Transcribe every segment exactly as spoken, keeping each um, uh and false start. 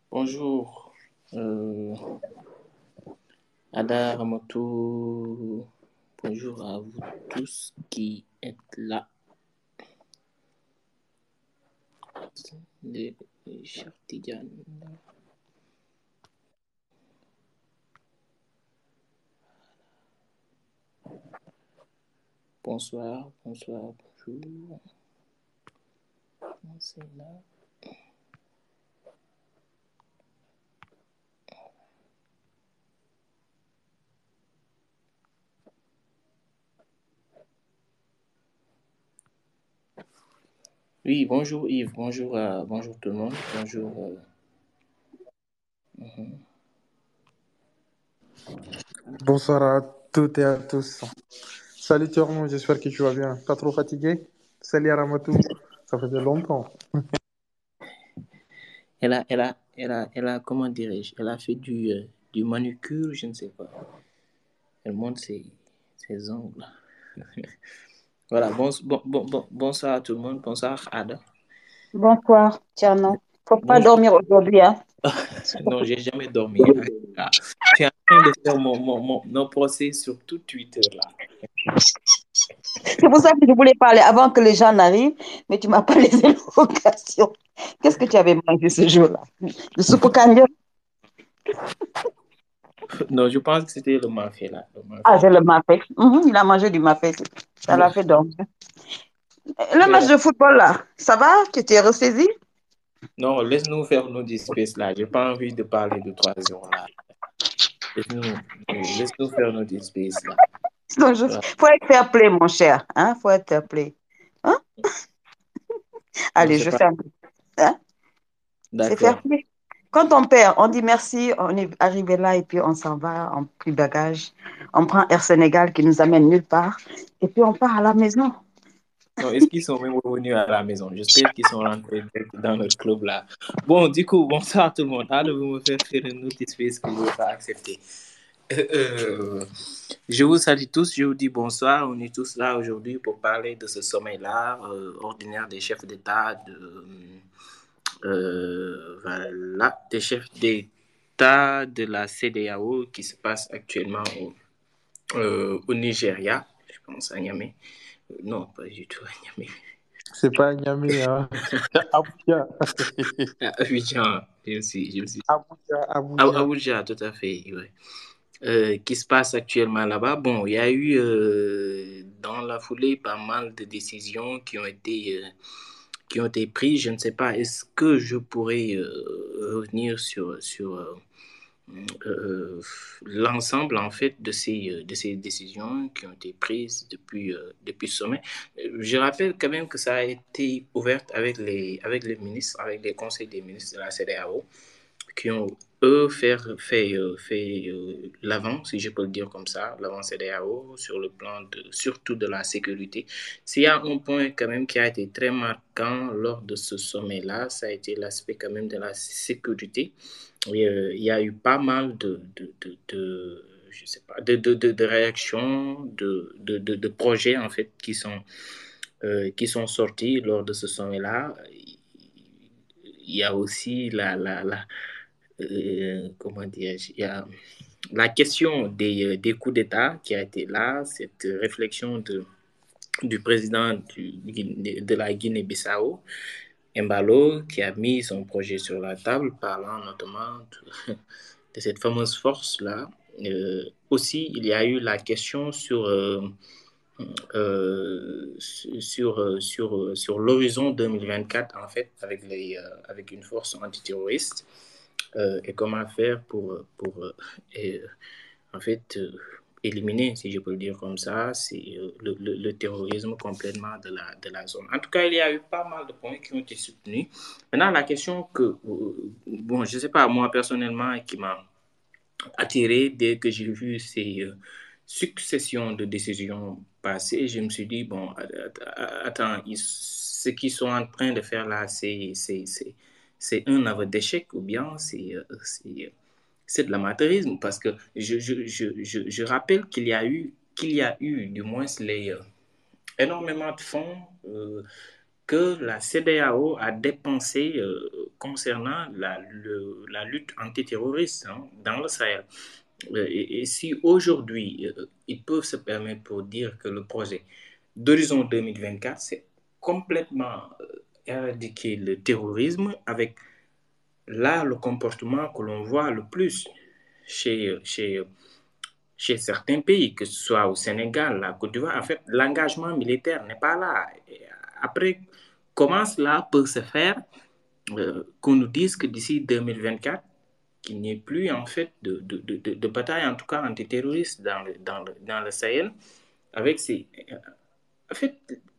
Bonjour, euh, Ada Ramoto. Bonjour à vous tous qui êtes là. Les, les chers Tidiane. Bonsoir, bonsoir, bonjour. C'est là. Oui, bonjour Yves, bonjour, à, bonjour tout le monde, bonjour. Euh, uh-huh. Bonsoir à toutes et à tous. Salut Thierry, j'espère que tu vas bien. Pas trop fatigué? Salut Aramatou, ça faisait longtemps. Elle a, elle a, elle a, elle a, comment dirais-je, elle a fait du, euh, du manucure, je ne sais pas. Elle monte ses, ses ongles. Voilà, bon, bon, bon, bon, bonsoir à tout le monde, bonsoir Ada. Bonsoir, Tierno. Faut pas Bonjour. dormir aujourd'hui, hein? Non, j'ai jamais dormi. Ah, tu es en train de faire mon, mon, mon, mon procès sur tout Twitter là. C'est pour ça que je voulais parler avant que les gens n'arrivent, mais tu m'as pas laissé l'occasion. Qu'est-ce que tu avais mangé ce jour-là? Le soupe candidat? Non, je pense que c'était le mafé là. Le Ah, mafé. c'est le mafé. Mhm, il a mangé du mafé. Ça l'a fait dormir. Le match Voilà. de football, là, ça va? Tu t'es ressaisi? Non, laisse-nous faire nos disputes là. J'ai pas envie de parler de trois heures là. Laisse-nous, laisse-nous faire nos disputes là. Donc, je... Voilà. faut être fair play, mon cher. Hein? Faut être fair play. Hein? Non, Allez, c'est je pas. ferme. Hein? C'est fair D'accord. play. Quand on perd, on dit merci, on est arrivé là et puis on s'en va, on plie bagage. On prend Air Sénégal qui nous amène nulle part et puis on part à la maison. Non, est-ce qu'ils sont même revenus à la maison? J'espère qu'ils sont rentrés direct dans notre club là. Bon, du coup, bonsoir tout le monde. Ah, vous me faire faire une autre espèce que je ne vais pas accepter. Euh, euh, je vous salue tous, je vous dis bonsoir. On est tous là aujourd'hui pour parler de ce sommet-là, euh, ordinaire des chefs d'État, de, euh, voilà, des chefs d'État de la C D A O qui se passe actuellement au, euh, au Nigeria, je pense à Niamey. Non, pas du tout à Niamey. C'est pas Niamey, hein? Abuja. À Abidjan, je me suis, je me suis... Abuja, Ah, Abuja. Abuja, tout à fait, ouais. Euh, qui se passe actuellement là-bas. Bon, il y a eu euh, dans la foulée pas mal de décisions qui ont été, euh, qui ont été prises. Je ne sais pas, est-ce que je pourrais euh, revenir sur, sur euh, euh, l'ensemble en fait de ces, euh, de ces décisions qui ont été prises depuis, euh, depuis ce sommet. Je rappelle quand même que ça a été ouvert avec les, avec les ministres, avec les conseils des ministres de la C D A O qui ont, eux, fait, fait, euh, fait euh, l'avant, si je peux le dire comme ça, l'avant C D A O, sur le plan de, surtout de la sécurité. S'il y a un point quand même qui a été très marquant lors de ce sommet-là, ça a été l'aspect quand même de la sécurité. Et, euh, il y a eu pas mal de, de, de, de je sais pas, de, de, de, de réactions, de, de, de, de projets en fait qui sont, euh, qui sont sortis lors de ce sommet-là. Il y a aussi la, la, la, euh, comment dire, il y a la question des, euh, des coups d'État qui a été là, cette réflexion de, du président du, de la Guinée-Bissau, Embalo, qui a mis son projet sur la table, parlant notamment de, de cette fameuse force-là. Euh, aussi, il y a eu la question sur, euh, euh, sur, sur, sur l'horizon deux mille vingt-quatre, en fait, avec, les, euh, avec une force antiterroriste. Euh, et comment faire pour, pour euh, et, en fait, euh, éliminer, si je peux le dire comme ça, c'est euh, le, le, le, terrorisme complètement de la, de la zone. En tout cas, il y a eu pas mal de points qui ont été soutenus. Maintenant, la question que, euh, bon, je ne sais pas, moi personnellement, qui m'a attiré dès que j'ai vu ces euh, successions de décisions passées, je me suis dit, bon, attends, ils, ce qu'ils sont en train de faire là, c'est c'est un aveu d'échec ou bien c'est c'est de l'amateurisme parce que je, je, je, je, je rappelle qu'il y a eu qu'il y a eu du moins les, euh, énormément de fonds euh, que la C D A O a dépensé euh, concernant la, le, la lutte antiterroriste hein, dans le Sahel. Euh, et, et, si aujourd'hui, euh, ils peuvent se permettre pour dire que le projet d'Horizon deux mille vingt-quatre, c'est complètement euh, éradiquer le terrorisme avec là le comportement que l'on voit le plus chez, chez, chez certains pays, que ce soit au Sénégal, la Côte d'Ivoire. En fait, l'engagement militaire n'est pas là. Et après, comment cela peut se faire euh, qu'on nous dise que d'ici deux mille vingt-quatre, qu'il n'y ait plus en fait de, de, de, de bataille, en tout cas antiterroriste dans le, dans le, dans le Sahel, avec ces... En fait,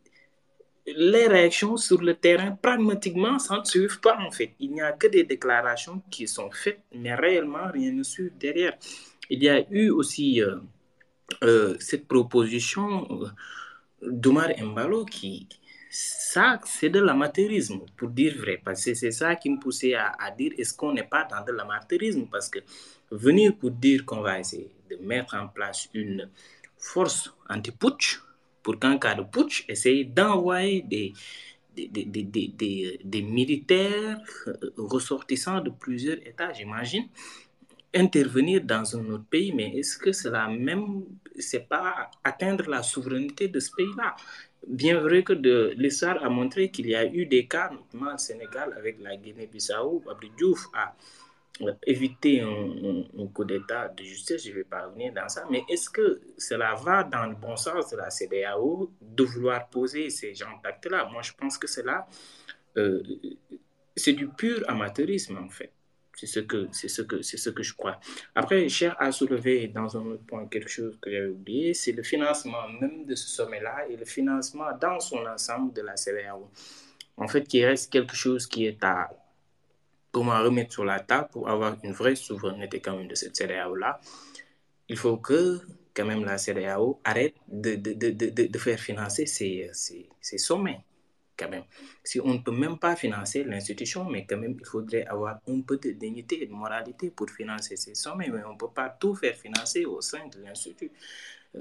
les réactions sur le terrain, pragmatiquement, ça ne suivent pas en fait. Il n'y a que des déclarations qui sont faites, mais réellement, rien ne suit derrière. Il y a eu aussi euh, euh, cette proposition euh, d'Omar Embalo qui... Ça, c'est de l'amateurisme, pour dire vrai. Parce que c'est ça qui me poussait à, à dire est-ce qu'on n'est pas dans de l'amateurisme? Parce que venir pour dire qu'on va essayer de mettre en place une force anti-putsch, pour qu'en cas de putsch, essayer d'envoyer des, des, des, des, des, des, des militaires ressortissants de plusieurs États, j'imagine, intervenir dans un autre pays, mais est-ce que cela même, c'est pas atteindre la souveraineté de ce pays-là? Bien vrai que de, l'histoire a montré qu'il y a eu des cas, notamment au Sénégal avec la Guinée-Bissau, Abdou Diouf a évité un, un, un coup d'État de justice, je ne vais pas revenir dans ça, mais est-ce que cela va dans le bon sens de la C D A O de vouloir poser ces gens d'actes-là? Moi, je pense que cela, euh, c'est du pur amateurisme, en fait. C'est ce que, c'est ce que, c'est ce que je crois. Après, Cher a soulevé dans un autre point quelque chose que j'avais oublié, c'est le financement même de ce sommet-là et le financement dans son ensemble de la C D A O. En fait, il reste quelque chose qui est à comment remettre sur la table pour avoir une vraie souveraineté quand même de cette C D A O-là. Il faut que quand même la C D A O arrête de, de, de, de, de faire financer ces, ces, ces sommets. Quand même. Si on ne peut même pas financer l'institution, mais quand même, il faudrait avoir un peu de dignité et de moralité pour financer ces sommets, mais on ne peut pas tout faire financer au sein de l'Institut. Euh,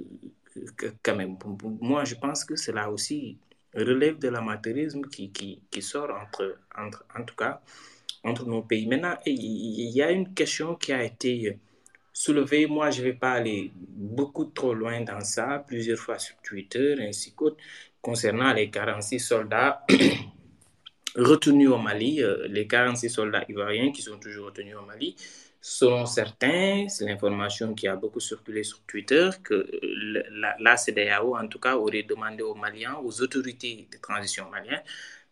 quand même, moi, je pense que cela aussi relève de l'amateurisme qui, qui, qui sort entre, entre, en tout cas, entre nos pays. Maintenant, il y a une question qui a été soulevée. Moi, je ne vais pas aller beaucoup trop loin dans ça, plusieurs fois sur Twitter, ainsi qu'autres, concernant les quarante-six soldats retenus au Mali, euh, les quarante-six soldats ivoiriens qui sont toujours retenus au Mali. Selon certains, c'est l'information qui a beaucoup circulé sur Twitter, que la, la C D A O, en tout cas, aurait demandé aux Maliens, aux autorités de transition maliennes,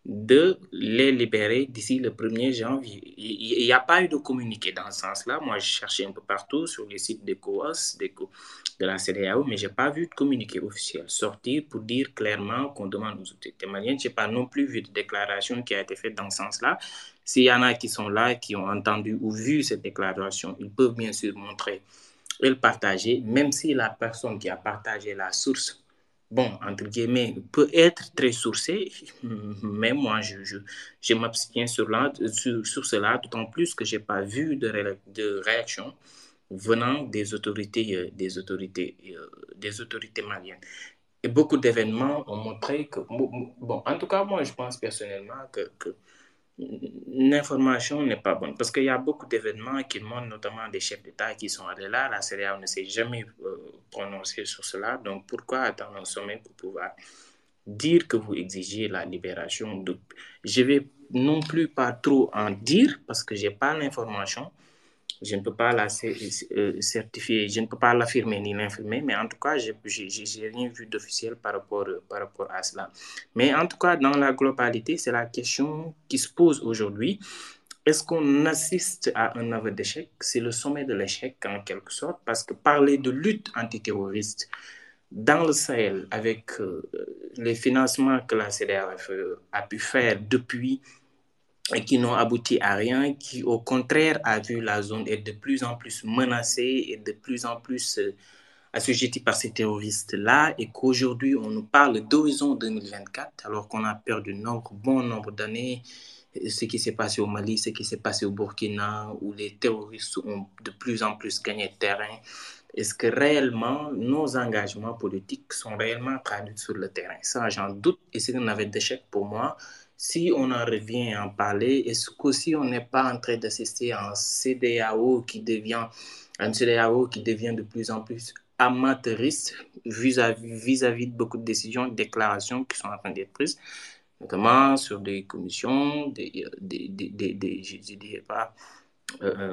de les libérer d'ici le premier janvier. Il n'y a pas eu de communiqué dans ce sens-là. Moi, j'ai cherché un peu partout sur les sites d'ECOWAS, de la C D A O, mais je n'ai pas vu de communiqué officiel sortir pour dire clairement qu'on demande aux autorités maliennes. Je n'ai pas non plus vu de déclaration qui a été faite dans ce sens-là. S'il y en a qui sont là, qui ont entendu ou vu cette déclaration, ils peuvent bien sûr montrer et le partager, même si la personne qui a partagé la source, bon, entre guillemets, peut être très sourcée, mais moi, je, je, je m'abstiens sur, sur, sur cela, d'autant plus que je n'ai pas vu de, ré, de réaction venant des autorités, euh, des, autorités, euh, des autorités maliennes. Et beaucoup d'événements ont montré que, bon, en tout cas, moi, je pense personnellement que, que l'information n'est pas bonne, parce qu'il y a beaucoup d'événements qui montrent notamment des chefs d'État qui sont allés là, la C D A O ne s'est jamais euh, prononcée sur cela, donc pourquoi attendre un sommet pour pouvoir dire que vous exigez la libération de... Je ne vais non plus pas trop en dire, parce que je n'ai pas l'information, je ne peux pas la certifier, je ne peux pas l'affirmer ni l'infirmer, mais en tout cas, je n'ai rien vu d'officiel par rapport, par rapport à cela. Mais en tout cas, dans la globalité, c'est la question qui se pose aujourd'hui. Est-ce qu'on assiste à un aveu d'échec? C'est le sommet de l'échec en quelque sorte, parce que parler de lutte antiterroriste dans le Sahel, avec euh, les financements que la C D A O a pu faire depuis et qui n'ont abouti à rien, qui au contraire a vu la zone être de plus en plus menacée et de plus en plus euh, assujettie par ces terroristes-là, et qu'aujourd'hui on nous parle d'horizon deux mille vingt-quatre alors qu'on a perdu un bon nombre d'années. Ce qui s'est passé au Mali, ce qui s'est passé au Burkina, où les terroristes ont de plus en plus gagné de terrain. est-ce que réellement nos engagements politiques sont réellement traduits sur le terrain? Ça, j'en doute et c'est un aveu d'échec pour moi. Si on en revient à en parler, est-ce qu'aussi on n'est pas en train d'assister à un C E D E A O qui devient, un C E D E A O qui devient de plus en plus amateuriste vis-à-vis, vis-à-vis de beaucoup de décisions, de déclarations qui sont en train d'être prises, notamment sur des commissions, des, des, des, des, des je ne dirais pas, euh,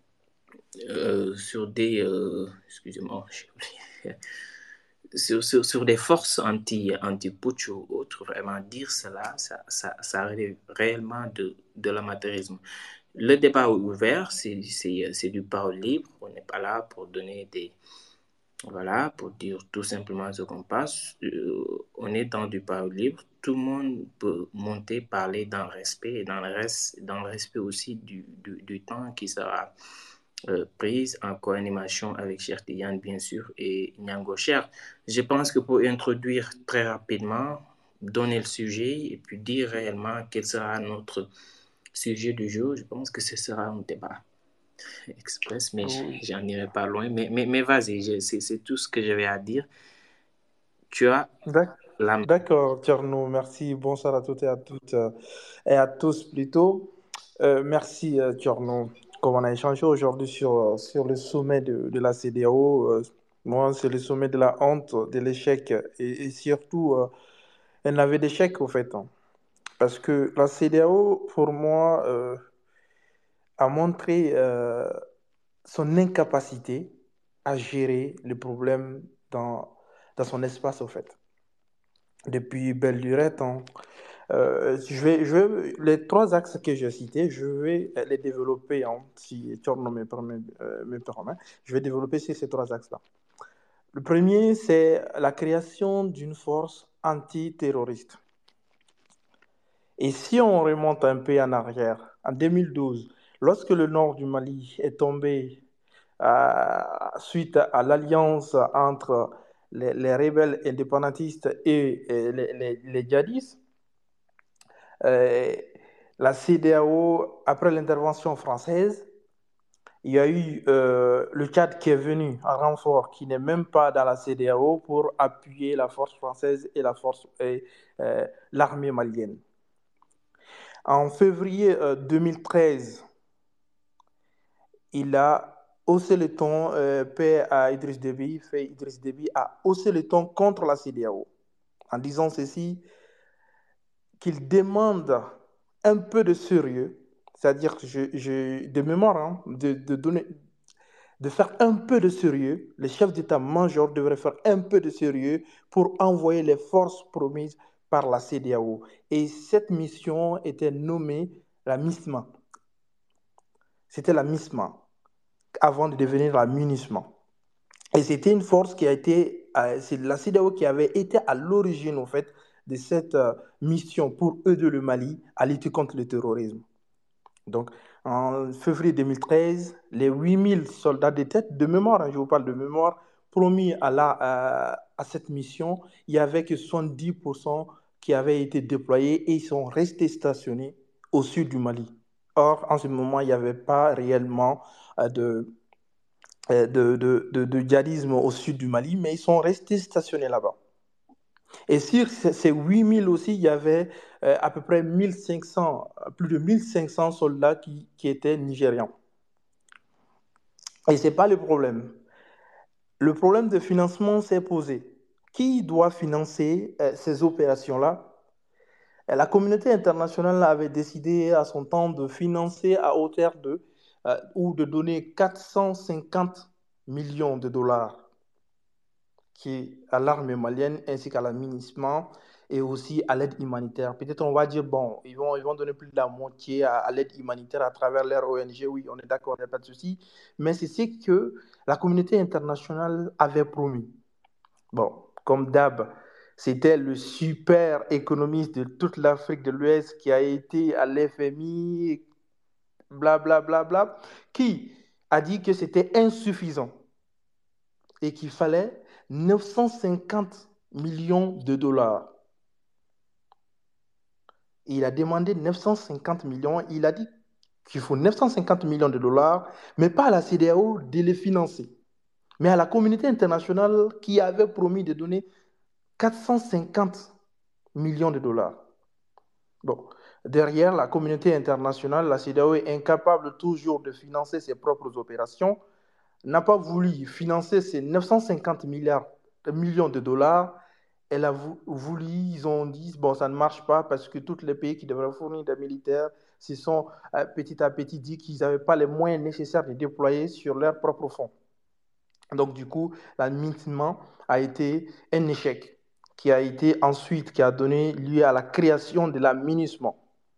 euh, sur des, euh, excusez-moi, j'ai oublié, sur, sur, sur des forces anti, anti-putsch ou autres, vraiment dire cela, ça, ça, ça relève réellement de, de l'amateurisme. Le débat ouvert, c'est, c'est, c'est du parole libre, on n'est pas là pour donner des, voilà, pour dire tout simplement ce qu'on passe. Euh, on est dans du parole libre. Tout le monde peut monter, parler dans le respect et dans le, reste, dans le respect aussi du, du, du temps qui sera euh, prise en co-animation avec Cheikh Tidiane, bien sûr, et Nyango Cher. Je pense que pour introduire très rapidement, donner le sujet et puis dire réellement quel sera notre sujet du jour, je pense que ce sera un débat express, mais Oui. j'en irai pas loin. Mais, mais, mais vas-y, c'est, c'est tout ce que j'avais à dire. Tu as D'ac- la main. D'accord, Tierno, merci. Bonsoir à toutes et à toutes euh, et à tous plutôt. Euh, merci, euh, Tierno. Comme on a échangé aujourd'hui sur, euh, sur le sommet de, de la C E D E A O, euh, moi, c'est le sommet de la honte, de l'échec et, et surtout euh, un aveu d'échec, au fait, hein. Parce que la C E D E A O, pour moi, euh, a montré euh, son incapacité à gérer les problèmes dans, dans son espace, au fait. Depuis belle lurette, hein. Euh, je vais, je vais- les trois axes que j'ai cités, je vais les développer, hein, si Thorno me permet, euh, me permet. Je vais développer ces, ces trois axes-là. Le premier, c'est la création d'une force antiterroriste. Et si on remonte un peu en arrière, en deux mille douze, lorsque le nord du Mali est tombé euh, suite à l'alliance entre les, les rebelles indépendantistes et, et les, les, les djihadistes, euh, la C E D E A O, après l'intervention française, il y a eu euh, le Tchad qui est venu en renfort, qui n'est même pas dans la C E D E A O, pour appuyer la force française et la force et, euh, l'armée malienne. En février euh, deux mille treize, il a haussé le ton, euh, paix à Idriss Déby, fait Idriss Déby a haussé le ton contre la C E D E A O, en disant ceci, qu'il demande un peu de sérieux, c'est-à-dire que je, je, de mémoire, hein, de, de, donner, de faire un peu de sérieux. Les chefs d'état-major devraient faire un peu de sérieux pour envoyer les forces promises par la C E D E A O. Et cette mission était nommée la MISMA. C'était la MISMA avant de devenir la MINUSMA. Et c'était une force qui a été, euh, c'est la C E D E A O qui avait été à l'origine, en fait, de cette euh, mission pour aider le Mali à lutter contre le terrorisme. Donc, en février deux mille treize, les huit mille soldats de tête, de mémoire, hein, je vous parle de mémoire, promis à, la, à, à cette mission, il n'y avait que soixante-dix pour cent qui avaient été déployés et ils sont restés stationnés au sud du Mali. Or, en ce moment, il n'y avait pas réellement euh, de, euh, de, de, de, de djihadisme au sud du Mali, mais ils sont restés stationnés là-bas. Et sur ces huit mille aussi, il y avait euh, à peu près mille cinq cents, plus de mille cinq cents soldats qui, qui étaient nigérians. Et ce n'est pas le problème. Le problème de financement s'est posé. Qui doit financer euh, ces opérations-là? Et la communauté internationale avait décidé à son temps de financer à hauteur de, euh, ou de donner quatre cent cinquante millions de dollars qui est à l'armée malienne ainsi qu'à la MINUSMA et aussi à l'aide humanitaire. Peut-être on va dire, bon, ils vont, ils vont donner plus de la moitié à, à l'aide humanitaire à travers leur O N G, oui, on est d'accord, il n'y a pas de souci, mais c'est ce que la communauté internationale avait promis. Bon, comme d'hab, c'était le super économiste de toute l'Afrique de l'Ouest qui a été à l'F M I, blablabla, bla, bla, bla, qui a dit que c'était insuffisant et qu'il fallait neuf cent cinquante millions de dollars. Et il a demandé neuf cent cinquante millions. Il a dit qu'il faut neuf cent cinquante millions de dollars, mais pas à la C E D E A O de les financer. mais à la communauté internationale qui avait promis de donner quatre cent cinquante millions de dollars. Bon, derrière la communauté internationale, la CEDEAO est incapable toujours de financer ses propres opérations, n'a pas voulu financer ces neuf cent cinquante milliards, millions de dollars. Elle a voulu, ils ont dit, bon, ça ne marche pas parce que tous les pays qui devraient fournir des militaires se sont euh, petit à petit dit qu'ils n'avaient pas les moyens nécessaires de déployer sur leurs propres fonds. Donc, du coup, l'administration a été un échec qui a été ensuite, qui a donné lieu à la création de la MINUSMA.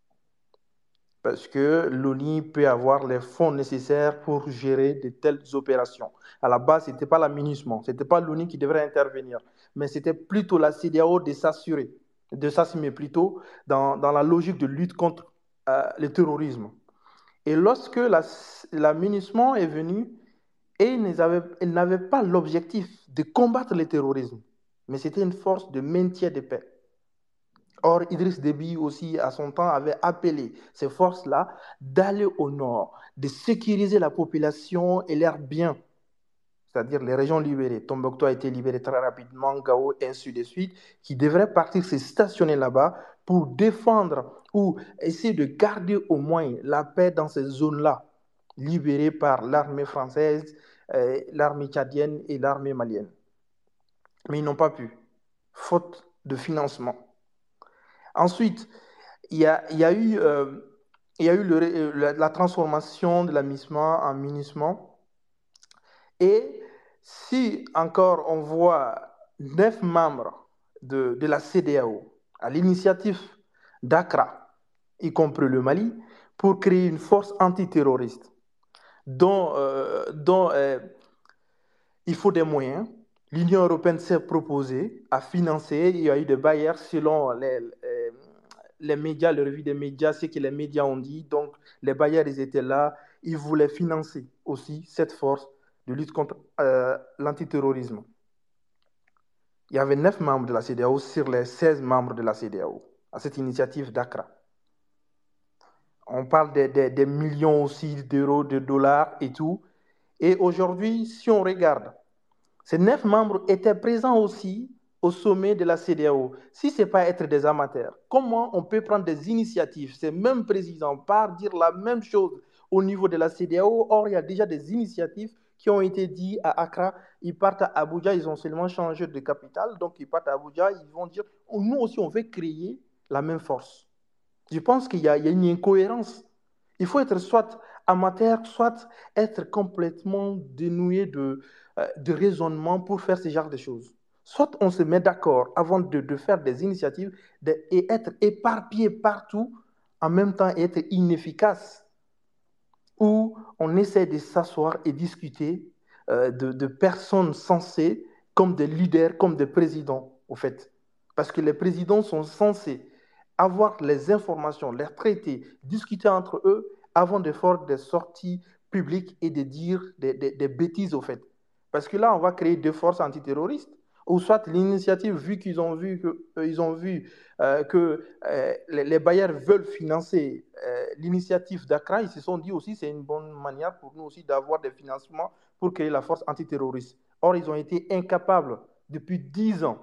Parce que l'ONU peut avoir les fonds nécessaires pour gérer de telles opérations. À la base, ce n'était pas la MINUSMA, ce n'était pas l'ONU qui devrait intervenir, mais c'était plutôt la CEDEAO de s'assurer, de s'assumer plutôt dans, dans la logique de lutte contre euh, le terrorisme. Et lorsque la, la MINUSMA est venue, et elle n'avait pas l'objectif de combattre le terrorisme, mais c'était une force de maintien de paix. Or, Idriss Déby aussi, à son temps, avait appelé ces forces-là d'aller au nord, de sécuriser la population et leurs biens, c'est-à-dire les régions libérées. Tombouctou a été libéré très rapidement, Gao, et ainsi de suite, qui devraient partir se stationner là-bas pour défendre ou essayer de garder au moins la paix dans ces zones-là, libérées par l'armée française, euh, l'armée tchadienne et l'armée malienne. Mais ils n'ont pas pu, faute de financement. Ensuite, il y a, il y a eu, euh, il y a eu le, la, la transformation de la MINUSMA en MINUSMA. Et si encore on voit neuf membres de, de la CEDEAO à l'initiative d'Accra, y compris le Mali, pour créer une force antiterroriste dont, euh, dont euh, il faut des moyens. L'Union européenne s'est proposée à financer. Il y a eu des bailleurs selon les, les, les médias, le revue des médias, ce que les médias ont dit. Donc, les bailleurs, ils étaient là. Ils voulaient financer aussi cette force de lutte contre euh, l'antiterrorisme. Il y avait neuf membres de la CEDEAO sur les seize membres de la CEDEAO à cette initiative d'Accra. On parle des de, de millions aussi d'euros, de dollars et tout. Et aujourd'hui, si on regarde, ces neuf membres étaient présents aussi au sommet de la CEDEAO. Si ce n'est pas être des amateurs, comment on peut prendre des initiatives? Ces mêmes présidents partent dire la même chose au niveau de la CEDEAO. Or, il y a déjà des initiatives qui ont été dites à Accra. Ils partent à Abuja, ils ont seulement changé de capitale. Donc, ils partent à Abuja, ils vont dire, nous aussi, on veut créer la même force. Je pense qu'il y a, il y a une incohérence. Il faut être soit amateur, soit être complètement dénoué de, euh, de raisonnement pour faire ce genre de choses. Soit on se met d'accord avant de, de faire des initiatives de, et être éparpillé partout, en même temps être inefficace, ou on essaie de s'asseoir et discuter euh, de, de personnes censées comme des leaders, comme des présidents, au fait. Parce que les présidents sont censés avoir les informations, les traités, discuter entre eux avant de faire des sorties publiques et de dire des, des, des bêtises, au fait. Parce que là, on va créer deux forces antiterroristes, ou soit l'initiative, vu qu'ils ont vu que, euh, ils ont vu, euh, que euh, les, les bailleurs veulent financer euh, l'initiative d'Accra, ils se sont dit aussi que c'est une bonne manière pour nous aussi d'avoir des financements pour créer la force antiterroriste. Or, ils ont été incapables depuis dix ans.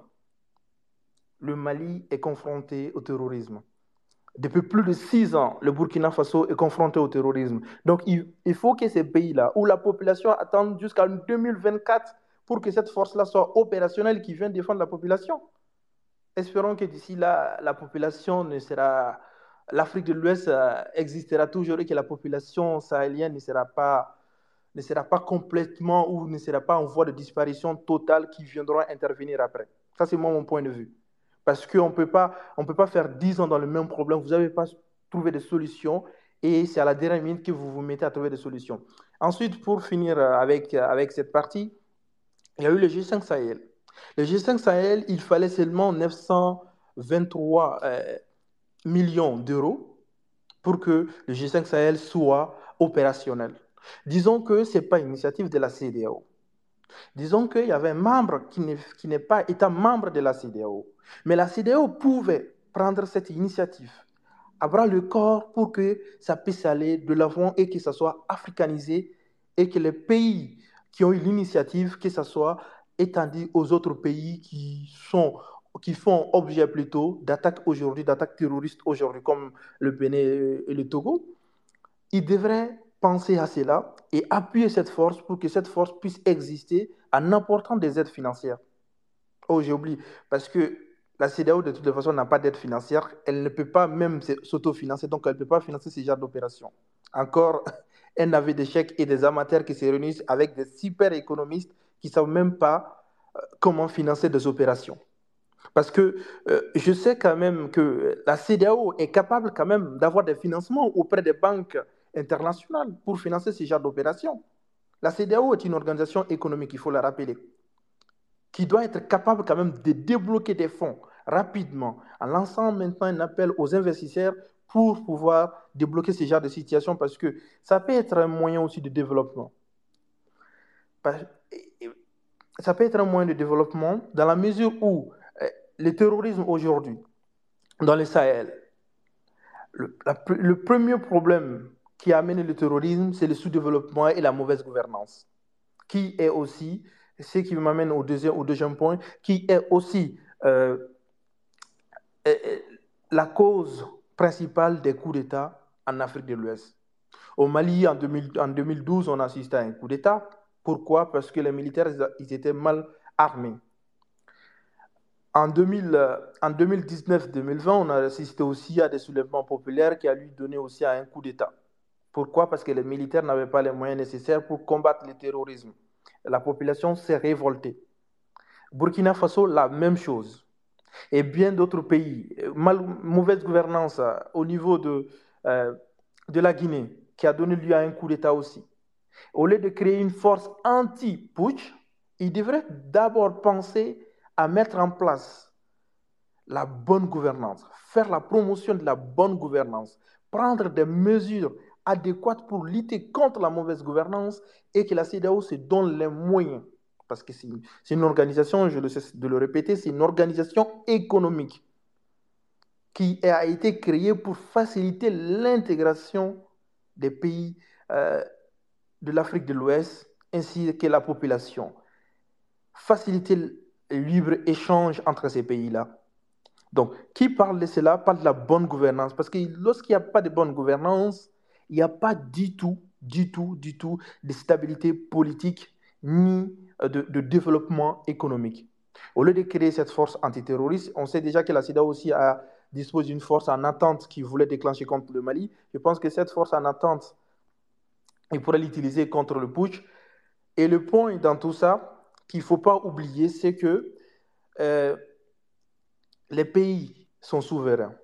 Le Mali est confronté au terrorisme. Depuis plus de six ans, le Burkina Faso est confronté au terrorisme. Donc, il, il faut que ces pays-là, où la population attend jusqu'en deux mille vingt-quatre pour que cette force-là soit opérationnelle qui vienne défendre la population. Espérons que d'ici là, la population ne sera... L'Afrique de l'Ouest euh, existera toujours et que la population sahélienne ne sera pas, ne sera pas complètement ou ne sera pas en voie de disparition totale qui viendront intervenir après. Ça, c'est moi mon point de vue. Parce qu'on ne peut pas, on peut pas faire dix ans dans le même problème. Vous n'avez pas trouvé de solution et c'est à la dernière minute que vous vous mettez à trouver des solutions. Ensuite, pour finir avec, avec cette partie, il y a eu le G cinq Sahel. Le G cinq Sahel, il fallait seulement neuf cent vingt-trois euh, millions d'euros pour que le G cinq Sahel soit opérationnel. Disons que ce n'est pas une initiative de la CEDEAO. Disons qu'il y avait un membre qui n'est, qui n'est pas étant membre de la CEDEAO. Mais la CEDEAO pouvait prendre cette initiative à bras le corps pour que ça puisse aller de l'avant et que ça soit africanisé et que les pays qui ont eu l'initiative que ça soit étendu aux autres pays qui sont qui font objet plutôt d'attaques aujourd'hui, d'attaques terroristes aujourd'hui, comme le Bénin et le Togo. Ils devraient penser à cela et appuyer cette force pour que cette force puisse exister en apportant des aides financières. Oh, j'ai oublié, parce que la C E D E A O, de toute façon, n'a pas d'aide financière. Elle ne peut pas même s'autofinancer, donc elle ne peut pas financer ce genre d'opération. Encore un navire d'échecs et des amateurs qui se réunissent avec des super économistes qui ne savent même pas euh, comment financer des opérations. Parce que euh, je sais quand même que la C E D E A O est capable quand même d'avoir des financements auprès des banques internationales pour financer ce genre d'opérations. La C E D E A O est une organisation économique, il faut le rappeler, qui doit être capable quand même de débloquer des fonds rapidement en lançant maintenant un appel aux investisseurs pour pouvoir débloquer ce genre de situation parce que ça peut être un moyen aussi de développement. Ça peut être un moyen de développement dans la mesure où euh, le terrorisme aujourd'hui, dans le Sahel, le, la, le premier problème qui a amené le terrorisme, c'est le sous-développement et la mauvaise gouvernance, qui est aussi, ce qui m'amène au deuxième, au deuxième point, qui est aussi euh, euh, la cause principale des coups d'État en Afrique de l'Ouest. Au Mali, en, deux mille, en deux mille douze, on assiste à un coup d'État. Pourquoi? Parce que les militaires, ils étaient mal armés. En, deux mille, en deux mille dix-neuf deux mille vingt, on a assisté aussi à des soulèvements populaires qui a lui donné aussi à un coup d'État. Pourquoi? Parce que les militaires n'avaient pas les moyens nécessaires pour combattre le terrorisme. La population s'est révoltée. Burkina Faso, la même chose. Et bien d'autres pays. Mal, mauvaise gouvernance au niveau de, euh, de la Guinée, qui a donné lieu à un coup d'État aussi. Au lieu de créer une force anti-putsch, ils devraient d'abord penser à mettre en place la bonne gouvernance, faire la promotion de la bonne gouvernance, prendre des mesures adéquates pour lutter contre la mauvaise gouvernance et que la C E D E A O se donne les moyens. Parce que c'est une, c'est une organisation, je le sais de le répéter, c'est une organisation économique qui a été créée pour faciliter l'intégration des pays euh, de l'Afrique de l'Ouest ainsi que la population. Faciliter le libre-échange entre ces pays-là. Donc, qui parle de cela parle de la bonne gouvernance. Parce que lorsqu'il n'y a pas de bonne gouvernance, il n'y a pas du tout, du tout, du tout de stabilité politique ni de, de développement économique. Au lieu de créer cette force antiterroriste, on sait déjà que la C E D E A O aussi a, dispose d'une force en attente qui voulait déclencher contre le Mali. Je pense que cette force en attente, il pourrait l'utiliser contre le putsch. Et le point dans tout ça qu'il ne faut pas oublier, c'est que euh, les pays sont souverains.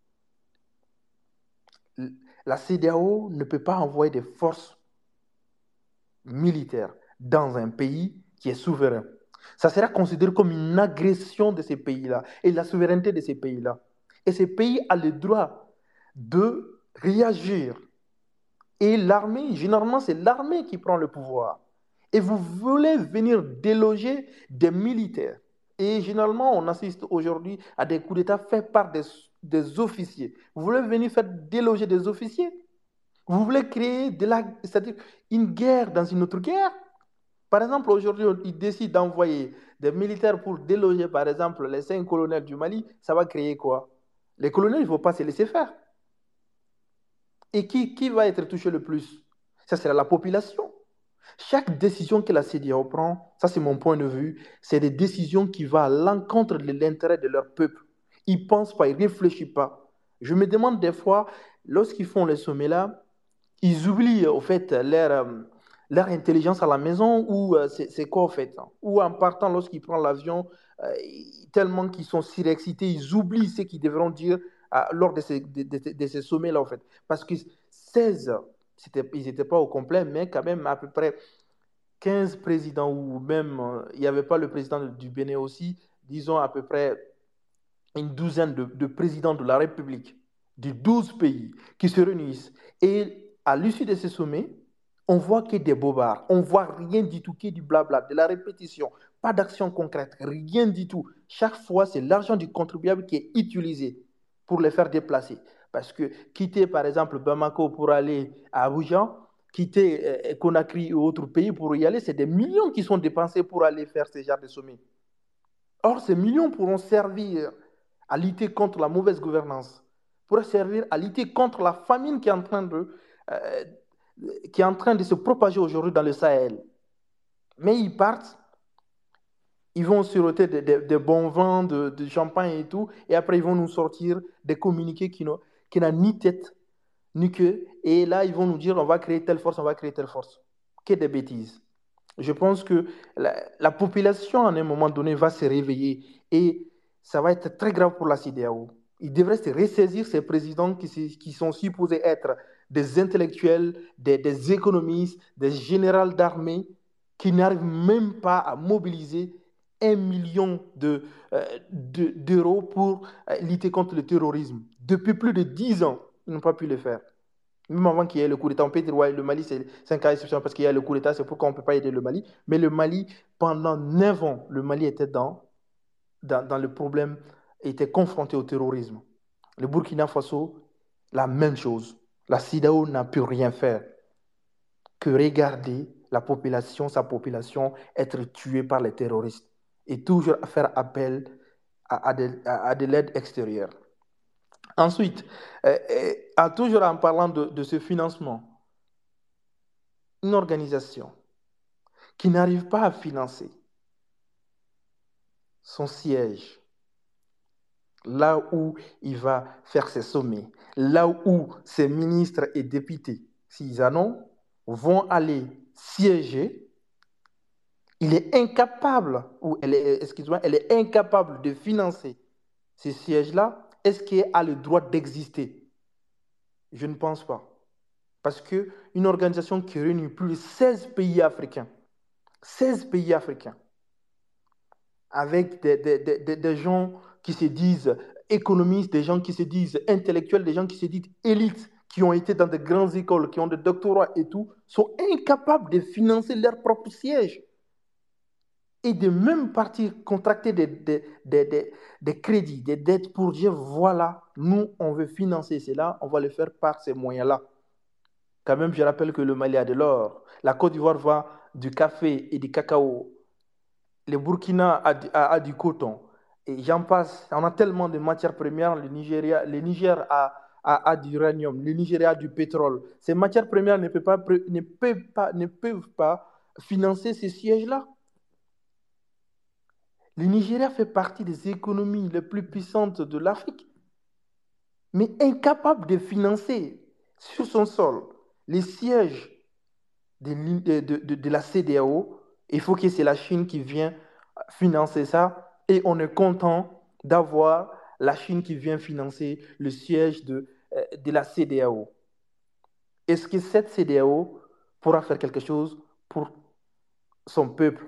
La C E D E A O ne peut pas envoyer des forces militaires dans un pays qui est souverain. Ça sera considéré comme une agression de ces pays-là et la souveraineté de ces pays-là. Et ces pays ont le droit de réagir. Et l'armée, généralement, c'est l'armée qui prend le pouvoir. Et vous voulez venir déloger des militaires. Et généralement, on assiste aujourd'hui à des coups d'État faits par des, des officiers. Vous voulez venir faire déloger des officiers? Vous voulez créer de la, c'est-à-dire une guerre dans une autre guerre? Par exemple, aujourd'hui, ils décident d'envoyer des militaires pour déloger, par exemple, les cinq colonels du Mali. Ça va créer quoi? Les colonels, il ne faut pas se laisser faire. Et qui, qui va être touché le plus? Ça sera la population. Chaque décision que la C E D E A O prend, ça c'est mon point de vue, c'est des décisions qui vont à l'encontre de l'intérêt de leur peuple. Ils ne pensent pas, ils ne réfléchissent pas. Je me demande des fois, lorsqu'ils font les sommets là, ils oublient au fait leur, euh, leur intelligence à la maison ou euh, c'est, c'est quoi au fait? Ou en partant, lorsqu'ils prennent l'avion, euh, tellement qu'ils sont surexcités, ils oublient ce qu'ils devront dire euh, lors de ces, de, de, de ces sommets-là, en fait. Parce que seize, c'était, ils n'étaient pas au complet, mais quand même à peu près quinze présidents, ou même, euh, il n'y avait pas le président du Bénin aussi, disons à peu près une douzaine de, de présidents de la République, de douze pays, qui se réunissent. Et à l'issue de ces sommets, on voit que des bobards, on voit rien du tout, que du blabla, de la répétition, pas d'action concrète, rien du tout. Chaque fois, c'est l'argent du contribuable qui est utilisé pour les faire déplacer. Parce que quitter, par exemple, Bamako pour aller à Abuja, quitter euh, Conakry ou autre pays pour y aller, c'est des millions qui sont dépensés pour aller faire ce genre de sommet. Or, ces millions pourront servir à lutter contre la mauvaise gouvernance, pourront servir à lutter contre la famine qui est en train de, euh, qui est en train de se propager aujourd'hui dans le Sahel. Mais ils partent, ils vont sureter des de, de bons vins, de, de champagne et tout, et après ils vont nous sortir des communiqués qui n'ont qui n'a ni tête ni queue, et là ils vont nous dire on va créer telle force, on va créer telle force. Que des bêtises. Je pense que la, la population, à un moment donné, va se réveiller et ça va être très grave pour la C E D E A O. Il devrait se ressaisir ces présidents qui, qui sont supposés être des intellectuels, des, des économistes, des généraux d'armée qui n'arrivent même pas à mobiliser un million de, euh, de, d'euros pour euh, lutter contre le terrorisme. Depuis plus de dix ans, ils n'ont pas pu le faire. Même avant qu'il y ait le coup d'État, on peut dire ouais, le Mali, c'est, c'est un cas exceptionnel parce qu'il y a le coup d'État, c'est pourquoi on ne peut pas aider le Mali. Mais le Mali, pendant neuf ans, le Mali était dans, dans, dans le problème, était confronté au terrorisme. Le Burkina Faso, la même chose. La C E D E A O n'a pu rien faire que regarder la population, sa population, être tuée par les terroristes et toujours faire appel à, à, de, à, à de l'aide extérieure. Ensuite, euh, euh, toujours en parlant de, de ce financement, une organisation qui n'arrive pas à financer son siège, là où il va faire ses sommets, là où ses ministres et députés, s'ils en ont, vont aller siéger, il est incapable, ou elle est, excuse-moi, elle est incapable de financer ces sièges-là. Est-ce qu'elle a le droit d'exister? Je ne pense pas. Parce qu'une organisation qui réunit plus de seize pays africains, seize pays africains, avec des, des, des, des gens qui se disent économistes, des gens qui se disent intellectuels, des gens qui se disent élites, qui ont été dans de grandes écoles, qui ont des doctorats et tout, sont incapables de financer leur propre siège et de même partir contracter des, des, des, des, des crédits, des dettes pour dire voilà, nous, on veut financer cela, on va le faire par ces moyens-là. Quand même, je rappelle que le Mali a de l'or, la Côte d'Ivoire va du café et du cacao, le Burkina a, a, a du coton, et j'en passe. On a tellement de matières premières, le Nigeria, le Niger a, a, a du uranium, le Nigeria a du pétrole. Ces matières premières ne peuvent pas, ne peuvent pas, ne peuvent pas financer ces sièges-là. Le Nigeria fait partie des économies les plus puissantes de l'Afrique, mais incapable de financer sur son sol les sièges de, de, de, de la C E D E A O. Il faut que c'est la Chine qui vient financer ça, et on est content d'avoir la Chine qui vient financer le siège de, de la C E D E A O. Est-ce que cette C E D E A O pourra faire quelque chose pour son peuple?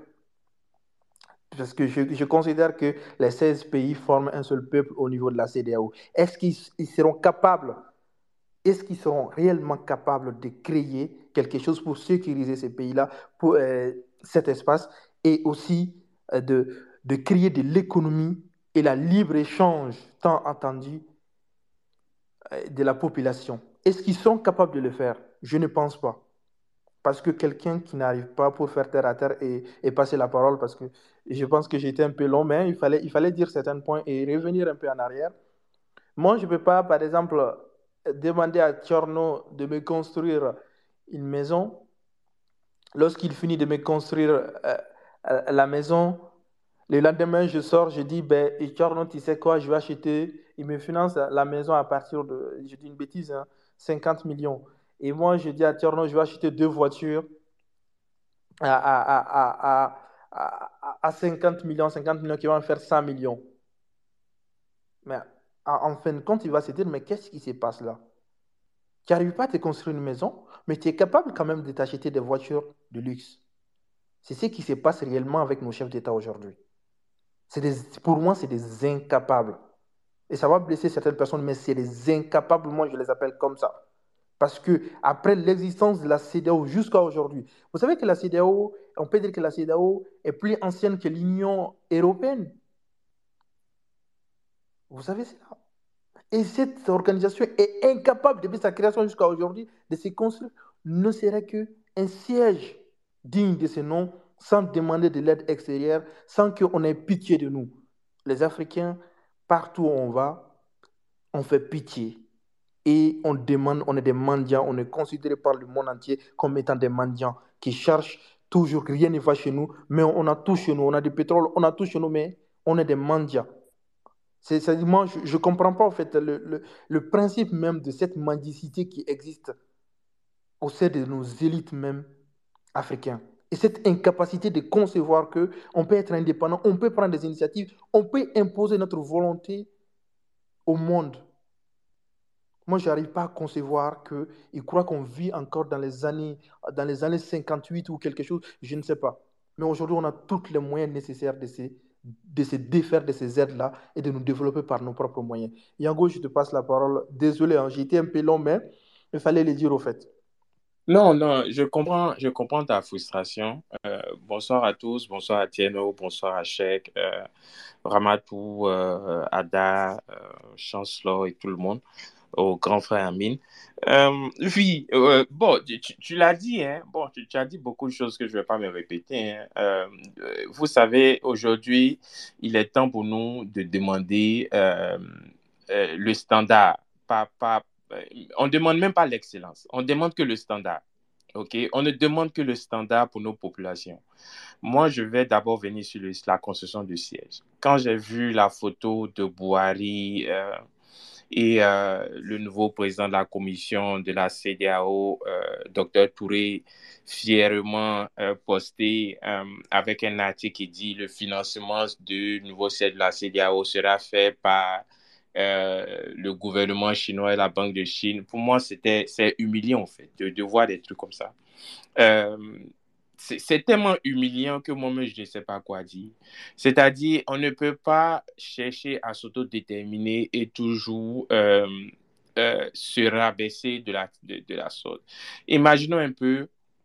Parce que je, je considère que les seize pays forment un seul peuple au niveau de la C E D E A O. Est-ce qu'ils ils seront capables, est-ce qu'ils seront réellement capables de créer quelque chose pour sécuriser ces pays-là, pour euh, cet espace, et aussi euh, de, de créer de l'économie et la libre-échange tant attendu euh, de la population? Est-ce qu'ils sont capables de le faire? Je ne pense pas. Parce que quelqu'un qui n'arrive pas pour faire terre à terre et, et passer la parole, parce que je pense que j'étais un peu long, mais il fallait, il fallait dire certains points et revenir un peu en arrière. Moi, je ne peux pas, par exemple, demander à Tchorno de me construire une maison. Lorsqu'il finit de me construire euh, la maison, le lendemain, je sors, je dis, ben, Tchorno, tu sais quoi, je vais acheter, il me finance la maison à partir de, je dis une bêtise, hein, cinquante millions. Et moi, je dis à Tchorno, je vais acheter deux voitures à, à, à, à, à, à cinquante millions, cinquante millions qui vont faire cent millions. Mais en fin de compte, il va se dire, mais qu'est-ce qui se passe là? Tu n'arrives pas à te construire une maison, mais tu es capable quand même de t'acheter des voitures de luxe. C'est ce qui se passe réellement avec nos chefs d'État aujourd'hui. C'est des, pour moi, c'est des incapables. Et ça va blesser certaines personnes, mais c'est des incapables, moi je les appelle comme ça. Parce qu'après l'existence de la C E D E A O jusqu'à aujourd'hui, vous savez que la C E D E A O, on peut dire que la C E D E A O est plus ancienne que l'Union européenne. Vous savez cela? Et cette organisation est incapable, depuis sa création jusqu'à aujourd'hui, de se construire ne serait qu'un siège digne de ce nom, sans demander de l'aide extérieure, sans qu'on ait pitié de nous. Les Africains, partout où on va, on fait pitié. Et on demande, on est des mendiants, on est considéré par le monde entier comme étant des mendiants qui cherchent toujours, rien ne va chez nous, mais on a tout chez nous, on a du pétrole, on a tout chez nous, mais on est des mendiants. C'est, c'est, moi, je ne comprends pas en fait le, le, le principe même de cette mendicité qui existe au sein de nos élites même africaines. Et cette incapacité de concevoir qu'on peut être indépendant, on peut prendre des initiatives, on peut imposer notre volonté au monde. Moi, je n'arrive pas à concevoir qu'ils croient qu'on vit encore dans les années, dans les années cinquante-huit ou quelque chose, je ne sais pas. Mais aujourd'hui, on a tous les moyens nécessaires de se, de se défaire de ces aides-là et de nous développer par nos propres moyens. Yango, je te passe la parole. Désolé, hein, j'ai été un peu long, mais il fallait le dire au fait. Non, non, je comprends, je comprends ta frustration. Euh, bonsoir à tous, bonsoir à Tieno, bonsoir à Cheikh, euh, Ramatou, euh, Ada, euh, Chancellor et tout le monde, au grand frère Amine. Euh, oui, euh, bon, tu, tu l'as dit, hein, bon, tu, tu as dit beaucoup de choses que je ne vais pas me répéter, hein. Euh, vous savez, aujourd'hui, il est temps pour nous de demander euh, euh, le standard, pas, pas, on ne demande même pas l'excellence, on demande que le standard. OK? On ne demande que le standard pour nos populations. Moi, je vais d'abord venir sur le, la construction du siège. Quand j'ai vu la photo de Bouhari euh, et euh, le nouveau président de la commission de la C D A O, euh, Docteur Touré, fièrement euh, posté euh, avec un article qui dit le financement du nouveau siège de la C D A O sera fait par euh, le gouvernement chinois et la Banque de Chine. Pour moi, c'était, c'est humiliant, en fait, de, de voir des trucs comme ça. Euh, c'est, c'est tellement humiliant que moi-même, je ne sais pas quoi dire. C'est-à-dire, on ne peut pas chercher à s'autodéterminer et toujours euh, euh, se rabaisser de la, de, de la sorte. Imaginons un peu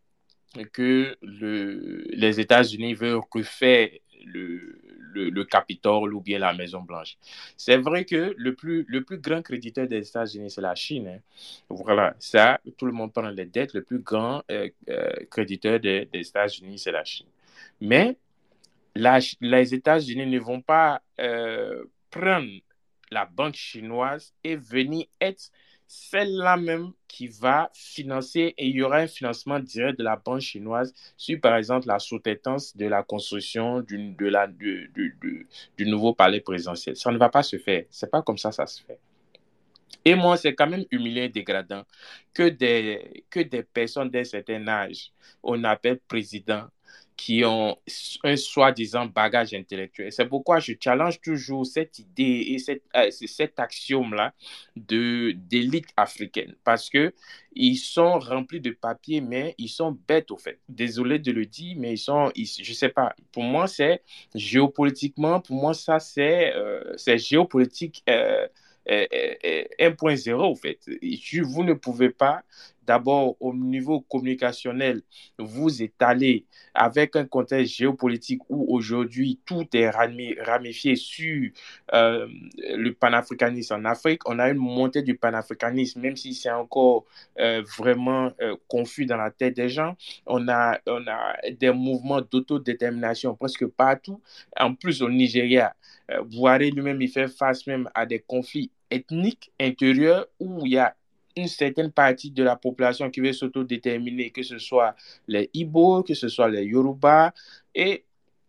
que le, les États-Unis veulent refaire le, le, le Capitole ou bien la Maison-Blanche. C'est vrai que le plus, le plus grand créditeur des États-Unis, c'est la Chine. Hein. Voilà, ça, tout le monde prend les dettes. Le plus grand euh, euh, créditeur des, des États-Unis, c'est la Chine. Mais la, les États-Unis ne vont pas euh, prendre la banque chinoise et venir être celle-là même qui va financer, et il y aura un financement direct de la banque chinoise sur, par exemple, la sous-traitance de la construction du, de la, du, du, du, du nouveau palais présidentiel. Ça ne va pas se faire. C'est pas comme ça ça se fait. Et moi, c'est quand même humiliant et dégradant que des, que des personnes d'un certain âge, on appelle président, qui ont un soi-disant bagage intellectuel. C'est pourquoi je challenge toujours cette idée et cette, euh, cet axiome-là de, d'élite africaine. Parce qu'ils sont remplis de papier, mais ils sont bêtes au fait. Désolé de le dire, mais ils sont, ils, je ne sais pas. Pour moi, c'est géopolitiquement, pour moi, ça, c'est, euh, c'est géopolitique euh, un point zéro, en fait. Vous ne pouvez pas, d'abord, au niveau communicationnel, vous étaler avec un contexte géopolitique où aujourd'hui tout est ramifié sur euh, le panafricanisme en Afrique. On a une montée du panafricanisme, même si c'est encore euh, vraiment euh, confus dans la tête des gens. On a, on a des mouvements d'autodétermination presque partout. En plus, au Nigeria, euh, Bouhari lui-même, il fait face même à des conflits ethniques intérieurs où il y a une certaine partie de la population qui veut s'autodéterminer, que ce soit les Igbo, que ce soit les Yoruba, et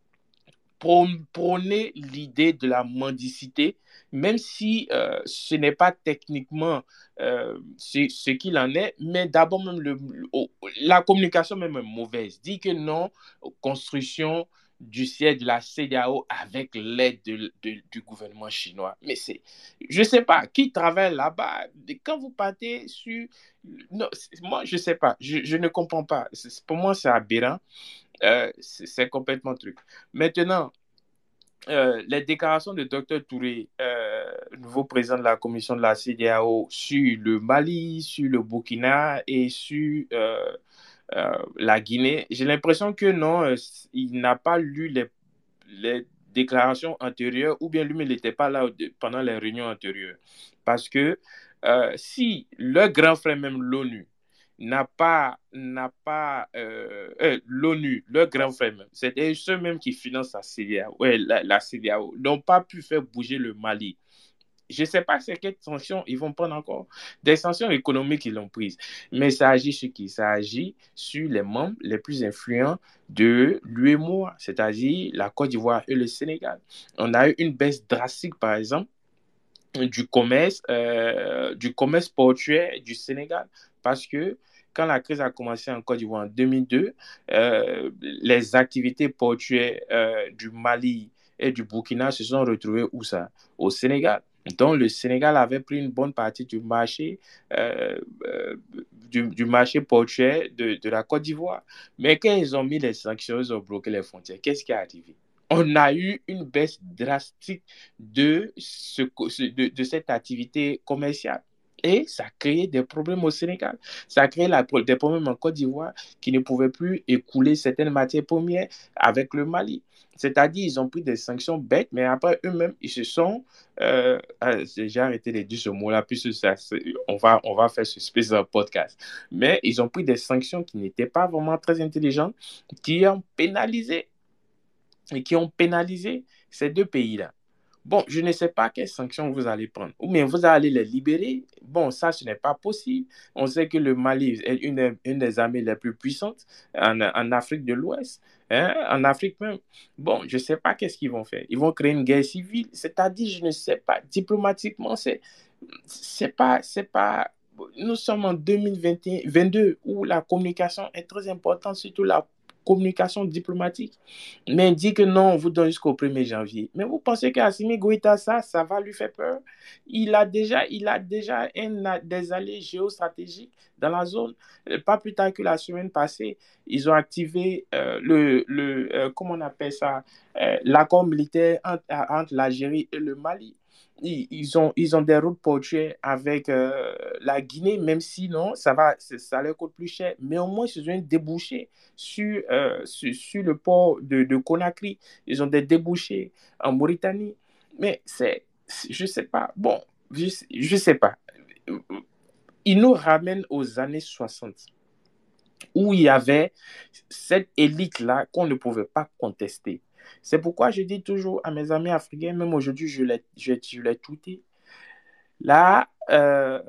prôner l'idée de la mendicité, même si euh, ce n'est pas techniquement euh, ce, ce qu'il en est, mais d'abord même le, le, la communication même est mauvaise. Dit que non, construction du siège de la C D A O avec l'aide de, de, du gouvernement chinois. Mais c'est, je ne sais pas, qui travaille là-bas, quand vous partez sur... Non, moi, je ne sais pas, je, je ne comprends pas. C'est, pour moi, c'est aberrant. Euh, c'est, c'est complètement truc. Maintenant, euh, les déclarations de Docteur Touré, euh, nouveau président de la commission de la C D A O, sur le Mali, sur le Burkina et sur euh, euh, la Guinée, j'ai l'impression que non, euh, il n'a pas lu les, les déclarations antérieures, ou bien lui, il n'était pas là pendant les réunions antérieures. Parce que euh, si le grand frère, même l'ONU, n'a pas, n'a pas euh, euh, l'ONU, leur grand frère même, c'est ceux mêmes qui financent la C D A O, ouais, la, la C D A O, n'ont pas pu faire bouger le Mali. Je ne sais pas c'est quelles sanctions ils vont prendre encore. Des sanctions économiques ils l'ont prises. Mais ça agit sur qui? Ça agit sur les membres les plus influents de l'U E M O A, c'est-à-dire la Côte d'Ivoire et le Sénégal. On a eu une baisse drastique, par exemple, du commerce, euh, du commerce portuaire du Sénégal. Parce que quand la crise a commencé en Côte d'Ivoire en deux mille deux, euh, les activités portuaires euh, du Mali et du Burkina se sont retrouvées où ça? Au Sénégal. Donc, le Sénégal avait pris une bonne partie du marché, euh, euh, du, du marché portuaire de, de la Côte d'Ivoire. Mais quand ils ont mis les sanctions, ils ont bloqué les frontières. Qu'est-ce qui est arrivé? On a eu une baisse drastique de, ce, de, de cette activité commerciale. Et ça a créé des problèmes au Sénégal. Ça a créé la, des problèmes en Côte d'Ivoire qui ne pouvaient plus écouler certaines matières premières avec le Mali. C'est-à-dire, ils ont pris des sanctions bêtes, mais après, eux-mêmes, ils se sont... Euh, j'ai arrêté de dire ce mot-là, puisque ça, on, va, on va faire ce spécial podcast. Mais ils ont pris des sanctions qui n'étaient pas vraiment très intelligentes, qui ont pénalisé, et qui ont pénalisé ces deux pays-là. Bon, je ne sais pas quelles sanctions vous allez prendre. Ou bien vous allez les libérer. Bon, ça, ce n'est pas possible. On sait que le Mali est une, une des armées les plus puissantes en, en Afrique de l'Ouest, hein, en Afrique même. Bon, je ne sais pas qu'est-ce qu'ils vont faire. Ils vont créer une guerre civile. C'est-à-dire, je ne sais pas, diplomatiquement, c'est, c'est pas, c'est pas... Nous sommes en deux mille vingt-deux où la communication est très importante, surtout la communication diplomatique. Mais il dit que non, on vous donne jusqu'au premier janvier. Mais vous pensez qu'Assimi Goïta, ça, ça va lui faire peur? Il a déjà, il a déjà un, des alliés géostratégiques dans la zone. Pas plus tard que la semaine passée, ils ont activé euh, le, le euh, comment on appelle ça, euh, l'accord militaire entre, entre l'Algérie et le Mali. Ils, ils, ont, ils ont des routes portuaires avec euh, la Guinée, même si non, ça, va, ça leur coûte plus cher. Mais au moins, ils ont un débouché sur, euh, sur, sur le port de, de Conakry. Ils ont des débouchés en Mauritanie. Mais c'est, je ne sais pas. Bon, je ne sais pas. Ils nous ramènent aux années soixante, où il y avait cette élite-là qu'on ne pouvait pas contester. C'est pourquoi je dis toujours à mes amis africains, même aujourd'hui, je l'ai, je, je l'ai tweeté, là, euh,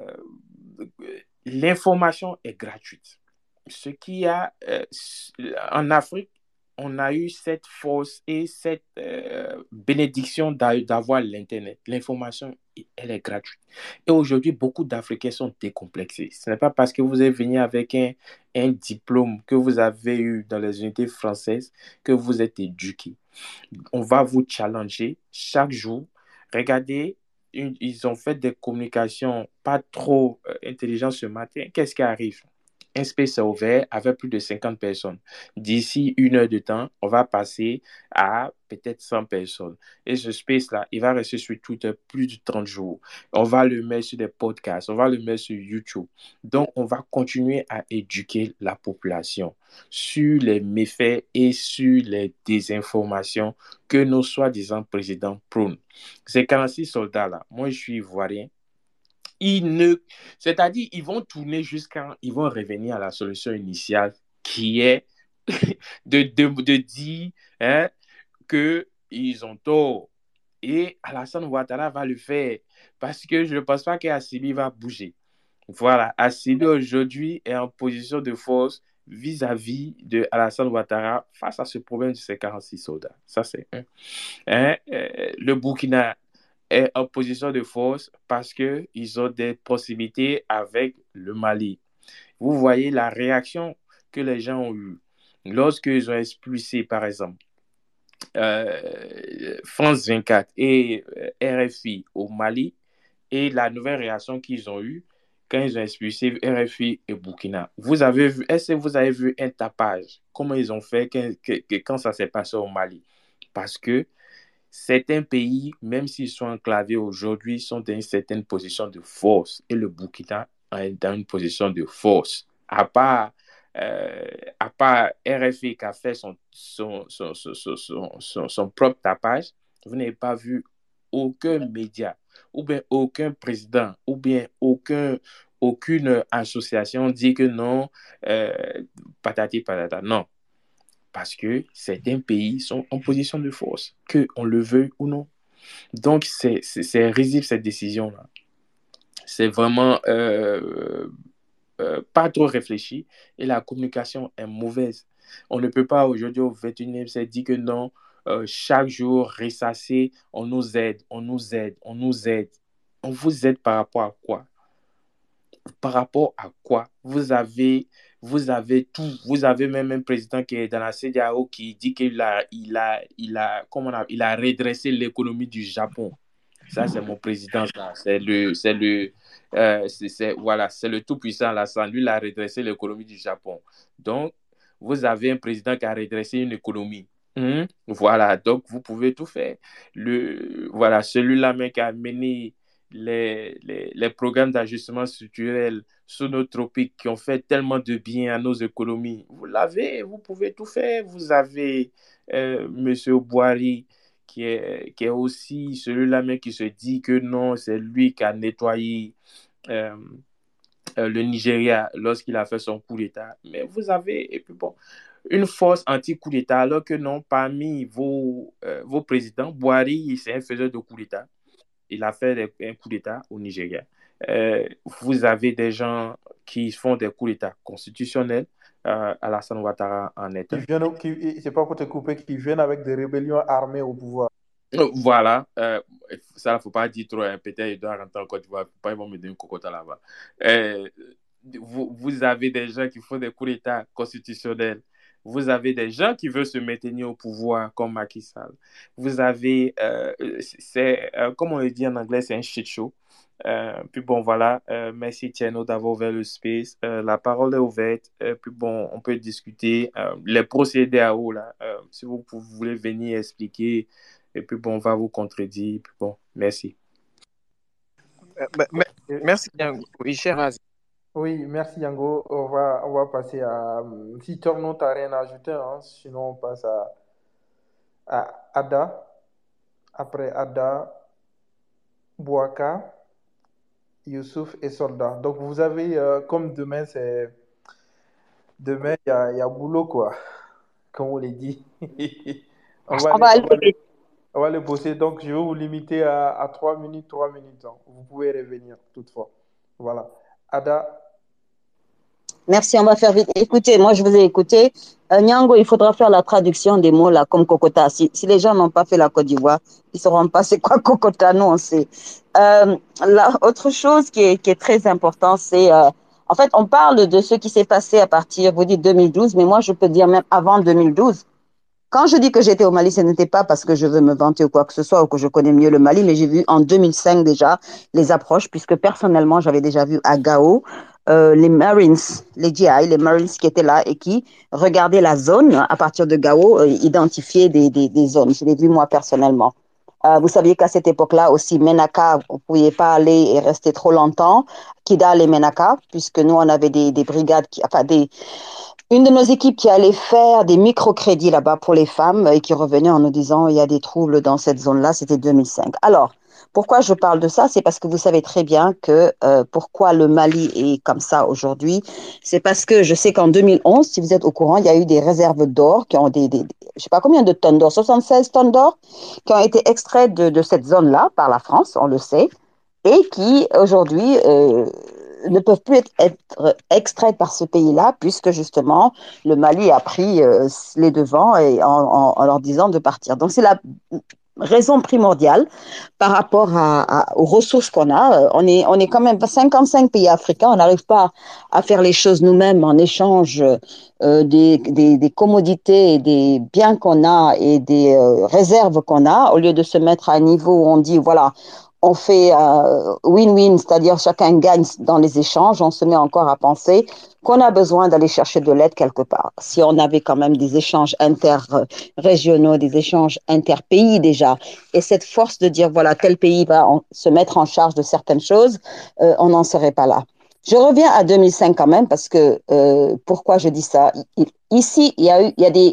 l'information est gratuite. Ce qu'il y a euh, en Afrique, on a eu cette force et cette euh, bénédiction d'avoir l'Internet. L'information, elle est gratuite. Et aujourd'hui, beaucoup d'Africains sont décomplexés. Ce n'est pas parce que vous êtes venu avec un, un diplôme que vous avez eu dans les unités françaises que vous êtes éduqué. On va vous challenger chaque jour. Regardez, une, ils ont fait des communications pas trop euh, intelligentes ce matin. Qu'est-ce qui arrive? Un space est ouvert avec plus de cinquante personnes. D'ici une heure de temps, on va passer à peut-être cent personnes. Et ce space-là, il va rester sur Twitter plus de trente jours. On va le mettre sur des podcasts, on va le mettre sur YouTube. Donc, on va continuer à éduquer la population sur les méfaits et sur les désinformations que nos soi-disant présidents prônent. Ces quarante-six soldats-là, moi, je suis ivoirien. Ils ne... C'est-à-dire, ils vont tourner jusqu'à... Ils vont revenir à la solution initiale qui est de, de, de dire hein, qu'ils ont tort. Et Alassane Ouattara va le faire parce que je ne pense pas qu'Assimi va bouger. Voilà, Assimi aujourd'hui est en position de force vis-à-vis de Alassane Ouattara face à ce problème de ces quarante-six soldats. Ça, c'est un. Hein, euh, le Burkina est en position de force parce qu'ils ont des possibilités avec le Mali. Vous voyez la réaction que les gens ont eue lorsqu'ils ont expulsé, par exemple, euh, France vingt-quatre et euh, R F I au Mali et la nouvelle réaction qu'ils ont eue quand ils ont expulsé R F I et Burkina. Vous avez vu, est-ce que vous avez vu un tapage? Comment ils ont fait quand, quand ça s'est passé au Mali? Parce que certains pays, même s'ils sont enclavés aujourd'hui, sont dans une certaine position de force. Et le Burkina est dans une position de force. À part, euh, à part R F I qui a fait son, son, son, son, son, son, son propre tapage, vous n'avez pas vu aucun média, ou bien aucun président, ou bien aucun, aucune association dit que non, euh, patati patata. Non, parce que certains pays sont en position de force, qu'on le veuille ou non. Donc, c'est, c'est, c'est risible cette décision-là. C'est vraiment euh, euh, pas trop réfléchi et la communication est mauvaise. On ne peut pas aujourd'hui au vingt et unième siècle dire que non, euh, chaque jour ressasser, on nous aide, on nous aide, on nous aide. On vous aide par rapport à quoi? Par rapport à quoi? Vous avez, vous avez tout. Vous avez même un président qui est dans la C E D E A O qui dit qu'il a, il a, il a, comment on a, il a redressé l'économie du Japon. Ça, c'est mon président, ça. C'est le, c'est le, euh, c'est, c'est, voilà, c'est le tout-puissant Alassane. Lui, il a redressé l'économie du Japon. Donc, vous avez un président qui a redressé une économie. Hum, Voilà, donc vous pouvez tout faire. Le, voilà, celui-là même qui a mené les, les, les programmes d'ajustement structurel sous nos tropiques qui ont fait tellement de bien à nos économies. Vous l'avez, vous pouvez tout faire. Vous avez euh, M. Boari qui est, qui est aussi celui-là même qui se dit que non, c'est lui qui a nettoyé euh, euh, le Nigeria lorsqu'il a fait son coup d'État. Mais vous avez, et puis bon, une force anti-coup d'État, alors que non, parmi vos, euh, vos présidents, Boari, c'est un faiseur de coup d'État. Il a fait des, un coup d'État au Nigeria. Euh, vous avez des gens qui font des coups d'État constitutionnels. Euh, Alassane Ouattara en est Qui un. viennent, qui, c'est pas pour te couper, qui viennent avec des rébellions armées au pouvoir. Voilà, euh, ça, il ne faut pas dire trop, hein. Peut-être il doit rentrer en Côte d'Ivoire, pas ils vont me donner une cocotte là-bas. Euh, vous, vous avez des gens qui font des coups d'État constitutionnels. Vous avez des gens qui veulent se maintenir au pouvoir comme Macky Sall. Vous avez, euh, c'est, euh, comme on le dit en anglais, c'est un shit show. Euh, puis bon, voilà, euh, merci Tieno d'avoir ouvert le space. Euh, la parole est ouverte. Euh, puis bon, on peut discuter. Euh, les procédés à eau, là, euh, si vous, vous voulez venir expliquer, et puis bon, on va vous contredire. Puis bon, merci. Euh, bah, me- merci bien. Oui, cher Aziz. Oui, merci Yango. On va, on va passer à. Si Torno t'as rien à ajouter, hein, sinon on passe à, à Ada. Après Ada, Bouaka, Youssouf et Soldat. Donc vous avez, euh, comme demain, c'est. Demain, il y a, il y a boulot, quoi. Comme on l'a dit. on va On aller, va on va aller, aller. on va aller bosser. Donc, je vais vous limiter à, à trois minutes, trois minutes, hein. Vous pouvez revenir toutefois. Voilà. Ada, Merci, on va faire vite. Écoutez, moi je vous ai écouté. Euh, Nyango, il faudra faire la traduction des mots là, comme Kokota. Si, si les gens n'ont pas fait la Côte d'Ivoire, ils ne sauront pas c'est quoi Kokota, nous on sait. Euh, la, autre chose qui est, qui est très important, c'est, euh, en fait, on parle de ce qui s'est passé à partir, vous dites deux mille douze, mais moi je peux dire même avant deux mille douze. Quand je dis que j'étais au Mali, ce n'était pas parce que je veux me vanter ou quoi que ce soit ou que je connais mieux le Mali, mais j'ai vu en deux mille cinq déjà les approches, puisque personnellement, j'avais déjà vu à Gao euh, les Marines, les G I, les Marines qui étaient là et qui regardaient la zone à partir de Gao, euh, identifier des, des, des zones. Je l'ai vu moi personnellement. Euh, vous saviez qu'à cette époque-là aussi, Menaka, vous ne pouviez pas aller et rester trop longtemps, Kidal et Menaka, puisque nous, on avait des, des brigades, qui, enfin des une de nos équipes qui allait faire des microcrédits là-bas pour les femmes et qui revenait en nous disant il y a des troubles dans cette zone-là, c'était deux mille cinq. Alors, pourquoi je parle de ça? C'est parce que vous savez très bien que euh, pourquoi le Mali est comme ça aujourd'hui. C'est parce que je sais qu'en deux mille onze, si vous êtes au courant, il y a eu des réserves d'or qui ont des, des je sais pas combien de tonnes d'or, soixante-seize tonnes d'or qui ont été extraites de, de cette zone-là par la France, on le sait, et qui aujourd'hui euh, ne peuvent plus être, être extraits par ce pays-là, puisque justement le Mali a pris euh, les devants et en, en, en leur disant de partir. Donc c'est la raison primordiale par rapport à, à, aux ressources qu'on a. On est, on est quand même cinquante-cinq pays africains, on n'arrive pas à faire les choses nous-mêmes en échange euh, des, des, des commodités et des biens qu'on a et des euh, réserves qu'on a, au lieu de se mettre à un niveau où on dit, voilà, on fait euh, win-win, c'est-à-dire chacun gagne dans les échanges, on se met encore à penser qu'on a besoin d'aller chercher de l'aide quelque part. Si on avait quand même des échanges interrégionaux, des échanges interpays déjà, et cette force de dire, voilà, tel pays va en, se mettre en charge de certaines choses, euh, on n'en serait pas là. Je reviens à deux mille cinq quand même, parce que, euh, pourquoi je dis ça? Ici, il y a eu, il y a des, compagnies privées, des compagnies qui sont dirigées par des gens qui sont des africanistes.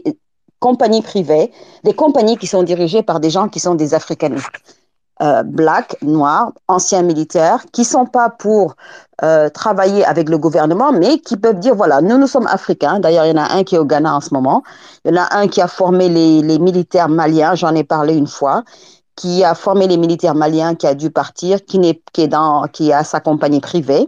euh, blacks, noirs, anciens militaires, qui ne sont pas pour euh, travailler avec le gouvernement, mais qui peuvent dire, voilà, nous, nous sommes africains. D'ailleurs, il y en a un qui est au Ghana en ce moment. Il y en a un qui a formé les, les militaires maliens, j'en ai parlé une fois, qui a formé les militaires maliens, qui a dû partir, qui, n'est, qui, est dans, qui a sa compagnie privée.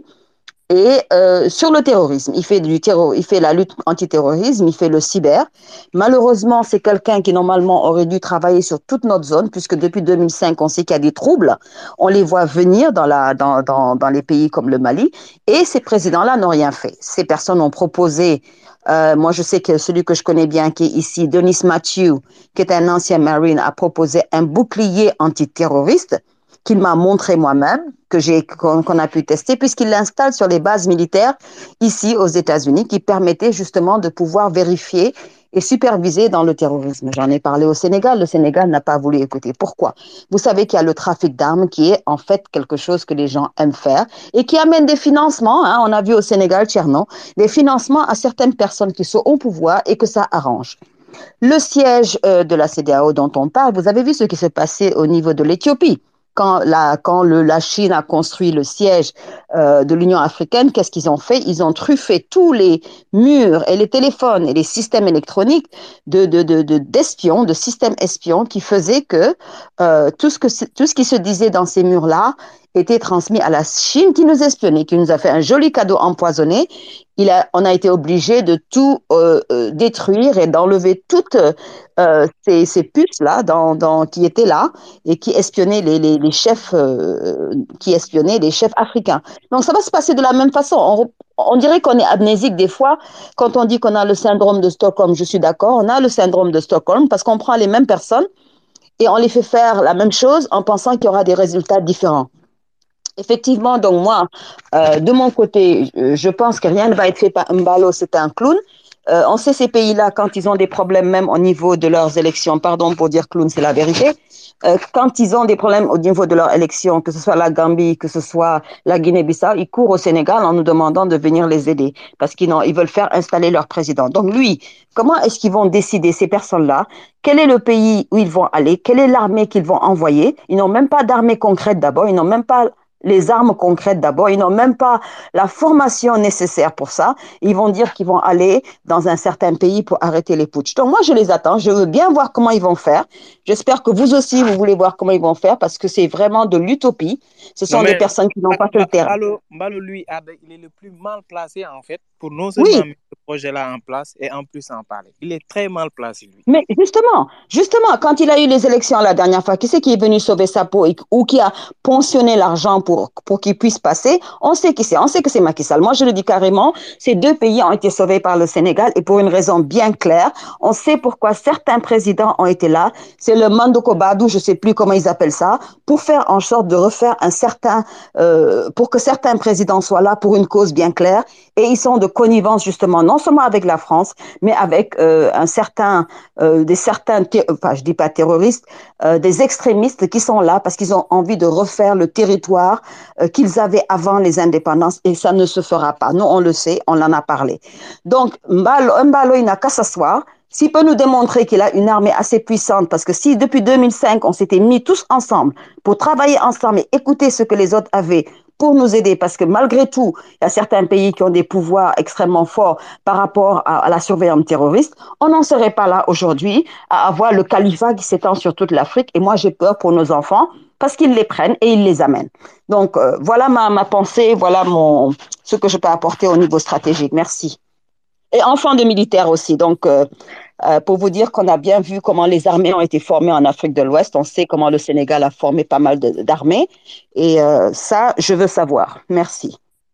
Et euh, sur le terrorisme, il fait du terror, il fait la lutte antiterrorisme, il fait le cyber. Malheureusement, c'est quelqu'un qui normalement aurait dû travailler sur toute notre zone, puisque depuis deux mille cinq, on sait qu'il y a des troubles. On les voit venir dans, la, dans, dans, dans les pays comme le Mali, et ces présidents-là n'ont rien fait. Ces personnes ont proposé, euh, moi je sais que celui que je connais bien, qui est ici, Denis Matthew, qui est un ancien Marine, a proposé un bouclier antiterroriste qu'il m'a montré moi-même, que j'ai, qu'on, qu'on a pu tester, puisqu'il l'installe sur les bases militaires ici aux États-Unis, qui permettait justement de pouvoir vérifier et superviser dans le terrorisme. J'en ai parlé au Sénégal. Le Sénégal n'a pas voulu écouter. Pourquoi? Vous savez qu'il y a le trafic d'armes qui est en fait quelque chose que les gens aiment faire et qui amène des financements. Hein, on a vu au Sénégal, Tcherno, des financements à certaines personnes qui sont au pouvoir et que ça arrange. Le siège euh, de la C D A O dont on parle, vous avez vu ce qui s'est passé au niveau de l'Éthiopie. Quand, la, quand le, la Chine a construit le siège euh, de l'Union africaine, qu'est-ce qu'ils ont fait? Ils ont truffé tous les murs et les téléphones et les systèmes électroniques de, de, de, de, d'espions, de systèmes espions qui faisaient que, euh, tout, ce que tout ce qui se disait dans ces murs-là était transmis à la Chine qui nous espionnait, qui nous a fait un joli cadeau empoisonné. Il a, on a été obligé de tout euh, euh, détruire et d'enlever toutes euh, ces, ces puces-là dans, dans, qui étaient là et qui espionnaient les, les, les chefs, euh, qui espionnaient les chefs africains. Donc ça va se passer de la même façon. On, on dirait qu'on est amnésique des fois quand on dit qu'on a le syndrome de Stockholm. Je suis d'accord, on a le syndrome de Stockholm parce qu'on prend les mêmes personnes et on les fait faire la même chose en pensant qu'il y aura des résultats différents. Effectivement, donc moi, euh, de mon côté, je pense que rien ne va être fait par Mbalo, c'est un clown. Euh, on sait ces pays-là, quand ils ont des problèmes même au niveau de leurs élections, pardon pour dire clown, c'est la vérité, euh, quand ils ont des problèmes au niveau de leurs élections, que ce soit la Gambie, que ce soit la Guinée-Bissau, ils courent au Sénégal en nous demandant de venir les aider parce qu'ils ils veulent faire installer leur président. Donc lui, comment est-ce qu'ils vont décider, ces personnes-là, quel est le pays où ils vont aller, quelle est l'armée qu'ils vont envoyer? Ils n'ont même pas d'armée concrète d'abord, ils n'ont même pas les armes concrètes d'abord. Ils n'ont même pas la formation nécessaire pour ça. Ils vont dire qu'ils vont aller dans un certain pays pour arrêter les putschs. Donc moi, je les attends. Je veux bien voir comment ils vont faire. J'espère que vous aussi, vous voulez voir comment ils vont faire parce que c'est vraiment de l'utopie. Ce sont Non, des mais personnes qui n'ont pas fait le terrain. Mbalo, Mbalo, lui, il est le plus mal placé, en fait, pour non Oui, seulement mettre ce projet-là en place et en plus en parler. Il est très mal placé, lui. mais justement, justement, quand il a eu les élections la dernière fois, qui c'est qui est venu sauver sa peau et, ou qui a pensionné l'argent pour, pour qu'il puisse passer? On sait qui c'est. On sait que c'est Macky Sall. Moi, je le dis carrément, ces deux pays ont été sauvés par le Sénégal et pour une raison bien claire. On sait pourquoi certains présidents ont été là. C'est le Mandoko Badou, je ne sais plus comment ils appellent ça, pour faire en sorte de refaire un certain, euh, pour que certains présidents soient là pour une cause bien claire. Et ils sont de connivence justement, non seulement avec la France, mais avec euh, un certain, euh, des certains, enfin je dis pas terroristes, euh, des extrémistes qui sont là parce qu'ils ont envie de refaire le territoire euh, qu'ils avaient avant les indépendances et ça ne se fera pas. Nous on le sait, on en a parlé. Donc Mbalo, Mbalo il n'a qu'à s'asseoir. S'il peut nous démontrer qu'il a une armée assez puissante, parce que si depuis deux mille cinq, on s'était mis tous ensemble pour travailler ensemble et écouter ce que les autres avaient pour nous aider, parce que malgré tout, il y a certains pays qui ont des pouvoirs extrêmement forts par rapport à, à la surveillance terroriste, on n'en serait pas là aujourd'hui à avoir le califat qui s'étend sur toute l'Afrique. Et moi, j'ai peur pour nos enfants parce qu'ils les prennent et ils les amènent. Donc, euh, voilà ma, ma pensée, voilà mon, ce que je peux apporter au niveau stratégique. Merci. Et enfants de militaires aussi. Donc, euh, euh, pour vous dire qu'on a bien vu comment les armées ont été formées en Afrique de l'Ouest, on sait comment le Sénégal a formé pas mal de, d'armées. Et euh, ça, je veux savoir. Merci.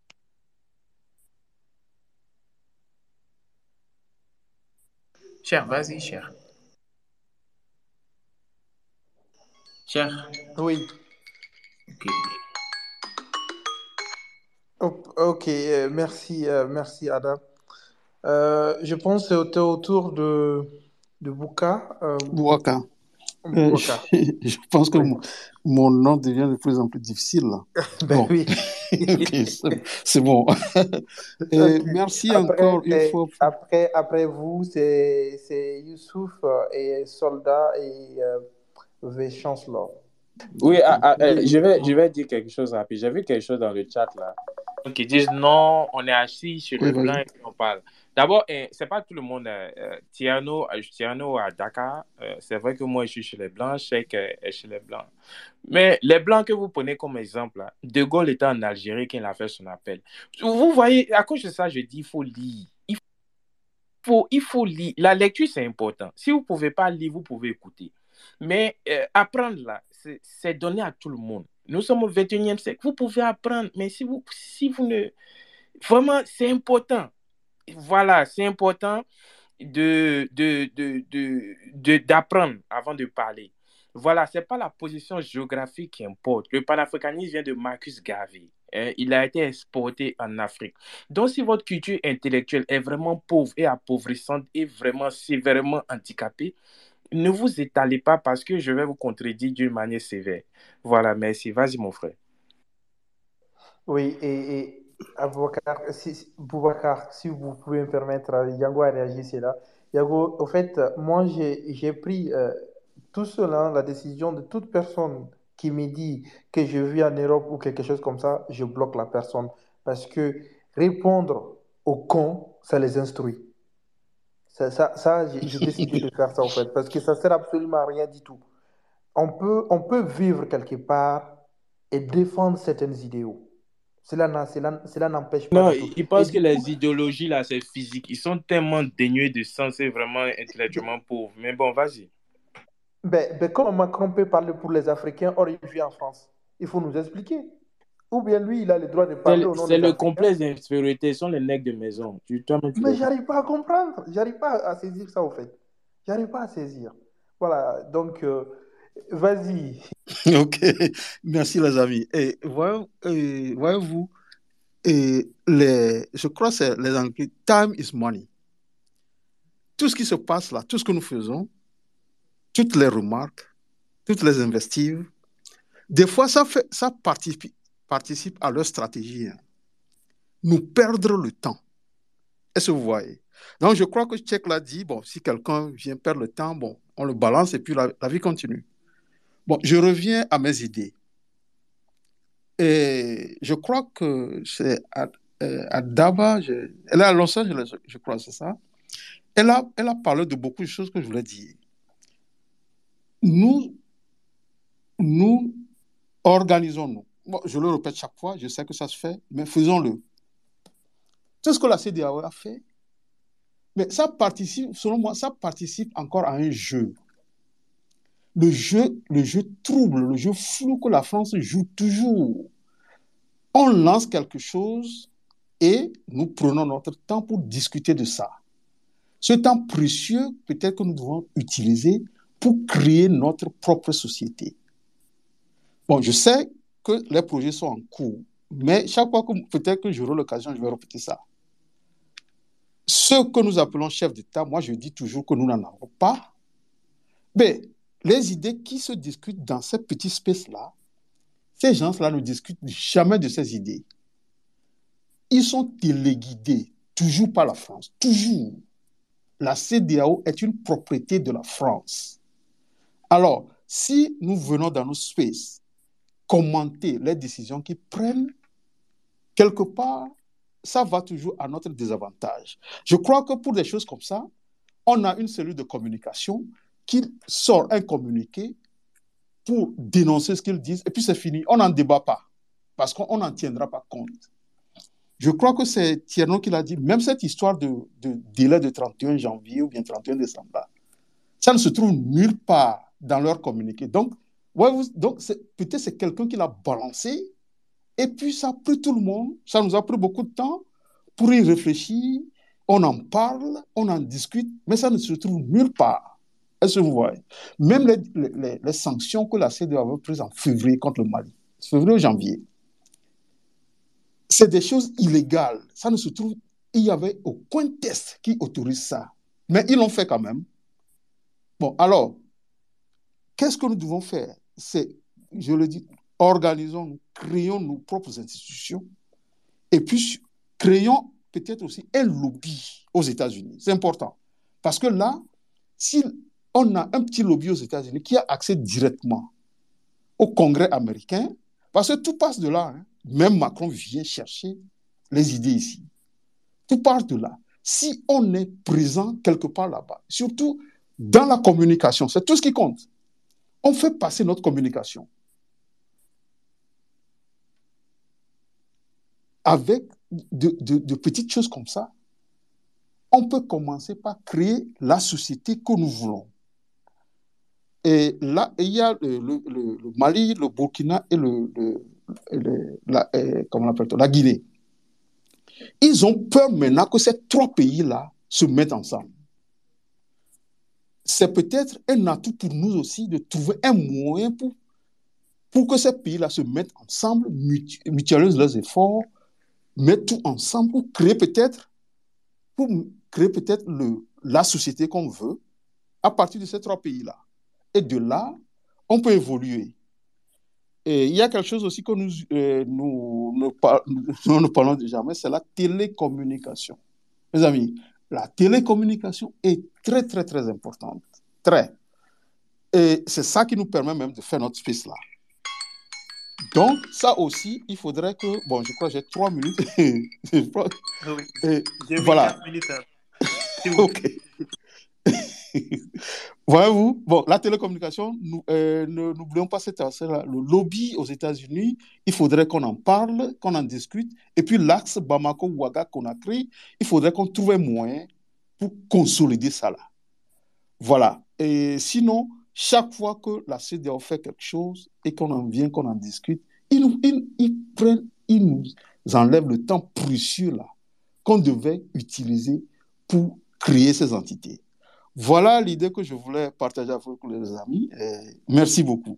Cher, vas-y, cher. Cher. Oui. Ok. Ok, euh, merci, euh, merci Adam. Euh, je pense que c'était autour de, de Bouka. Euh, Bouaka. Euh, Bouaka. je, je pense que Oui. mon, mon nom devient de plus en plus difficile là. Ben Bon, oui. ok, c'est c'est bon. Et Ok. merci Après, encore une eh, fois. pour- après, après vous, c'est c'est Youssouf euh, et Soldat et euh, V. Chancellor. Oui, ah, ah, euh, je vais, je vais dire quelque chose rapide. J'ai vu quelque chose dans le chat là. Donc, ils disent non, on est assis sur Oui, le blanc vas-y. et puis on parle. D'abord, eh, c'est pas tout le monde. Euh, euh, Tiano, euh, Tiano à Dakar, euh, c'est vrai que moi je suis chez les blancs, Cheikh euh, est chez les blancs. Mais les blancs que vous prenez comme exemple, là, De Gaulle était en Algérie quand il a fait son appel. Vous voyez, à cause de ça, je dis il faut lire. Il faut, il faut lire. La lecture, c'est important. Si vous ne pouvez pas lire, vous pouvez écouter. Mais euh, apprendre, là, c'est, c'est donné à tout le monde. Nous sommes au vingt et unième siècle. Vous pouvez apprendre, mais si vous, si vous ne... Vraiment, c'est important. Voilà, c'est important de, de, de, de, de- d'apprendre avant de parler. Voilà, ce n'est pas la position géographique qui importe. Le panafricanisme vient de Marcus Garvey. Hein. Il a été exporté en Afrique. Donc, si votre culture intellectuelle est vraiment pauvre et appauvrissante et vraiment sévèrement handicapée, ne vous étalez pas parce que je vais vous contredire d'une manière sévère. Voilà, merci. Vas-y, mon frère. Oui, et, et Aboubacar, si, si- Boubacar, si vous pouvez me permettre, euh, Yango a réagi, c'est là. Yango, au fait, euh, moi, j'ai, j'ai pris euh, tout cela, la décision de toute personne qui me dit que je vis en Europe ou quelque chose comme ça, je bloque la personne. Parce que répondre aux cons, ça les instruit. Ça, ça, ça, j'ai j'ai décidé de faire ça, au fait, parce que ça sert absolument à rien du tout. On peut, on peut vivre quelque part et défendre certaines idéaux. Cela, n'a- cela, cela n'empêche pas Non, du tout. ils Et pensent que du coup, les idéologies, là, c'est physique. Ils sont tellement dénués de sens et vraiment intellectuellement pauvres. Mais bon, vas-y. ben, ben, comment Macron peut parler pour les Africains, or il vit en France? Il faut nous expliquer. Ou bien lui, il a le droit de C'est parler le, au nom c'est des le Africains. complexe d'infériorité. Ce sont les nègres de maison. Tu, toi-même, tu Mais le sais. j'arrive pas à comprendre. J'arrive pas à saisir ça, au fait. J'arrive pas à saisir. Voilà, donc, euh, vas-y. Ok, merci les amis. Et voyez- et voyez-vous, et les, je crois que c'est les Anglais, time is money. Tout ce qui se passe là, tout ce que nous faisons, toutes les remarques, toutes les investives, des fois ça, fait, ça participe, participe à leur stratégie, hein. Nous perdre le temps. Est-ce que vous voyez? Donc je crois que Tchèque l'a dit, bon, si quelqu'un vient perdre le temps, bon, on le balance et puis la, la vie continue. Bon, je reviens à mes idées. Et je crois que c'est à, euh, à Daba, je- elle est à Los Angeles, je, je crois, c'est ça. Elle a, elle a parlé de beaucoup de choses que je voulais dire. Nous, nous organisons-nous. Bon, je le répète chaque fois, je sais que ça se fait, mais faisons-le. Tout ce que la C D A O a fait, mais ça participe, selon moi, ça participe encore à un jeu. Le jeu, le jeu trouble, le jeu flou que la France joue toujours. On lance quelque chose et nous prenons notre temps pour discuter de ça. Ce temps précieux, peut-être que nous devons utiliser pour créer notre propre société. Bon, je sais que les projets sont en cours, mais chaque fois que peut-être que j'aurai l'occasion, je vais répéter ça. Ce que nous appelons chef d'État, moi je dis toujours que nous n'en avons pas. Mais les idées qui se discutent dans ces petits spaces-là, ces gens-là ne discutent jamais de ces idées. Ils sont téléguidés, toujours par la France, toujours. La C D A O est une propriété de la France. Alors, si nous venons dans nos spaces commenter les décisions qu'ils prennent, quelque part, ça va toujours à notre désavantage. Je crois que pour des choses comme ça, on a une cellule de communication qui sort un communiqué pour dénoncer ce qu'ils disent, et puis c'est fini. On n'en débat pas, parce qu'on n'en tiendra pas compte. Je crois que c'est Thierno qui l'a dit, même cette histoire de, de délai de trente et un janvier ou bien trente et un décembre, là, ça ne se trouve nulle part dans leur communiqué. Donc, ouais, vous, donc c'est, peut-être c'est quelqu'un qui l'a balancé, et puis ça a pris tout le monde, ça nous a pris beaucoup de temps pour y réfléchir, on en parle, on en discute, mais ça ne se trouve nulle part. Est-ce que vous voyez? Même les, les, les sanctions que la C D A O avait prises en février contre le Mali, février ou janvier, c'est des choses illégales. Ça ne se trouve, il n'y avait aucun test qui autorise ça. Mais ils l'ont fait quand même. Bon, alors, qu'est-ce que nous devons faire? C'est, je le dis, organisons-nous, créons nos propres institutions et puis créons peut-être aussi un lobby aux États-Unis. C'est important. Parce que là, si on a un petit lobby aux États-Unis qui a accès directement au Congrès américain, parce que tout passe de là. Hein. Même Macron vient chercher les idées ici. Tout part de là. Si on est présent quelque part là-bas, surtout dans la communication, c'est tout ce qui compte. On fait passer notre communication avec de, de, de petites choses comme ça. On peut commencer par créer la société que nous voulons. Et là, il y a le, le, le, le Mali, le Burkina et le, le, le, la, euh, comment on appelle ça, la Guinée. Ils ont peur maintenant que ces trois pays-là se mettent ensemble. C'est peut-être un atout pour nous aussi de trouver un moyen pour, pour que ces pays-là se mettent ensemble, mutu, mutualisent leurs efforts, mettent tout ensemble pour créer peut-être, pour créer peut-être le, la société qu'on veut à partir de ces trois pays-là. Et de là, on peut évoluer. Et il y a quelque chose aussi que nous, euh, nous, nous, par, nous ne parlons jamais, c'est la télécommunication. Mes amis, la télécommunication est très, très, très importante. Très. Et c'est ça qui nous permet même de faire notre space là. Donc, ça aussi, il faudrait que... Bon, je crois que j'ai trois minutes. Oui. Et J'ai mis voilà. quatre minutes. OK. Voyez-vous, bon, la télécommunication, nous, euh, ne, n'oublions pas cette affaire-là. Le lobby aux États-Unis, il faudrait qu'on en parle, qu'on en discute. Et puis l'axe Bamako-Ouaga qu'on a créé, il faudrait qu'on trouve un moyen pour consolider ça là. Voilà. Et sinon, chaque fois que la C D A O fait quelque chose et qu'on en vient, qu'on en discute, ils, nous, ils, ils prennent, ils nous enlèvent le temps précieux là qu'on devait utiliser pour créer ces entités. Voilà l'idée que je voulais partager avec les amis. Et merci beaucoup.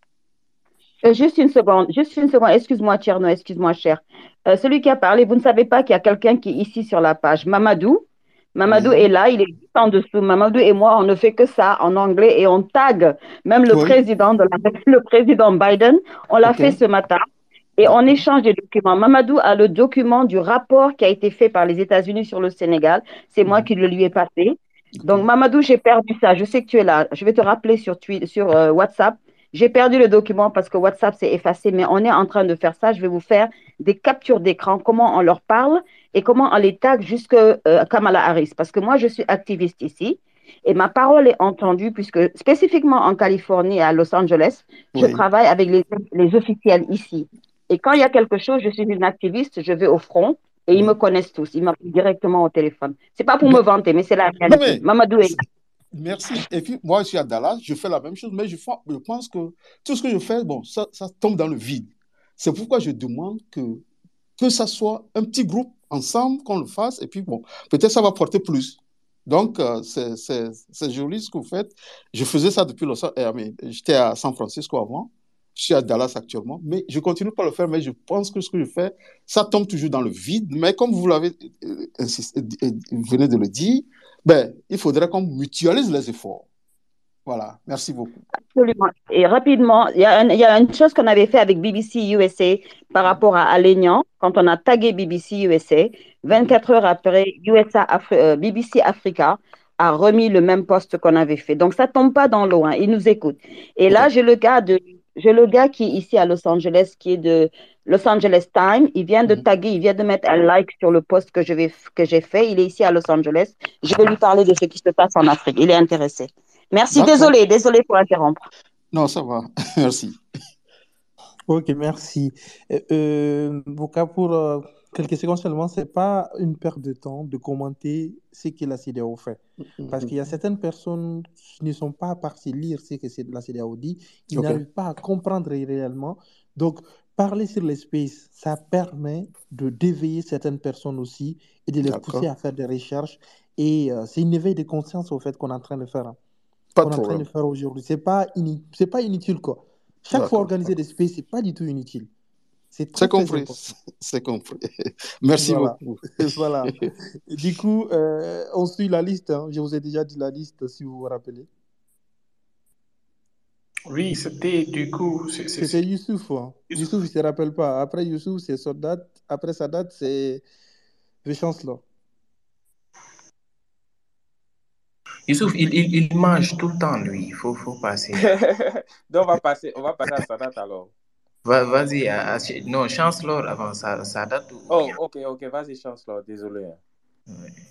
Euh, juste une seconde, juste une seconde. Excuse-moi, Tierno, excuse-moi, cher. Euh, celui qui a parlé, vous ne savez pas qu'il y a quelqu'un qui est ici sur la page. Mamadou. Mamadou Oui. est là, il est juste en dessous. Mamadou et moi, on ne fait que ça en anglais et on tag même le Oui. président de la, le président Biden. On l'a OK. fait ce matin. Et on D'accord. échange des documents. Mamadou a le document du rapport qui a été fait par les États-Unis sur le Sénégal. C'est moi Mhm. qui le lui ai passé. OK. Donc, Mamadou, j'ai perdu ça. Je sais que tu es là. Je vais te rappeler sur, Twi- sur euh, WhatsApp. J'ai perdu le document parce que WhatsApp s'est effacé, mais on est en train de faire ça. Je vais vous faire des captures d'écran, comment on leur parle et comment on les tag jusqu'à euh, Kamala Harris. Parce que moi, je suis activiste ici et ma parole est entendue puisque spécifiquement en Californie et à Los Angeles, je Oui. travaille avec les, les officiels ici. Et quand il y a quelque chose, je suis une activiste, je vais au front et ils Oui. me connaissent tous. Ils m'appellent directement au téléphone. C'est pas pour Mais, me vanter, mais c'est la non, réalité. mais Mamadou est là. merci. Et puis, moi, je suis à Dallas, je fais la même chose, mais je, fais- je pense que tout ce que je fais, bon, ça, ça tombe dans le vide. C'est pourquoi je demande que, que ça soit un petit groupe ensemble, qu'on le fasse, et puis, bon, peut-être ça va porter plus. Donc, euh, c'est, c'est, c'est joli ce que vous faites. Je faisais ça depuis Los Angeles, mais j'étais à San Francisco avant, je suis à Dallas actuellement, mais je continue pas à le faire, mais je pense que ce que je fais, ça tombe toujours dans le vide. Mais comme vous l'avez euh, insisté, euh, vous venez de le dire, ben, il faudrait qu'on mutualise les efforts. Voilà, merci beaucoup. Absolument. Et rapidement, il y a, un- il y a une chose qu'on avait fait avec B B C U S A par rapport à Alignan, quand on a tagué B B C U S A, vingt-quatre heures après, U S A Afri- euh, B B C Africa a remis le même poste qu'on avait fait. Donc, ça tombe pas dans l'eau, hein, ils nous écoutent. Et là, OK. j'ai le gars de, j'ai le gars qui est ici à Los Angeles, qui est de Los Angeles Times. Il vient de Mhm. taguer, il vient de mettre un like sur le post que je vais, que j'ai fait. Il est ici à Los Angeles. Je vais lui parler de ce qui se passe en Afrique. Il est intéressé. Merci, D'accord. désolé, désolé pour interrompre. Non, ça va. Merci. Ok, merci. Euh, euh, Boka, pour euh, quelques secondes seulement, c'est pas une perte de temps de commenter ce que la C D A O fait. Parce qu'il y a certaines personnes qui ne sont pas parties lire ce que c'est- la C D A O dit, ils OK. n'arrivent pas à comprendre réellement. Donc, parler sur l'espace, ça permet de d'éveiller certaines personnes aussi et de les pousser D'accord. à faire des recherches. Et euh, c'est une éveil de conscience au fait qu'on est en train de faire, hein, Pas de qu'on est en train de problème. faire aujourd'hui. C'est pas, ini- c'est pas inutile, quoi. Chaque fois D'accord. organiser des spaces, c'est pas du tout inutile. C'est très, C'est très compris. important. C'est compris. Merci Voilà. beaucoup. Voilà. Et du coup, euh, on suit la liste, hein. Je vous ai déjà dit la liste, si vous vous rappelez. Oui, c'était du coup, c'est, c'est, C'était c'est- Youssouf, hein. Youssouf. Youssouf, il ne se rappelle pas. Après Youssouf, c'est Sadat. Après Sadat, c'est le chancellor. Youssouf, il, il, il mange tout le temps, lui. Il faut, faut passer. Donc, on va passer, on va passer à Sadat alors. Va- Vas-y, à- à- non, Chancellor avant ça, ça date ou Oh, bien. ok, ok, vas-y, Chancellor, désolé. Hein. Ouais.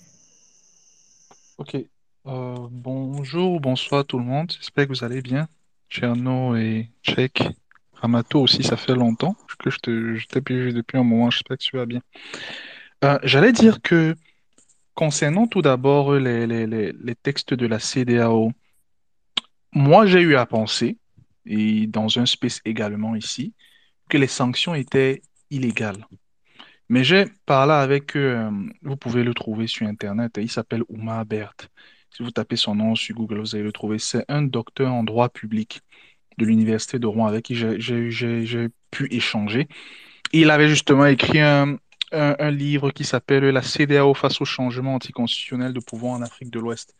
Ok. Euh, bonjour, bonsoir tout le monde. J'espère que vous allez bien. Cherno et Tchèque. Ramato aussi, ça fait longtemps que je te, je t'ai plus vu depuis un moment. J'espère que tu vas bien. Euh, j'allais dire que concernant tout d'abord les, les, les, les textes de la C D A O, moi j'ai eu à penser, et dans un space également ici, que les sanctions étaient illégales. Mais j'ai parlé avec, euh, vous pouvez le trouver sur Internet, il s'appelle Oumar Berthe. Si vous tapez son nom sur Google, vous allez le trouver. C'est un docteur en droit public de l'Université de Rouen avec qui j'ai j'ai- j'ai- j'ai pu échanger. Il avait justement écrit un, un- un livre qui s'appelle La C D A O face au changement anticonstitutionnel de pouvoir en Afrique de l'Ouest.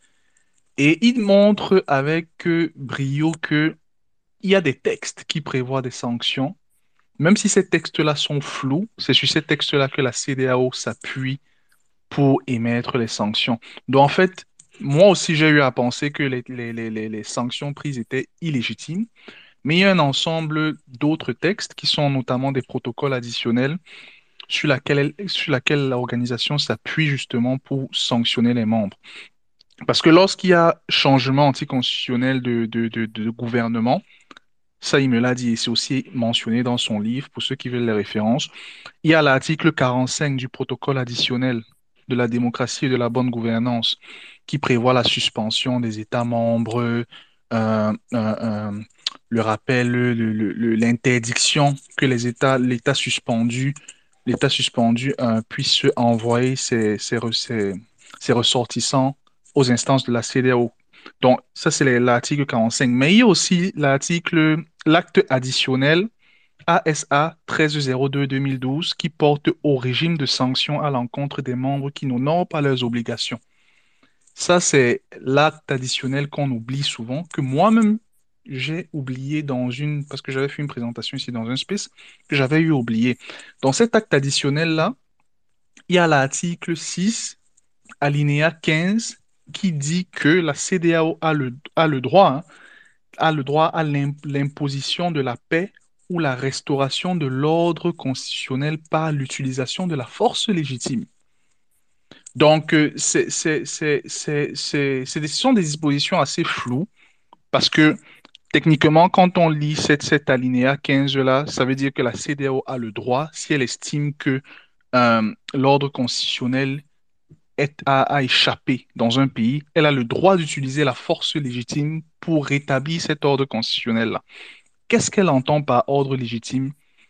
Et il montre avec euh, brio que il y a des textes qui prévoient des sanctions. Même si ces textes-là sont flous, c'est sur ces textes-là que la C D A O s'appuie pour émettre les sanctions. Donc, en fait, moi aussi, j'ai eu à penser que les, les- les- les- les sanctions prises étaient illégitimes, mais il y a un ensemble d'autres textes qui sont notamment des protocoles additionnels sur laquelle, sur laquelle l'organisation s'appuie justement pour sanctionner les membres. Parce que lorsqu'il y a changement anticonstitutionnel de, de, de, de gouvernement, ça, il me l'a dit et c'est aussi mentionné dans son livre pour ceux qui veulent les références. Il y a l'article quarante-cinq du protocole additionnel de la démocratie et de la bonne gouvernance qui prévoit la suspension des États membres, euh, euh, euh, le rappel, le- le- le- l'interdiction que les États, l'État suspendu, l'État suspendu euh, puisse envoyer ses, ses, re- ses- ses ressortissants aux instances de la C D A O. Donc, ça, c'est les- l'article quarante-cinq. Mais il y a aussi l'article, l'acte additionnel A S A treize zéro deux deux mille douze qui porte au régime de sanctions à l'encontre des membres qui n'honorent pas leurs obligations. Ça, c'est l'acte additionnel qu'on oublie souvent, que moi-même, j'ai oublié dans une, parce que j'avais fait une présentation ici dans un space, que j'avais eu oublié. Dans cet acte additionnel-là, il y a l'article six, alinéa quinze, qui dit que la C D A O a le, a le droit, hein, a le droit à l'im- l'imposition de la paix ou la restauration de l'ordre constitutionnel par l'utilisation de la force légitime. Donc, euh, c'est, c'est, c'est, c'est, c'est- c'est des- ce sont des dispositions assez floues parce que techniquement, quand on lit cette, cet alinéa quinze-là, ça veut dire que la C D A O a O a le droit, si elle estime que euh, l'ordre constitutionnel est, a, a échappé dans un pays, elle a le droit d'utiliser la force légitime pour rétablir cet ordre constitutionnel-là. Qu'est-ce qu'elle entend par ordre légitime?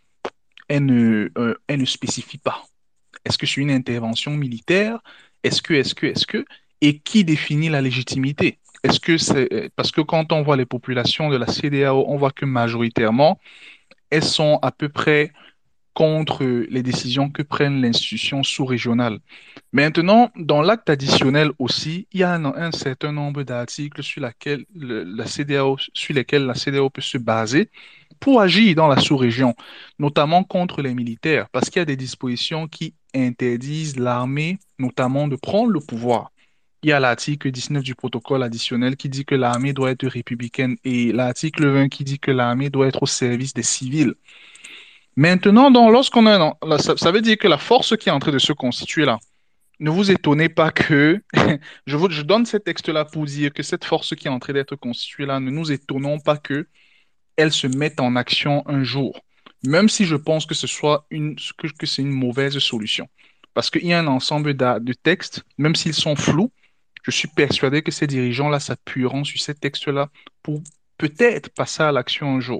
Elle ne, euh, elle ne spécifie pas. Est-ce que c'est une intervention militaire? Est-ce que, est-ce que, est-ce que? Et qui définit la légitimité? Est-ce que c'est, euh, parce que quand on voit les populations de la C D A O, on voit que majoritairement, elles sont à peu près contre les décisions que prennent l'institution sous-régionale. Maintenant, dans l'acte additionnel aussi, il y a un, un certain nombre d'articles sur, laquelle le- la C D A O, sur lesquels la C D A O peut se baser pour agir dans la sous-région, notamment contre les militaires, parce qu'il y a des dispositions qui interdisent l'armée, notamment, de prendre le pouvoir. Il y a l'article dix-neuf du protocole additionnel qui dit que l'armée doit être républicaine et l'article vingt qui dit que l'armée doit être au service des civils. Maintenant, donc, lorsqu'on a, non, là, ça, ça veut dire que la force qui est en train de se constituer là, ne vous étonnez pas que, je, vous, je donne ce texte-là pour dire que cette force qui est en train d'être constituée là, ne nous étonnons pas que elle se mette en action un jour, même si je pense que ce soit une, que, que c'est une mauvaise solution. Parce qu'il y a un ensemble d'a- de textes, même s'ils sont flous, je suis persuadé que ces dirigeants-là s'appuieront sur ces textes-là pour peut-être passer à l'action un jour.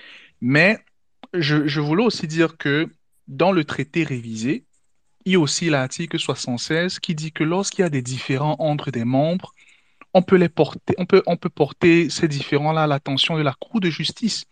Mais je, je voulais aussi dire que dans le traité révisé, il y a aussi l'article soixante-seize qui dit que lorsqu'il y a des différends entre des membres, on peut les porter, on peut, on peut porter ces différends-là à l'attention de la Cour de justice,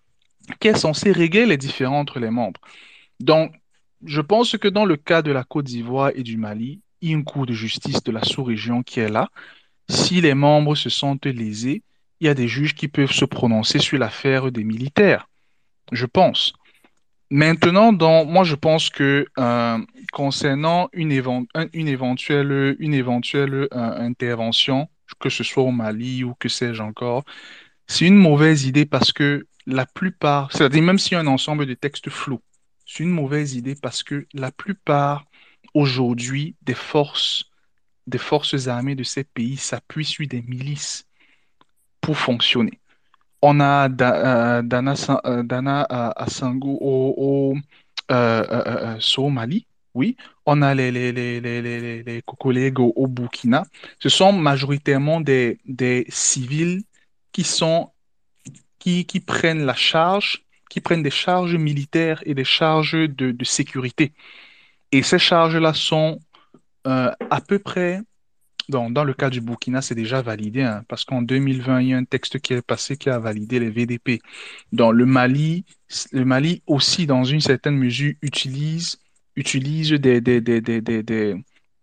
qui est censée régler les différends entre les membres. Donc, je pense que dans le cas de la Côte d'Ivoire et du Mali, il y a une Cour de justice de la sous-région qui est là. Si les membres se sentent lésés, il y a des juges qui peuvent se prononcer sur l'affaire des militaires, je pense. Maintenant, dans, moi, je pense que euh, concernant une, évent- un- une éventuelle, une éventuelle euh, intervention, que ce soit au Mali ou que sais-je encore, c'est une mauvaise idée parce que la plupart, c'est-à-dire même s'il y a un ensemble de textes flous, c'est une mauvaise idée parce que la plupart aujourd'hui des forces, des forces armées de ces pays s'appuient sur des milices pour fonctionner. On a Da- euh, Dana, Sa- euh, Dana euh, Assango au, au, euh, euh, euh, euh, au Mali, oui. On a les, les, les, les, les, les- les collègues au, au Burkina. Ce sont majoritairement des, des civils qui sont, qui, qui prennent la charge, qui prennent des charges militaires et des charges de, de sécurité. Et ces charges-là sont euh, à peu près dans, dans le cas du Burkina, c'est déjà validé, hein, parce qu'en deux mille vingt, il y a un texte qui est passé qui a validé les V D P. Dans le Mali, le Mali aussi, dans une certaine mesure, utilise, utilise des, des, des, des, des, des-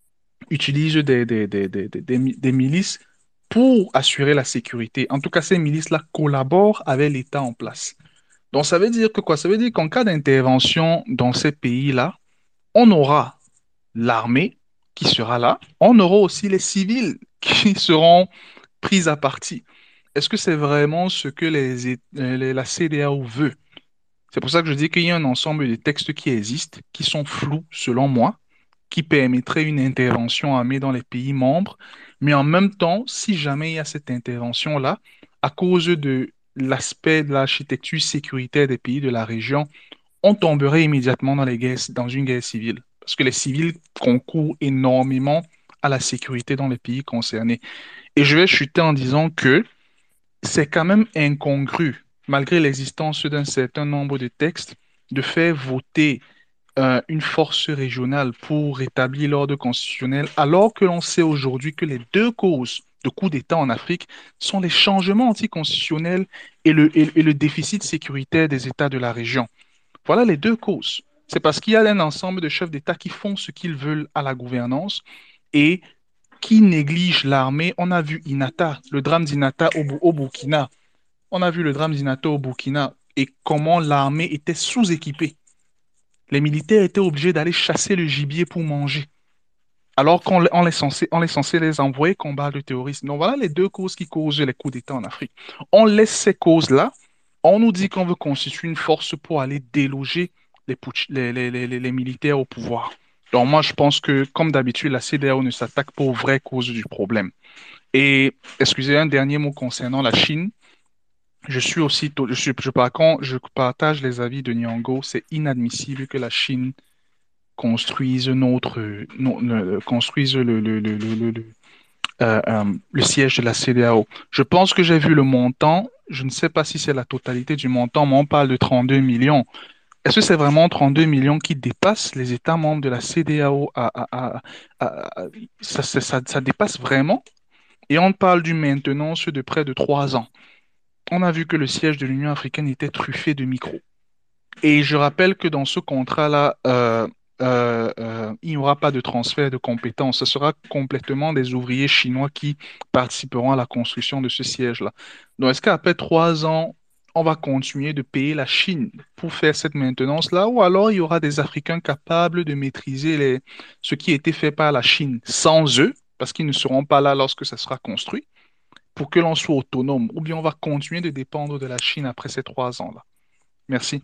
utilise des, des, des, des, des- des mi- des milices pour assurer la sécurité. En tout cas, ces milices-là collaborent avec l'État en place. Donc, ça veut dire que quoi? Ça veut dire qu'en cas d'intervention dans ces pays-là, on aura l'armée qui sera là, on aura aussi les civils qui seront pris à partie. Est-ce que c'est vraiment ce que les, é- euh, les- la C D A O veut? C'est pour ça que je dis qu'il y a un ensemble de textes qui existent, qui sont flous selon moi, qui permettraient une intervention armée dans les pays membres, mais en même temps, si jamais il y a cette intervention-là, à cause de l'aspect de l'architecture sécuritaire des pays de la région, on tomberait immédiatement dans les guerres, dans une guerre civile. Parce que les civils concourent énormément à la sécurité dans les pays concernés. Et je vais chuter en disant que c'est quand même incongru, malgré l'existence d'un certain nombre de textes, de faire voter euh, une force régionale pour rétablir l'ordre constitutionnel, alors que l'on sait aujourd'hui que les deux causes de coup d'État en Afrique sont les changements anticonstitutionnels et le, et, et le déficit sécuritaire des États de la région. Voilà les deux causes. C'est parce qu'il y a un ensemble de chefs d'État qui font ce qu'ils veulent à la gouvernance et qui négligent l'armée. On a vu Inata, le drame d'Inata au, Bu- au Burkina. On a vu le drame d'Inata au Burkina et comment l'armée était sous-équipée. Les militaires étaient obligés d'aller chasser le gibier pour manger, alors qu'on on est censé, on est censé les envoyer combattre le terrorisme. Donc voilà les deux causes qui causent les coups d'État en Afrique. On laisse ces causes-là, on nous dit qu'on veut constituer une force pour aller déloger les, putsch- les, les, les, les- les militaires au pouvoir. Donc moi, je pense que, comme d'habitude, la C D A O ne s'attaque pas aux vraies causes du problème. Et, excusez, un dernier mot concernant la Chine. Je suis aussi, to- je suis, je, par contre, je partage les avis de Nyong'o. C'est inadmissible que la Chine construise notre, no- le- construise le, le, le, le, le, le- euh, euh, le siège de la C D A O. Je pense que j'ai vu le montant. Je ne sais pas si c'est la totalité du montant, mais on parle de trente-deux millions. Est-ce que c'est vraiment trente-deux millions qui dépassent les États membres de la C D A O à, à- à- à- à- ça, ça, ça- ça dépasse vraiment? Et on parle d'une maintenance de près de trois ans. On a vu que le siège de l'Union africaine était truffé de micros. Et je rappelle que dans ce contrat-là, euh, euh, euh, il n'y aura pas de transfert de compétences. Ce sera complètement des ouvriers chinois qui participeront à la construction de ce siège-là. Donc, est-ce qu'après trois ans, on va continuer de payer la Chine pour faire cette maintenance-là, ou alors il y aura des Africains capables de maîtriser les, ce qui a été fait par la Chine sans eux, parce qu'ils ne seront pas là lorsque ça sera construit, pour que l'on soit autonome, ou bien on va continuer de dépendre de la Chine après ces trois ans-là. Merci.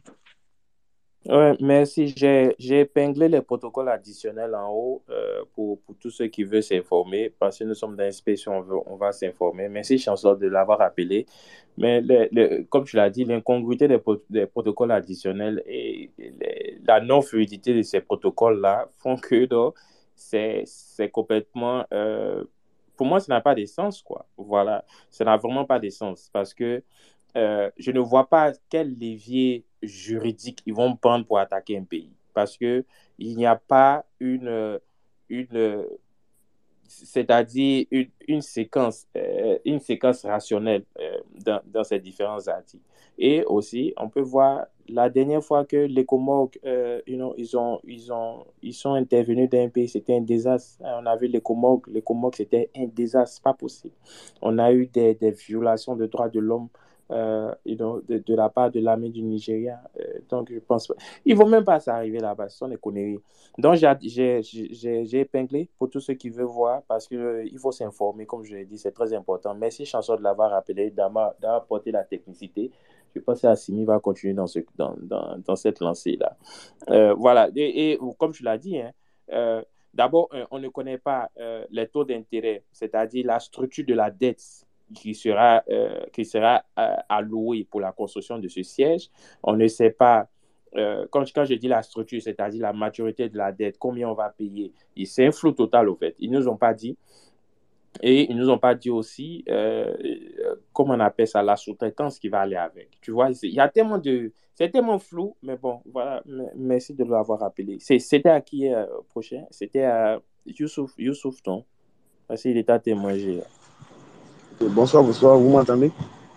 Ouais, merci. J'ai, j'ai épinglé les protocoles additionnels en haut euh, pour, pour tous ceux qui veulent s'informer, parce que nous sommes dans l'inspection, on, veut- on va s'informer. Merci, chancelier, de l'avoir rappelé. Mais le- le- comme tu l'as dit, l'incongruité des, pro- des protocoles additionnels et les- la non-fluidité de ces protocoles-là font que donc, c'est, c'est complètement... euh, pour moi, ça n'a pas de sens, quoi. Voilà, ça n'a vraiment pas de sens parce que euh, je ne vois pas quel levier juridique ils vont prendre pour attaquer un pays. Parce que il n'y a pas une, une c'est-à-dire une, une séquence, euh, une séquence rationnelle euh, dans, dans ces différents articles. Et aussi, on peut voir la dernière fois que les Comores, euh, you know, ils, ont, ils, ont, ils sont intervenus dans un pays, c'était un désastre. On a vu les Comores, les Comores, c'était un désastre, pas possible. On a eu des, des violations de droits de l'homme euh, you know, de, de la part de l'armée du Nigeria. Euh, donc, je pense pas. Ils ne vont même pas s'arriver là-bas, ce sont des conneries. Donc, j'ai j'ai- j'ai- j'ai épinglé pour tous ceux qui veulent voir parce qu'il euh, il faut s'informer, comme je l'ai dit, c'est très important. Merci, Chanson, de l'avoir rappelé, d'avoir d'avoir apporté la technicité. Je pense que Assimi va continuer dans, ce, dans, dans, dans cette lancée-là. Euh, voilà, et, et comme je l'ai dit, hein, euh, d'abord, euh, on ne connaît pas euh, les taux d'intérêt, c'est-à-dire la structure de la dette qui sera, euh, qui sera euh, allouée pour la construction de ce siège. On ne sait pas, euh, quand, quand je dis la structure, c'est-à-dire la maturité de la dette, combien on va payer. C'est un flou total, au fait. Ils ne nous ont pas dit. Et ils nous ont pas dit aussi, euh, euh, comment on appelle ça, la sous-traitance qui va aller avec. Tu vois, il y a tellement de... C'est tellement flou, mais bon, voilà, merci de l'avoir rappelé. C'était à qui euh, prochain? C'était à Youssouf, Youssouf Ton, parce qu'il était à témoigner. Bonsoir, bonsoir, vous m'entendez?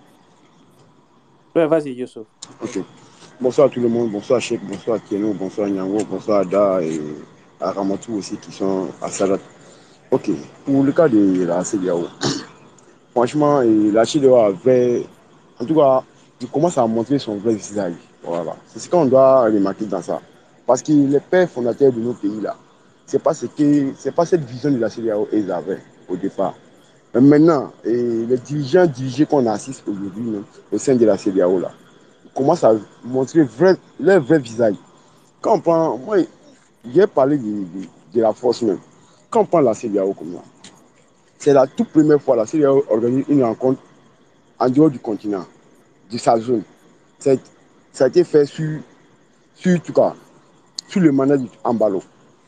Ouais, vas-y, Youssouf. Ok. Bonsoir à tout le monde, bonsoir à Cheikh, bonsoir à Tieno, bonsoir à Nyango, bonsoir à Ada et à Ramatou aussi qui sont à Sadat. Ok, pour le cas de la C D A O, franchement, la C D A O avait, en tout cas, il commence à montrer son vrai visage. Voilà. C'est ce qu'on doit remarquer dans ça. Parce que les pères fondateurs de nos pays là, c'est pas ce que, c'est pas cette vision de la C D A O qu'ils avaient au départ. Mais maintenant, et les dirigeants dirigés qu'on assiste aujourd'hui hein, au sein de la C D A O là, commencent à montrer vrai, leur vrai visage. Quand on prend, moi, j'ai parlé de, de, de la force même. Quand on prend la C D A O comme ça, c'est la toute première fois que la C D A O organise une rencontre en dehors du continent, de sa zone. Ça, ça a été fait sur, sur, tout cas, sur le mandat d'Ambalo.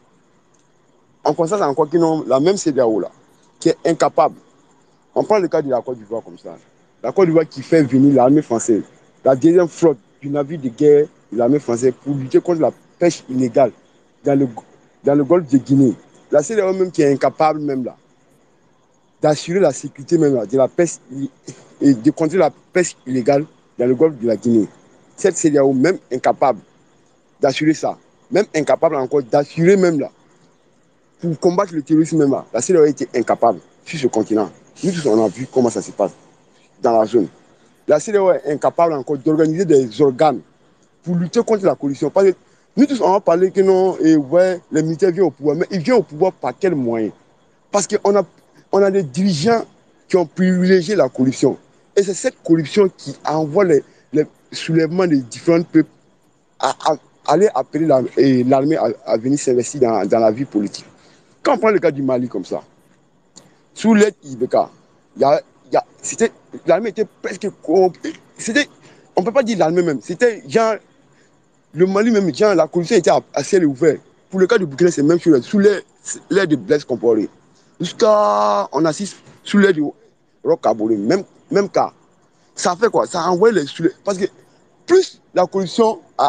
On constate encore qu'ils ont la même C D A O là, qui est incapable. On prend le cas de la Côte d'Ivoire comme ça. La Côte d'Ivoire qui fait venir l'armée française, la deuxième flotte du navire de guerre de l'armée française pour lutter contre la pêche illégale dans le, dans le golfe de Guinée. La C D A O même qui est incapable même là d'assurer la sécurité même là, de la pêche et de contrer la pêche illégale dans le golfe de la Guinée. Cette C D A O même incapable d'assurer ça, même incapable encore d'assurer même là, pour combattre le terrorisme même là, la C D A O a été incapable sur ce continent. Nous tous on a vu comment ça se passe dans la zone. La C D A O est incapable encore d'organiser des organes pour lutter contre la corruption. Parce que nous tous, on va parler que non, et ouais, les militaires viennent au pouvoir, mais ils viennent au pouvoir par quels moyens? Parce qu'on a, on a des dirigeants qui ont privilégié la corruption. Et c'est cette corruption qui envoie les, les soulèvements des différents peuples à, à, à aller appeler l'armée à, à venir s'investir dans, dans la vie politique. Quand on prend le cas du Mali comme ça, sous l'aide I B K, y a, y a, l'armée était presque corrompue. C'était, on ne peut pas dire l'armée même, c'était genre, le Mali même, genre, la corruption était à, à ciel ouvert. Pour le cas du Burkina, c'est même chose, sous l'aide de Blaise Compaoré. Jusqu'à, on assiste sous l'aide de Roch Kaboré, même, même cas. Ça fait quoi? Ça envoie les, les. Parce que plus la corruption a,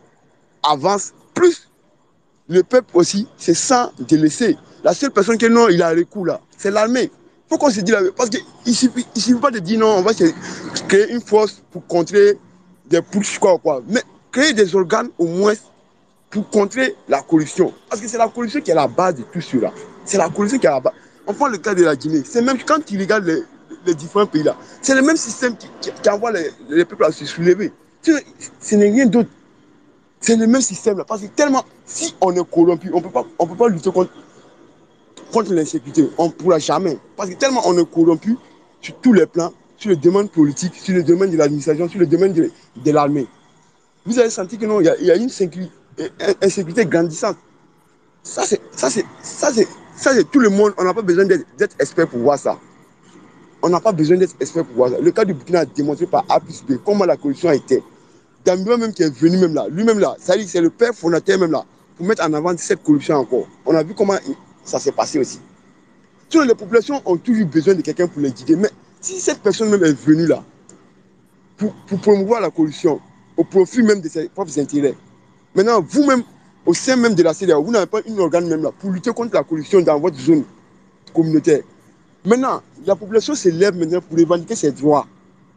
avance, plus le peuple aussi se sent délaissé. La seule personne qui non, il a recours là, c'est l'armée. Il faut qu'on se dise la vérité. Parce qu'il ne suffit, il suffit pas de dire non, on va créer une force pour contrer des putsch quoi quoi. Mais créer des organes au moins pour contrer la corruption. Parce que c'est la corruption qui est la base de tout cela. C'est la corruption qui est la base. On prend le cas de la Guinée. C'est même quand tu regardes les, les différents pays là, c'est le même système qui, qui, qui envoie les, les peuples à se soulever. Ce n'est rien d'autre. C'est le même système là. Parce que tellement, si on est corrompu, on ne peut pas lutter contre, contre l'insécurité. On ne pourra jamais. Parce que tellement on est corrompu sur tous les plans, sur le domaine politique, sur le domaine de l'administration, sur le domaine de, de l'armée. Vous avez senti que non, il y, y a une insécurité grandissante. Ça, c'est, ça, c'est, ça, c'est, ça, c'est tout le monde. On n'a pas besoin d'être expert pour voir ça. On n'a pas besoin d'être expert pour voir ça. Le cas du Burkina a démontré par A plus B comment la corruption était. Damiba même qui est venu même là, lui-même là, ça dit, c'est le père fondateur même là, pour mettre en avant cette corruption encore. On a vu comment ça s'est passé aussi. Toutes les populations ont toujours besoin de quelqu'un pour les guider. Mais si cette personne même est venue là, pour, pour promouvoir la corruption, au profit même de ses propres intérêts, maintenant, vous-même, au sein même de la C D A O, vous n'avez pas une organe même là pour lutter contre la corruption dans votre zone communautaire. Maintenant, la population se lève maintenant pour revendiquer ses droits.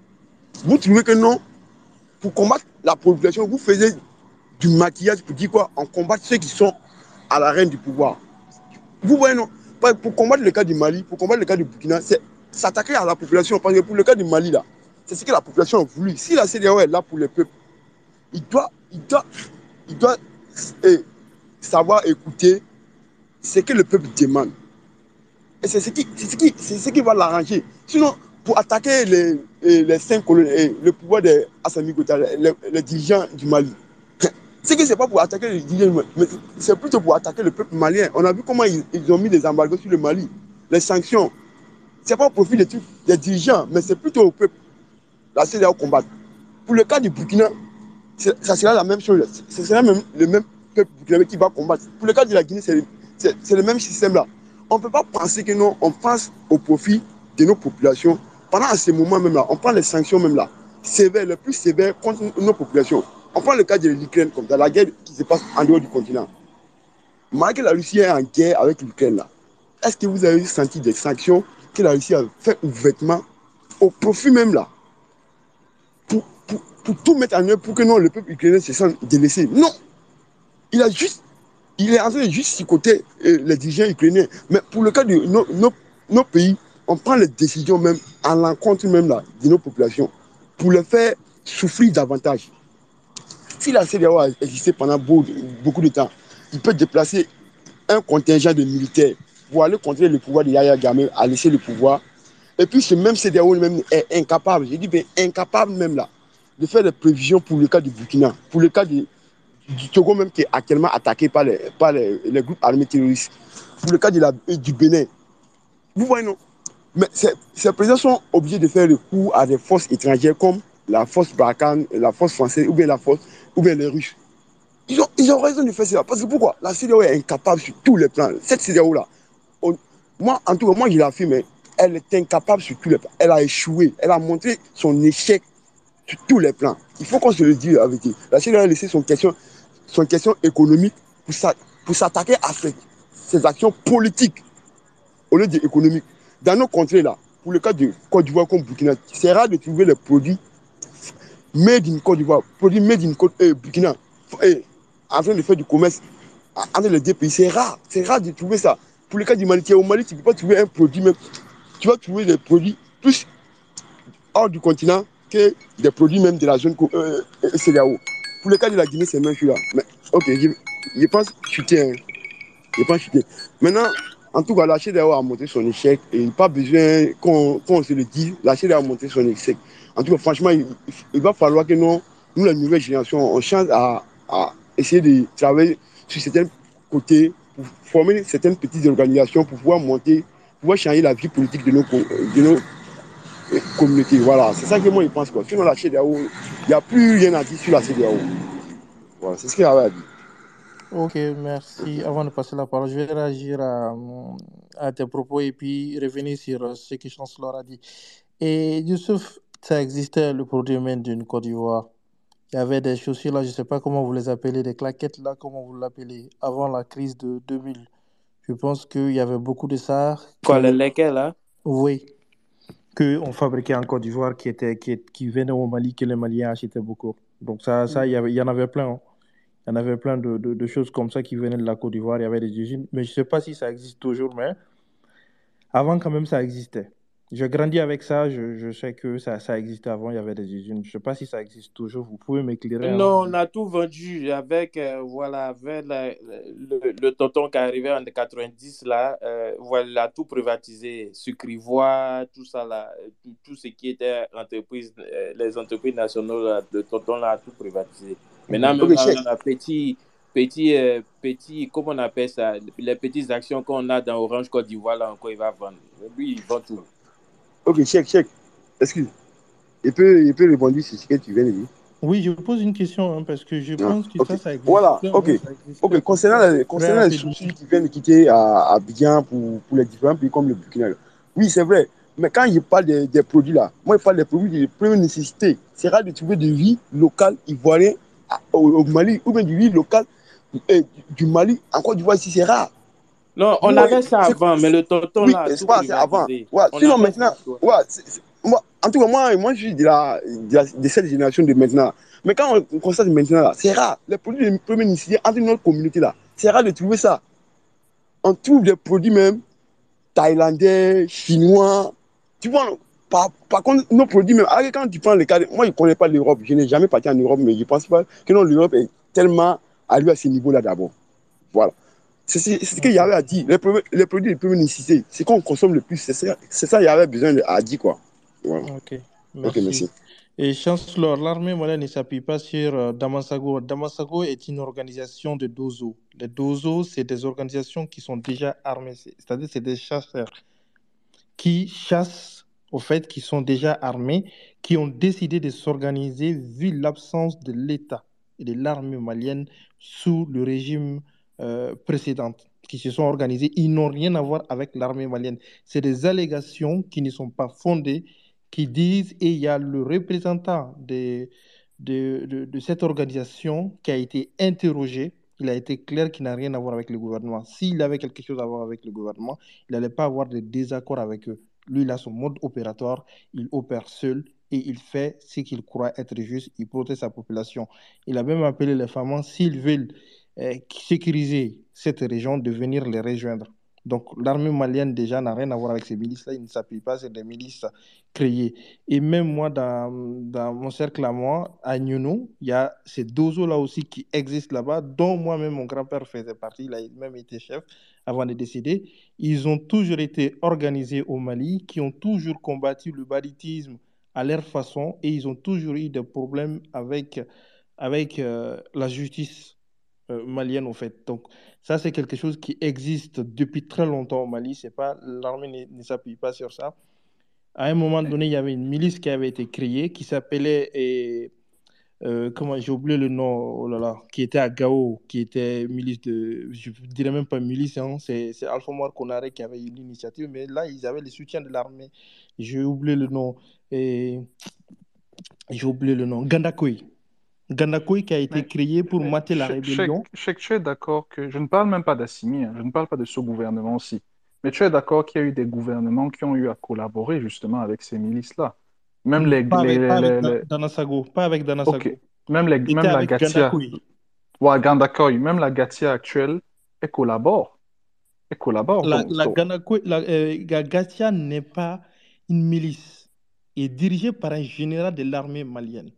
Vous trouvez que non, pour combattre la population, vous faisiez du maquillage pour dire quoi? On combat ceux qui sont à la reine du pouvoir. Vous voyez non? Pour combattre le cas du Mali, pour combattre le cas du Burkina, c'est s'attaquer à la population. Parce que pour le cas du Mali là, C'est ce que la population a voulu. Si la C D A O est là pour le peuple, il doit, il doit, il doit eh, savoir écouter ce que le peuple demande. Et c'est ce qui, c'est ce qui, c'est ce qui va l'arranger. Sinon, pour attaquer les, les cinq colonies, le pouvoir de Assimi Goïta, les, les dirigeants du Mali, c'est que c'est pas pour attaquer les dirigeants du Mali, mais c'est plutôt pour attaquer le peuple malien. On a vu comment ils, ils ont mis des embargos sur le Mali, les sanctions. C'est pas au profit des, des dirigeants, mais c'est plutôt au peuple. La C D A O combat. Pour le cas du Burkina, ça sera la même chose. Ce sera même le même peuple burkinabé qui va combattre. Pour le cas de la Guinée, c'est le même système-là. On ne peut pas penser que non, on pense au profit de nos populations. Pendant ce moment même là, on prend les sanctions même là, sévères, les plus sévères contre nos populations. On prend le cas de l'Ukraine, comme dans la guerre qui se passe en dehors du continent. Malgré que la Russie est en guerre avec l'Ukraine là, est-ce que vous avez senti des sanctions que la Russie a fait ouvertement au profit même là pour, pour, pour tout mettre en œuvre pour que non, le peuple ukrainien se sente délaissé? Non! Il a juste Il est en train de juste chicoter euh, les dirigeants ukrainiens. Mais pour le cas de nos, nos, nos pays, on prend les décisions même à l'encontre même là, de nos populations pour les faire souffrir davantage. Si la C D A O a existé pendant beaucoup de temps, il peut déplacer un contingent de militaires pour aller contrer le pouvoir de Yahya Jammeh, à laisser le pouvoir. Et puis ce même C D A O même est incapable, j'ai dit bien incapable même là, de faire des prévisions pour le cas du Burkina, pour le cas de du Togo même qui est actuellement attaqué par les, par les, les groupes armés terroristes. Pour le cas de la, du Bénin. Vous voyez, non? Mais ces, ces présidents sont obligés de faire recours à des forces étrangères comme la force Barkhane, la force française ou bien la force, ou bien les Russes. Ils ont, ils ont raison de faire cela. Parce que pourquoi? La C D A O est incapable sur tous les plans. Cette C D A O là, on, moi en tout cas, moi je l'affirme, elle est incapable sur tous les plans. Elle a échoué. Elle a montré son échec sur tous les plans. Il faut qu'on se le dise avec eux. La C D A O a laissé son question son question économique pour s'attaquer à ces, ces actions politiques au lieu d'économiques. Dans nos contrées là, pour le cas de Côte d'Ivoire comme Burkina, c'est rare de trouver les produits made in Côte d'Ivoire, produits made in Côte, euh, Burkina, et, en train de faire du commerce entre les deux pays. C'est rare, c'est rare de trouver ça. Pour le cas du Mali, au Mali, tu ne peux pas trouver un produit même. Tu vas trouver des produits plus hors du continent que des produits même de la zone euh, C D A O. Pour le cas de la Guinée, c'est même celui-là. Mais ok, je, je pense chuter. Hein. Je pense chuter. Maintenant, en tout cas, la C D A O a montré son échec et il n'y a pas besoin qu'on qu se le dise. La C D A O a montré son échec. En tout cas, franchement, il, il va falloir que nous, nous, la nouvelle génération, on change à, à essayer de travailler sur certains côtés pour former certaines petites organisations pour pouvoir monter, pour pouvoir changer la vie politique de nos, de nos communautés. Voilà, c'est ça que moi je pense. Quoi. Sinon, la C D A O, il n'y a plus rien à dire sur la C D A O. Voilà, c'est ce qu'il y avait à dire. Ok, merci. Avant de passer la parole, je vais réagir à, à tes propos et puis revenir sur ce que Chancellor a dit. Et Youssouf, ça existait le produit même d'une Côte d'Ivoire. Il y avait des chaussures là, je ne sais pas comment vous les appelez, des claquettes là, comment vous l'appelez, avant la crise de deux mille. Je pense qu'il y avait beaucoup de ça. Quoi, les lesquels là? Oui. Qu'on fabriquait en Côte d'Ivoire, qui, était, qui, qui venaient au Mali, que les Maliens achetaient beaucoup. Donc ça, ça il y, avait, il y en avait plein. Hein. Il y en avait plein de, de, de choses comme ça qui venaient de la Côte d'Ivoire. Il y avait des usines, mais je ne sais pas si ça existe toujours, mais avant quand même ça existait. J'ai grandi avec ça, je, je sais que ça, ça existait avant, il y avait des usines. Je ne sais pas si ça existe toujours, vous pouvez m'éclairer. Non, hein? On a tout vendu avec, euh, voilà, avec la, le, le tonton qui est arrivé en quatre-vingt-dix, là, euh, voilà, tout privatisé, Sucrivoire, tout ça, là, tout, tout ce qui était entreprise, euh, les entreprises nationales, là, le tonton là, a tout privatisé. Maintenant, mmh. Maintenant, on a petit, petit, euh, petit, comment on appelle ça, les petites actions qu'on a dans Orange Côte d'Ivoire, là, encore, il va vendre. Lui, il vend tout. Ok, check, check. Excuse. Il peut, il peut répondre sur ce que tu viens de dire. Oui, je pose une question hein, parce que je ah, pense que okay. ça, ça existe. Voilà, ok. Ça existe ok, concernant, les, concernant les soucis qui viennent de quitter à Abidjan pour, pour les différents pays comme le Burkina. Oui, c'est vrai. Mais quand je parle des, des produits là, moi je parle des produits de première nécessité. C'est rare de trouver du riz local ivoirien au, au Mali ou bien du riz local eh, du Mali en Côte d'Ivoire ici, c'est rare. Non, on moi, avait ça avant, mais le tonton oui, là. C'est pas, c'est avant. Ouais, sinon maintenant, ouais, c'est, c'est, moi, en tout cas, moi, moi je suis de, la, de, la, de cette génération de maintenant. Mais quand on, on constate maintenant, là, c'est rare. Les produits de première nécessité entre notre communauté, là, c'est rare de trouver ça. On trouve des produits même thaïlandais, chinois. Tu vois, par, par contre, nos produits, même, ah, quand tu prends le cas, de, moi, je ne connais pas l'Europe, je n'ai jamais parti en Europe, mais je ne pense pas que l'Europe est tellement allée à ce niveau-là d'abord. Voilà. C'est ce que Ok. Yahweh a dit. Les, les produits de première nécessité, c'est qu'on consomme le plus. C'est ça, c'est ça Yahweh a besoin de, a dit, quoi. Voilà. Ok, Ok, merci. merci. Et chancellor, l'armée malienne ne s'appuie pas sur euh, Damasago. Damasago est une organisation de dozo. Les dozo, c'est des organisations qui sont déjà armées, c'est- c'est-à-dire c'est des chasseurs qui chassent, au fait, qui sont déjà armés, qui ont décidé de s'organiser vu l'absence de l'État et de l'armée malienne sous le régime euh, précédent, qui se sont organisés. Ils n'ont rien à voir avec l'armée malienne. C'est des allégations qui ne sont pas fondées, qui disent, et il y a le représentant de, de, de, de cette organisation qui a été interrogé. Il a été clair qu'il n'a rien à voir avec le gouvernement. S'il avait quelque chose à voir avec le gouvernement, il n'allait pas avoir de désaccord avec eux. Lui, il a son mode opératoire, il opère seul et il fait ce qu'il croit être juste, il protège sa population. Il a même appelé les femmes, s'ils veulent euh, sécuriser cette région, de venir les rejoindre. Donc l'armée malienne déjà n'a rien à voir avec ces milices-là, il ne s'appuie pas sur des milices créées. Et même moi, dans, dans mon cercle à moi, à Nyono, il y a ces dozos-là aussi qui existent là-bas, dont moi-même mon grand-père faisait partie, il a même été chef avant de décéder. Ils ont toujours été organisés au Mali, qui ont toujours combattu le banditisme à leur façon et ils ont toujours eu des problèmes avec, avec euh, la justice euh, malienne, en fait. Donc, ça, c'est quelque chose qui existe depuis très longtemps au Mali. C'est pas, l'armée ne, ne s'appuie pas sur ça. À un moment donné, il y avait une milice qui avait été créée qui s'appelait, et, euh, comment, j'ai oublié le nom, oh là là, qui était à Gao, qui était milice de, je ne dirais même pas milice, hein, c'est, c'est Alpha Omar Konaré qui avait eu l'initiative, mais là, ils avaient le soutien de l'armée. J'ai oublié le nom, et j'ai oublié le nom, Gandakoy. Gandakoy qui a été Mais, créé pour mais mater la Che- Cheikh, rébellion. Cheikh, tu es d'accord que je ne parle même pas d'Assimi, hein, je ne parle pas de ce gouvernement-ci, mais tu es d'accord qu'il y a eu des gouvernements qui ont eu à collaborer justement avec ces milices-là. Même les, Pas les, avec, pas les, avec les- Da- les- Danasago, pas avec Ok. Danasago. Même, les, C'était même la avec Gatia, Gandakoy. Ouagandakoy, même la Gatia actuelle, elle collabore. Elle collabore. La, Donc, la, donc, Gandakoy- la, euh, Gagatia n'est pas une milice. Elle est dirigée par un général de l'armée malienne.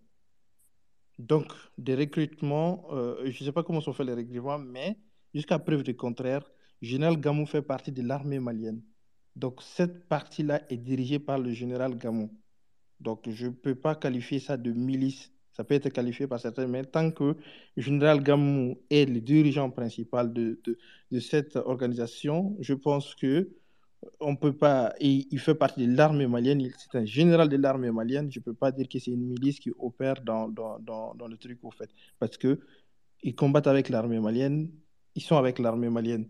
Donc, des recrutements, euh, je ne sais pas comment sont faits les recrutements, mais jusqu'à preuve du contraire, le général Gamou fait partie de l'armée malienne. Donc, cette partie-là est dirigée par le général Gamou. Donc, je ne peux pas qualifier ça de milice. Ça peut être qualifié par certains, mais tant que le général Gamou est le dirigeant principal de, de, de cette organisation, je pense que on peut pas. Et il fait partie de l'armée malienne. il- C'est un général de l'armée malienne. Je ne peux pas dire que c'est une milice qui opère dans, dans, dans, dans le truc, au fait. Parce que ils combattent avec l'armée malienne. Ils sont avec l'armée malienne.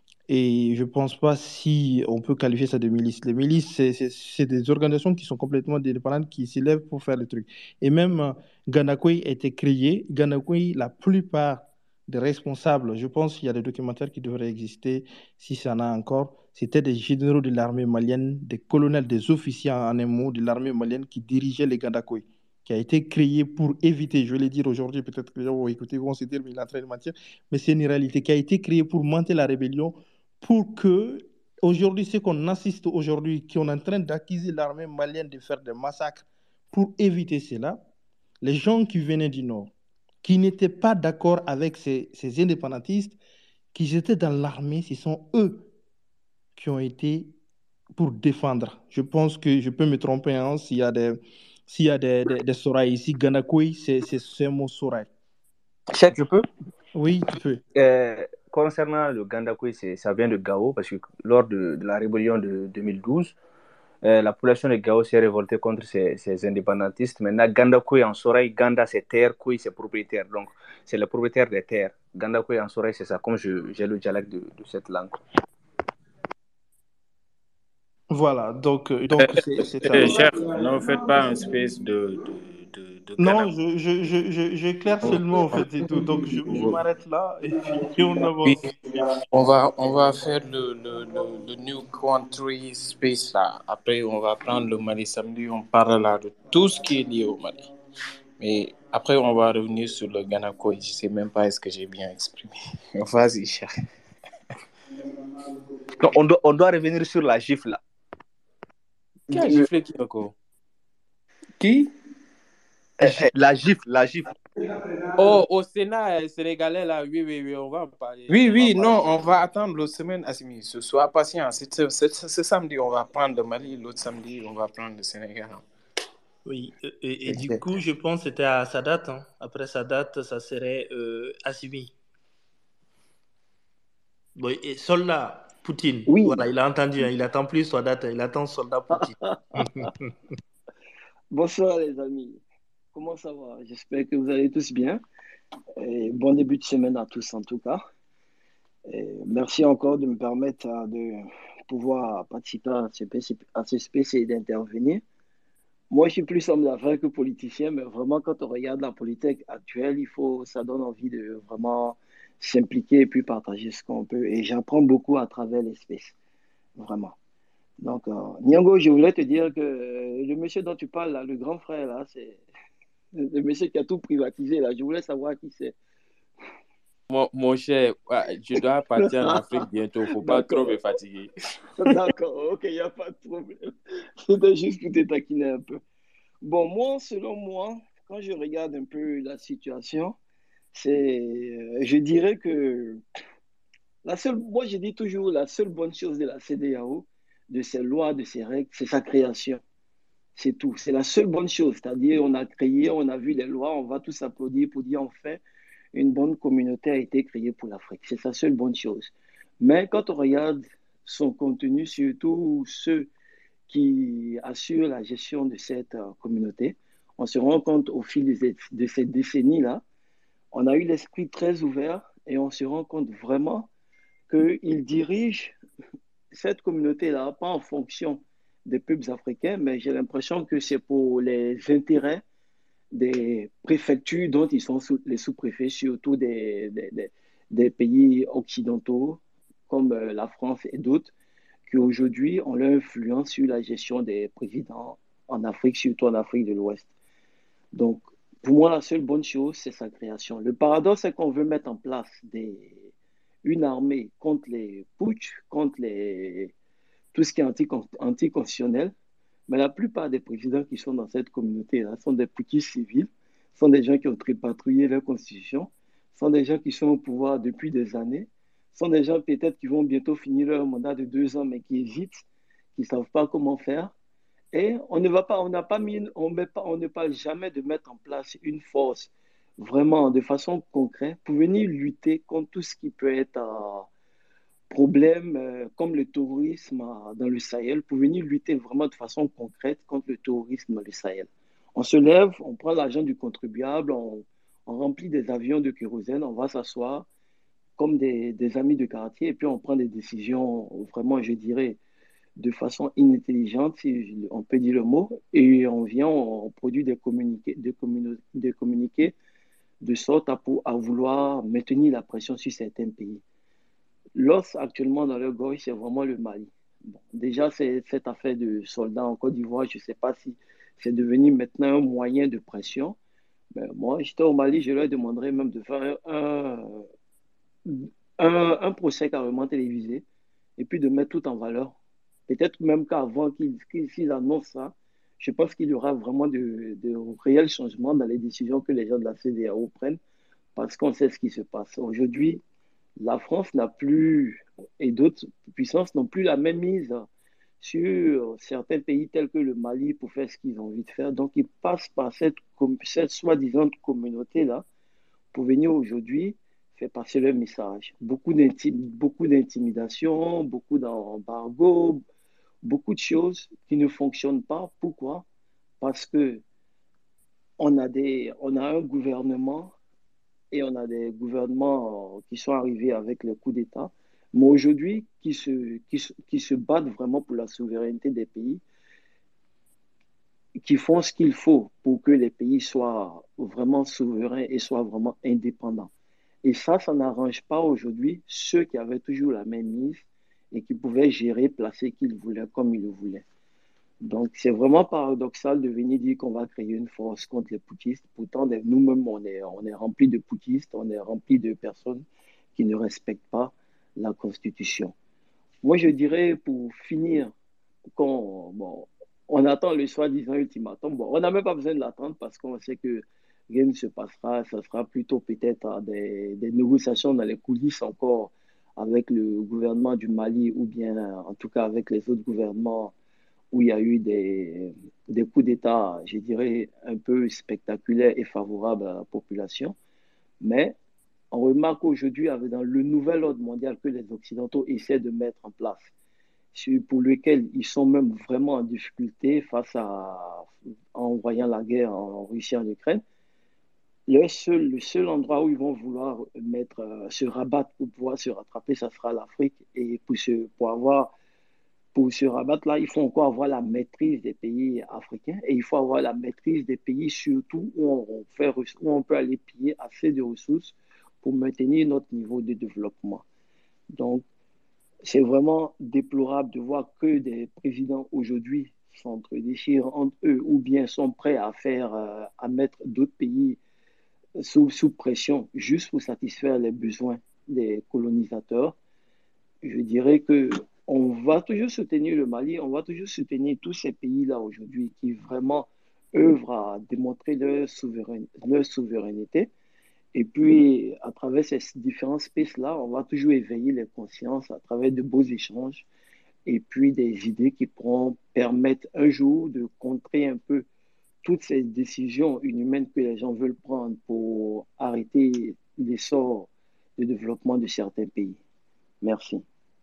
Et je ne pense pas si on peut qualifier ça de milice. Les milices, c'est c'est- c'est des organisations qui sont complètement indépendantes, qui s'élèvent pour faire le truc. Et même euh, Ganakoy a été créé. Ganakoy, la plupart des responsables, je pense qu'il y a des documentaires qui devraient exister, si ça en a encore, c'était des généraux de l'armée malienne, des colonels, des officiers en un mot de l'armée malienne qui dirigeaient les Ganakoy, qui a été créé pour éviter, je vais le dire aujourd'hui, peut-être que les gens vont écouter, vont se dire, mais il est en train de mentir, mais c'est une réalité, qui a été créé pour monter la rébellion pour que, aujourd'hui, ce qu'on assiste aujourd'hui, qu'on est en train d'accuser l'armée malienne de faire des massacres, pour éviter cela, les gens qui venaient du Nord, qui n'étaient pas d'accord avec ces, ces indépendantistes, qui étaient dans l'armée, ce sont eux qui ont été pour défendre. Je pense que je peux me tromper, hein, s'il y a des, s'il y a des, des, des Soraï ici, Ganakoui, c'est c'est un mot Soraï. Cheikh, je peux? Oui, tu peux. Euh, concernant le Gandakoui, ça vient de Gao, parce que lors de, de la rébellion de deux mille douze, euh, la population de Gao s'est révoltée contre ces, ces indépendantistes. Maintenant, Gandakoui en Soraï, Ganda c'est terre, Koui c'est propriétaire. Donc, c'est le propriétaire des terres. Gandakoui en Soraï, c'est ça, comme j'ai le dialecte de, de cette langue. Voilà, donc euh, donc c'est c'est ça. Euh, cher, ne faites pas un space de, de, de, de Non, Ganakoui. je, je, je, je, j'éclaire seulement, en fait, c'est tout. Donc, je, je m'arrête là et puis on Oui, avance. on va, on va faire le, le, le, le New Country Space là. Après, on va prendre le Mali samedi. On parlera de tout ce qui est lié au Mali. Mais après, on va revenir sur le Ganakoui. Je ne sais même pas est-ce que j'ai bien exprimé. Vas-y, cher. Non, on, doit, on doit revenir sur la gifle là. Qui a de- giflé qui encore? qui? Eh, eh, La gifle, la gifle. Oh, au Sénat euh, sénégalais, là, oui, oui, oui, on va en parler. Oui, On va oui, parler. non, on va attendre l'autre semaine, Assimi. Ce soir, patient. C'est ce c'est- ce samedi, on va prendre le Mali. L'autre samedi, on va prendre le Sénégal. Oui, et, et- et du Ok. coup, je pense que c'était à Sadat. Hein. Après Sadat, ça serait euh, Assimi. Bon, et soldat Poutine. Oui. Voilà, il a entendu. Hein, il attend plus Sadat, il attend soldat Poutine. Bonsoir les amis. Comment ça va? J'espère que vous allez tous bien. Et bon début de semaine à tous en tout cas. Et merci encore de me permettre euh, de pouvoir participer à ce P C, à ce P C et d'intervenir. Moi, je suis plus homme d'affaires que politicien, mais vraiment, quand on regarde la politique actuelle, il faut, ça donne envie de vraiment s'impliquer et puis partager ce qu'on peut. Et j'apprends beaucoup à travers l'espèce, vraiment. Donc, euh, Nyango, je voulais te dire que euh, le monsieur dont tu parles, là, le grand frère, là, c'est le monsieur qui a tout privatisé, là. Je voulais savoir qui c'est. Mon, mon cher, ouais, je dois partir en Afrique bientôt. Faut pas trop me fatiguer. D'accord, ok, il n'y a pas de problème. C'était juste pour te taquiner un peu. Bon, moi, selon moi, quand je regarde un peu la situation, c'est, euh, je dirais que la seule, moi, je dis toujours, la seule bonne chose de la C D A O, de ses lois, de ses règles, c'est sa création. C'est tout. C'est la seule bonne chose. C'est-à-dire, on a créé, on a vu les lois, on va tous applaudir pour dire, enfin, une bonne communauté a été créée pour l'Afrique. C'est sa seule bonne chose. Mais quand on regarde son contenu, surtout ceux qui assurent la gestion de cette euh, communauté, on se rend compte au fil de cette, de cette décennie-là, on a eu l'esprit très ouvert et on se rend compte vraiment qu'ils dirigent cette communauté-là, pas en fonction des peuples africains, mais j'ai l'impression que c'est pour les intérêts des préfectures dont ils sont sous, les sous-préfets, surtout des, des, des, des pays occidentaux comme euh, la France et d'autres, qui aujourd'hui ont leur influence sur la gestion des présidents en Afrique, surtout en Afrique de l'Ouest. Donc, pour moi, la seule bonne chose, c'est sa création. Le paradoxe, c'est qu'on veut mettre en place des, une armée contre les putsch, contre les, tout ce qui est anticonstitutionnel, mais la plupart des présidents qui sont dans cette communauté-là sont des putschistes civils, sont des gens qui ont tripatouillé leur constitution, sont des gens qui sont au pouvoir depuis des années, sont des gens peut-être qui vont bientôt finir leur mandat de deux ans, mais qui hésitent, qui ne savent pas comment faire. Et on ne va pas, on n'a pas mis, on met pas, on ne parle jamais de mettre en place une force vraiment de façon concrète pour venir lutter contre tout ce qui peut être euh, problème euh, comme le terrorisme euh, dans le Sahel, pour venir lutter vraiment de façon concrète contre le terrorisme dans le Sahel. On se lève, on prend l'argent du contribuable, on, on remplit des avions de kérosène, on va s'asseoir comme des, des amis de quartier et puis on prend des décisions vraiment, je dirais, de façon inintelligente, si on peut dire le mot, et on vient, on produit des communiqués, des communi- des communiqués de sorte à, pour, à vouloir maintenir la pression sur certains pays. L'os actuellement dans leur gorge, c'est vraiment le Mali. Bon, déjà, c'est cette affaire de soldats en Côte d'Ivoire, je ne sais pas si c'est devenu maintenant un moyen de pression. Mais moi, j'étais au Mali, je leur demanderais même de faire un, un, un procès carrément télévisé et puis de mettre tout en valeur. Peut-être même qu'avant qu'ils qu'ils annoncent ça, je pense qu'il y aura vraiment de, de réels changements dans les décisions que les gens de la C D A O prennent parce qu'on sait ce qui se passe. Aujourd'hui, la France n'a plus, et d'autres puissances n'ont plus la même mise sur certains pays tels que le Mali pour faire ce qu'ils ont envie de faire. Donc, ils passent par cette, cette soi-disant communauté-là pour venir aujourd'hui faire passer leur message. Beaucoup d'intimidation, beaucoup d'embargo, beaucoup de choses qui ne fonctionnent pas. Pourquoi? Parce que on a, des, on a un gouvernement et on a des gouvernements qui sont arrivés avec le coup d'État, mais aujourd'hui qui se, qui, qui se battent vraiment pour la souveraineté des pays, qui font ce qu'il faut pour que les pays soient vraiment souverains et soient vraiment indépendants. Et ça, ça n'arrange pas aujourd'hui ceux qui avaient toujours la même mise et qui pouvaient gérer, placer qu'ils voulaient comme ils le voulaient. Donc, c'est vraiment paradoxal de venir dire qu'on va créer une force contre les putschistes. Pourtant, nous-mêmes, on est, on est remplis de putschistes, on est remplis de personnes qui ne respectent pas la Constitution. Moi, je dirais, pour finir, qu'on, bon, On attend le soi-disant ultimatum. Bon, on n'a même pas besoin de l'attendre parce qu'on sait que rien ne se passera. Ça sera plutôt peut-être des, des négociations dans les coulisses encore avec le gouvernement du Mali ou bien en tout cas avec les autres gouvernements où il y a eu des, des coups d'État, je dirais, un peu spectaculaires et favorables à la population. Mais on remarque aujourd'hui, dans le nouvel ordre mondial que les Occidentaux essaient de mettre en place, pour lequel ils sont même vraiment en difficulté face à, en voyant la guerre en Russie et en Ukraine, le seul, le seul endroit où ils vont vouloir mettre, euh, se rabattre pour pouvoir se rattraper, ça sera l'Afrique. Et pour, se, pour, avoir, pour se rabattre là, il faut encore avoir la maîtrise des pays africains et il faut avoir la maîtrise des pays surtout où on, fait, où on peut aller piller assez de ressources pour maintenir notre niveau de développement. Donc, c'est vraiment déplorable de voir que des présidents aujourd'hui s'entre-déchirent entre eux ou bien sont prêts à faire, euh, à mettre d'autres pays sous, sous pression juste pour satisfaire les besoins des colonisateurs. Je dirais que on va toujours soutenir le Mali, on va toujours soutenir tous ces pays-là aujourd'hui qui vraiment œuvrent à démontrer leur, souverain, leur souveraineté. Et puis, à travers ces différents spaces-là, on va toujours éveiller les consciences à travers de beaux échanges et puis des idées qui pourront permettre un jour de contrer un peu toutes ces décisions inhumaines que les gens veulent prendre pour arrêter l'essor de développement de certains pays. Merci.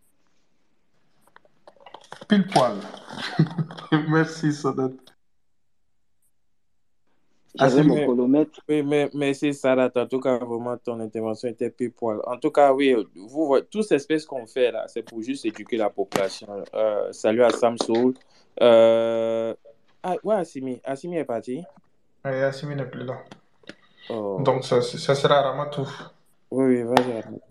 Pile poil. Merci, Sadat. J'avais mon Mais- colomètre. Oui, mais merci Sadat. En tout cas, vraiment, ton intervention était pile poil. En tout cas, oui, vous, voyez, tous ces espèces qu'on fait là, c'est pour juste éduquer la population. Euh, salut à Samsoul. Euh... Ah, ouais, Assimi. Assimi est parti. Et Assimi n'est plus là. Oh. Donc, ça, ça sera Ramatou. Oui, oui, vas-y. Ramatou.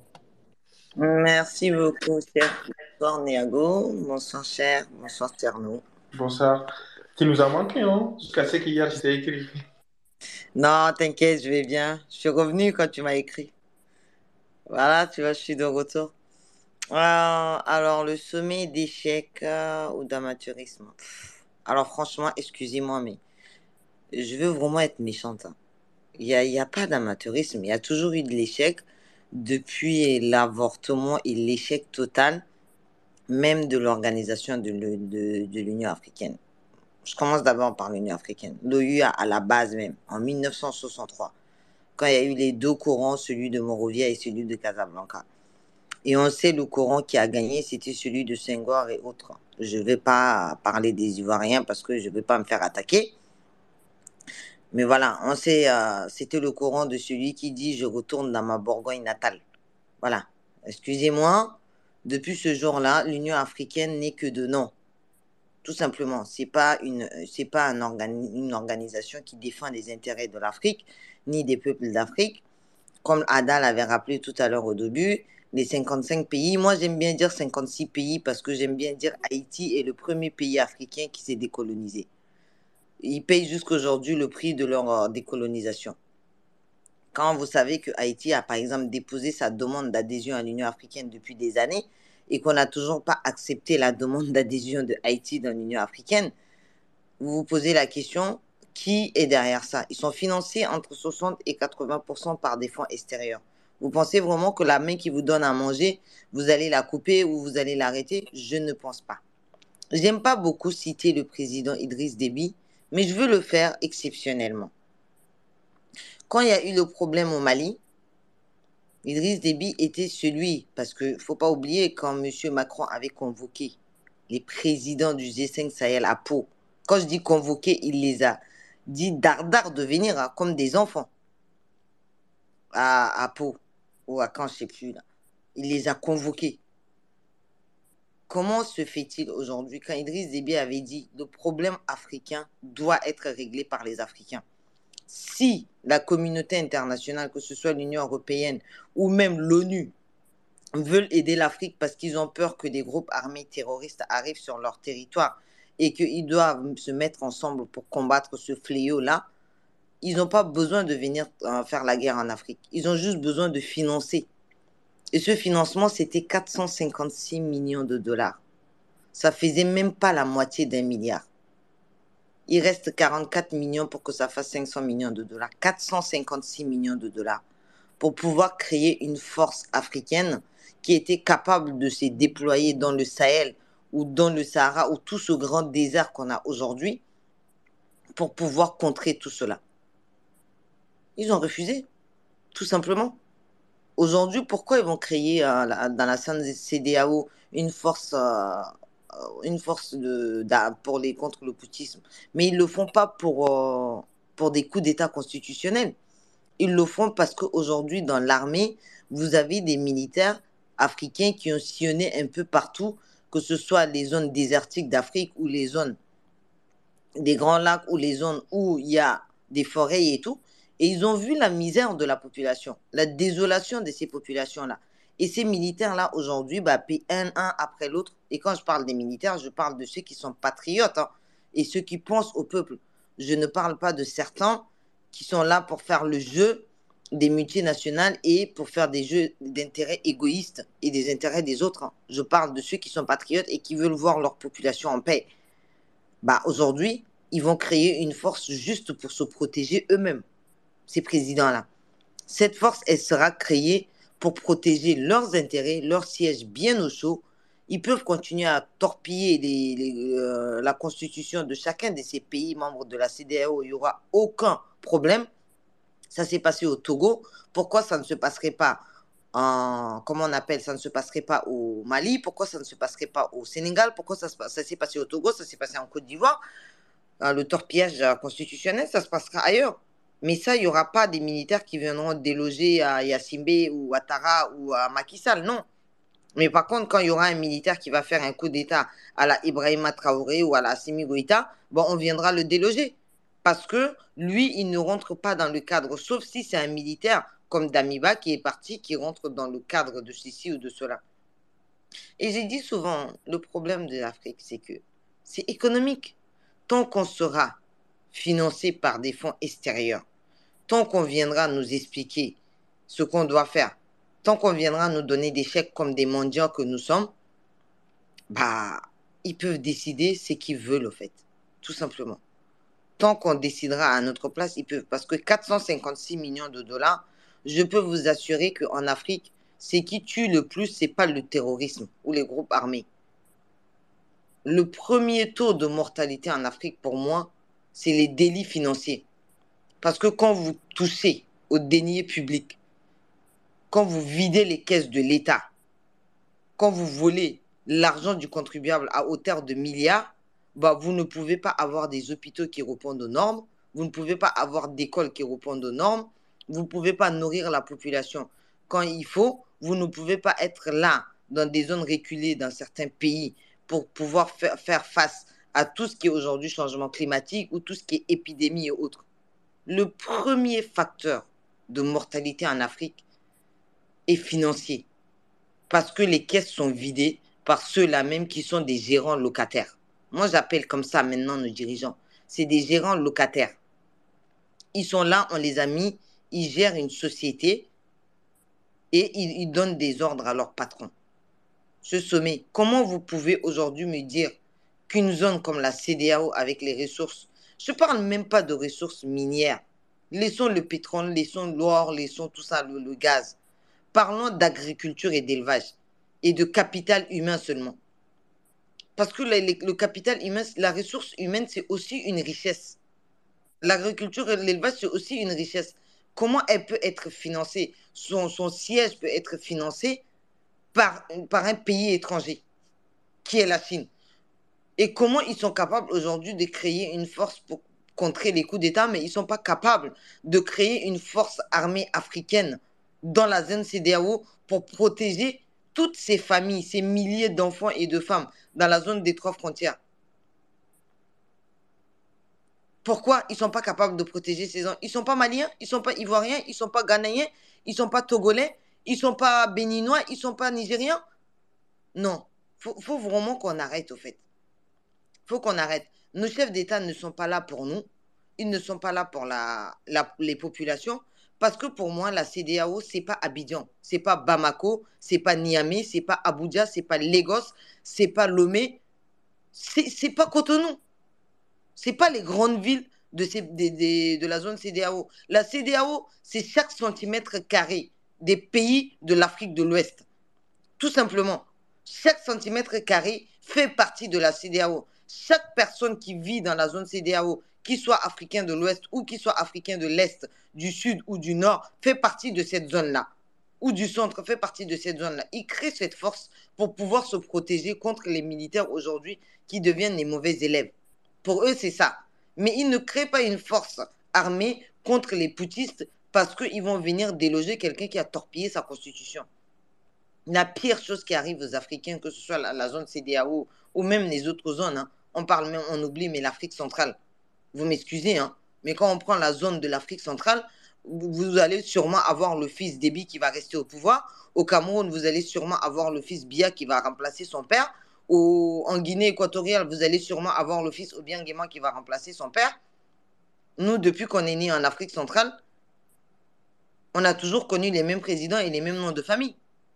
Merci beaucoup, cher. Bonsoir, Niago. Bonsoir, cher. Bonsoir, Tierno. Bonsoir. Tu nous as manqué, hein? Jusqu'à ce qu'hier, je t'ai écrit. Non, t'inquiète, je vais bien. Je suis revenu quand tu m'as écrit. Voilà, tu vois, je suis de retour. Euh, alors, le sommet d'échec euh, ou d'amateurisme. Alors, franchement, excusez-moi, mais je veux vraiment être méchante. hein. Il n'y a, il y a pas d'amateurisme. Il y a toujours eu de l'échec depuis l'avortement et l'échec total, même de l'organisation de, le- de, de l'Union africaine. Je commence d'abord par l'Union africaine. L'O U A à la base même, en mille neuf cent soixante-trois, quand il y a eu les deux courants, celui de Monrovia et celui de Casablanca. Et on sait le courant qui a gagné, c'était celui de Senghor et autres. Je ne vais pas parler des Ivoiriens parce que je ne vais pas me faire attaquer. Mais voilà, on sait, euh, c'était le courant de celui qui dit « je retourne dans ma Bourgogne natale ». Voilà. Excusez-moi, depuis ce jour-là, l'Union africaine n'est que de nom. Tout simplement, c'est pas une, c'est pas un organi- une organisation qui défend les intérêts de l'Afrique ni des peuples d'Afrique. Comme Ada l'avait rappelé tout à l'heure au début, les cinquante-cinq pays, moi j'aime bien dire cinquante-six pays parce que j'aime bien dire Haïti est le premier pays africain qui s'est décolonisé. Ils payent jusqu'aujourd'hui le prix de leur euh, décolonisation. Quand vous savez que Haïti a par exemple déposé sa demande d'adhésion à l'Union africaine depuis des années et qu'on n'a toujours pas accepté la demande d'adhésion de Haïti dans l'Union africaine, vous vous posez la question, qui est derrière ça? Ils sont financés entre soixante et quatre-vingts pour cent par des fonds extérieurs. Vous pensez vraiment que la main qui vous donne à manger, vous allez la couper ou vous allez l'arrêter? Je ne pense pas. J'aime pas beaucoup citer le président Idriss Déby, mais je veux le faire exceptionnellement. Quand il y a eu le problème au Mali, Idriss Déby était celui, parce qu'il ne faut pas oublier quand M. Macron avait convoqué les présidents du G cinq Sahel à Pau, quand je dis convoqué, il les a dit dardard de venir hein, comme des enfants à, à Pau, ou à quand, je ne sais plus. Là. Il les a convoqués. Comment se fait-il aujourd'hui quand Idriss Déby avait dit le problème africain doit être réglé par les Africains? Si la communauté internationale, que ce soit l'Union européenne ou même l'ONU, veulent aider l'Afrique parce qu'ils ont peur que des groupes armés terroristes arrivent sur leur territoire et qu'ils doivent se mettre ensemble pour combattre ce fléau-là, ils n'ont pas besoin de venir euh, faire la guerre en Afrique. Ils ont juste besoin de financer. Et ce financement, c'était quatre cent cinquante-six millions de dollars. Ça faisait même pas la moitié d'un milliard. Il reste quarante-quatre millions pour que ça fasse cinq cents millions de dollars. quatre cent cinquante-six millions de dollars pour pouvoir créer une force africaine qui était capable de se déployer dans le Sahel ou dans le Sahara ou tout ce grand désert qu'on a aujourd'hui pour pouvoir contrer tout cela. Ils ont refusé, tout simplement. Aujourd'hui, pourquoi ils vont créer euh, dans la C D A O une force, euh, une force de, de, pour les, contre le poutisme? Mais ils ne le font pas pour, euh, pour des coups d'État constitutionnels. Ils le font parce qu'aujourd'hui, dans l'armée, vous avez des militaires africains qui ont sillonné un peu partout, que ce soit les zones désertiques d'Afrique ou les zones des Grands Lacs ou les zones où il y a des forêts et tout. Et ils ont vu la misère de la population, la désolation de ces populations-là. Et ces militaires-là, aujourd'hui, bah, paient un, un après l'autre. Et quand je parle des militaires, je parle de ceux qui sont patriotes hein, et ceux qui pensent au peuple. Je ne parle pas de certains qui sont là pour faire le jeu des multinationales et pour faire des jeux d'intérêts égoïstes et des intérêts des autres. Hein. Je parle de ceux qui sont patriotes et qui veulent voir leur population en paix. Bah, aujourd'hui, ils vont créer une force juste pour se protéger eux-mêmes, ces présidents-là. Cette force, elle sera créée pour protéger leurs intérêts, leur siège bien au chaud. Ils peuvent continuer à torpiller les, les, euh, la constitution de chacun de ces pays membres de la C D A O. Il n'y aura aucun problème. Ça s'est passé au Togo. Pourquoi ça ne se passerait pas en, comment on appelle, ça ne se passerait pas au Mali? Pourquoi ça ne se passerait pas au Sénégal? Pourquoi ça, ça s'est passé au Togo? Ça s'est passé en Côte d'Ivoire. Le torpillage constitutionnel, ça se passera ailleurs. Mais ça, il n'y aura pas des militaires qui viendront déloger à Yassimbe ou à Tara ou à Macky Sall, non. Mais par contre, quand il y aura un militaire qui va faire un coup d'État à la Ibrahima Traoré ou à la Assimi Goïta, bon, on viendra le déloger. Parce que lui, il ne rentre pas dans le cadre, sauf si c'est un militaire comme Damiba qui est parti, qui rentre dans le cadre de ceci ou de cela. Et j'ai dit souvent, le problème de l'Afrique, c'est que c'est économique. Tant qu'on sera financé par des fonds extérieurs, tant qu'on viendra nous expliquer ce qu'on doit faire, tant qu'on viendra nous donner des chèques comme des mendiants que nous sommes, bah, ils peuvent décider ce qu'ils veulent, au fait, tout simplement. Tant qu'on décidera à notre place, ils peuvent. Parce que quatre cent cinquante-six millions de dollars, je peux vous assurer qu'en Afrique, ce qui tue le plus, ce n'est pas le terrorisme ou les groupes armés. Le premier taux de mortalité en Afrique, pour moi, c'est les délits financiers. Parce que quand vous touchez aux deniers publics, quand vous videz les caisses de l'État, quand vous volez l'argent du contribuable à hauteur de milliards, bah, vous ne pouvez pas avoir des hôpitaux qui répondent aux normes, vous ne pouvez pas avoir d'écoles qui répondent aux normes, vous ne pouvez pas nourrir la population quand il faut, vous ne pouvez pas être là dans des zones reculées dans certains pays pour pouvoir faire, faire face à tout ce qui est aujourd'hui changement climatique ou tout ce qui est épidémie et autres. Le premier facteur de mortalité en Afrique est financier parce que les caisses sont vidées par ceux-là même qui sont des gérants locataires. Moi, j'appelle comme ça maintenant nos dirigeants. C'est des gérants locataires. Ils sont là, on les a mis, ils gèrent une société et ils, ils donnent des ordres à leurs patrons. Ce sommet, comment vous pouvez aujourd'hui me dire qu'une zone comme la C D A O avec les ressources, je ne parle même pas de ressources minières, laissons le pétrole, laissons l'or, laissons tout ça, le, le gaz. Parlons d'agriculture et d'élevage et de capital humain seulement. Parce que le, le, le capital humain, la ressource humaine, c'est aussi une richesse. L'agriculture et l'élevage, c'est aussi une richesse. Comment elle peut être financée? Son, son siège peut être financé par, par un pays étranger, qui est la Chine. Et comment ils sont capables aujourd'hui de créer une force pour contrer les coups d'État, mais ils ne sont pas capables de créer une force armée africaine dans la zone C D A O pour protéger toutes ces familles, ces milliers d'enfants et de femmes dans la zone des trois frontières. Pourquoi ils ne sont pas capables de protéger ces gens? Ils ne sont pas maliens, ils ne sont pas ivoiriens, ils ne sont pas ghanéens, ils ne sont pas togolais, ils ne sont pas béninois, ils ne sont pas nigériens. Non, il faut, faut vraiment qu'on arrête au fait. Il faut qu'on arrête. Nos chefs d'État ne sont pas là pour nous. Ils ne sont pas là pour la, la, les populations. Parce que pour moi, la C D A O, ce n'est pas Abidjan, ce n'est pas Bamako, ce n'est pas Niamey, ce n'est pas Abuja, ce n'est pas Lagos, ce n'est pas Lomé, ce n'est pas Cotonou. Ce n'est pas les grandes villes de, ces, de, de, de la zone C D A O. La C D A O, c'est chaque centimètre carré des pays de l'Afrique de l'Ouest. Tout simplement. Chaque centimètre carré fait partie de la C D A O. Chaque personne qui vit dans la zone C D A O, qu'il soit africain de l'Ouest ou qu'il soit africain de l'Est, du Sud ou du Nord, fait partie de cette zone-là. Ou du centre, fait partie de cette zone-là. Ils créent cette force pour pouvoir se protéger contre les militaires aujourd'hui qui deviennent les mauvais élèves. Pour eux, c'est ça. Mais ils ne créent pas une force armée contre les putschistes parce qu'ils vont venir déloger quelqu'un qui a torpillé sa constitution. La pire chose qui arrive aux Africains, que ce soit la, la zone C D A O ou même les autres zones, hein, on parle même, on oublie, mais l'Afrique centrale. Vous m'excusez, hein, mais quand on prend la zone de l'Afrique centrale, vous, vous allez sûrement avoir le fils Déby qui va rester au pouvoir. Au Cameroun, vous allez sûrement avoir le fils Biya qui va remplacer son père. Au, en Guinée équatoriale, vous allez sûrement avoir le fils Obiang Nguema qui va remplacer son père. Nous, depuis qu'on est né en Afrique centrale, on a toujours connu les mêmes présidents et les mêmes noms de famille.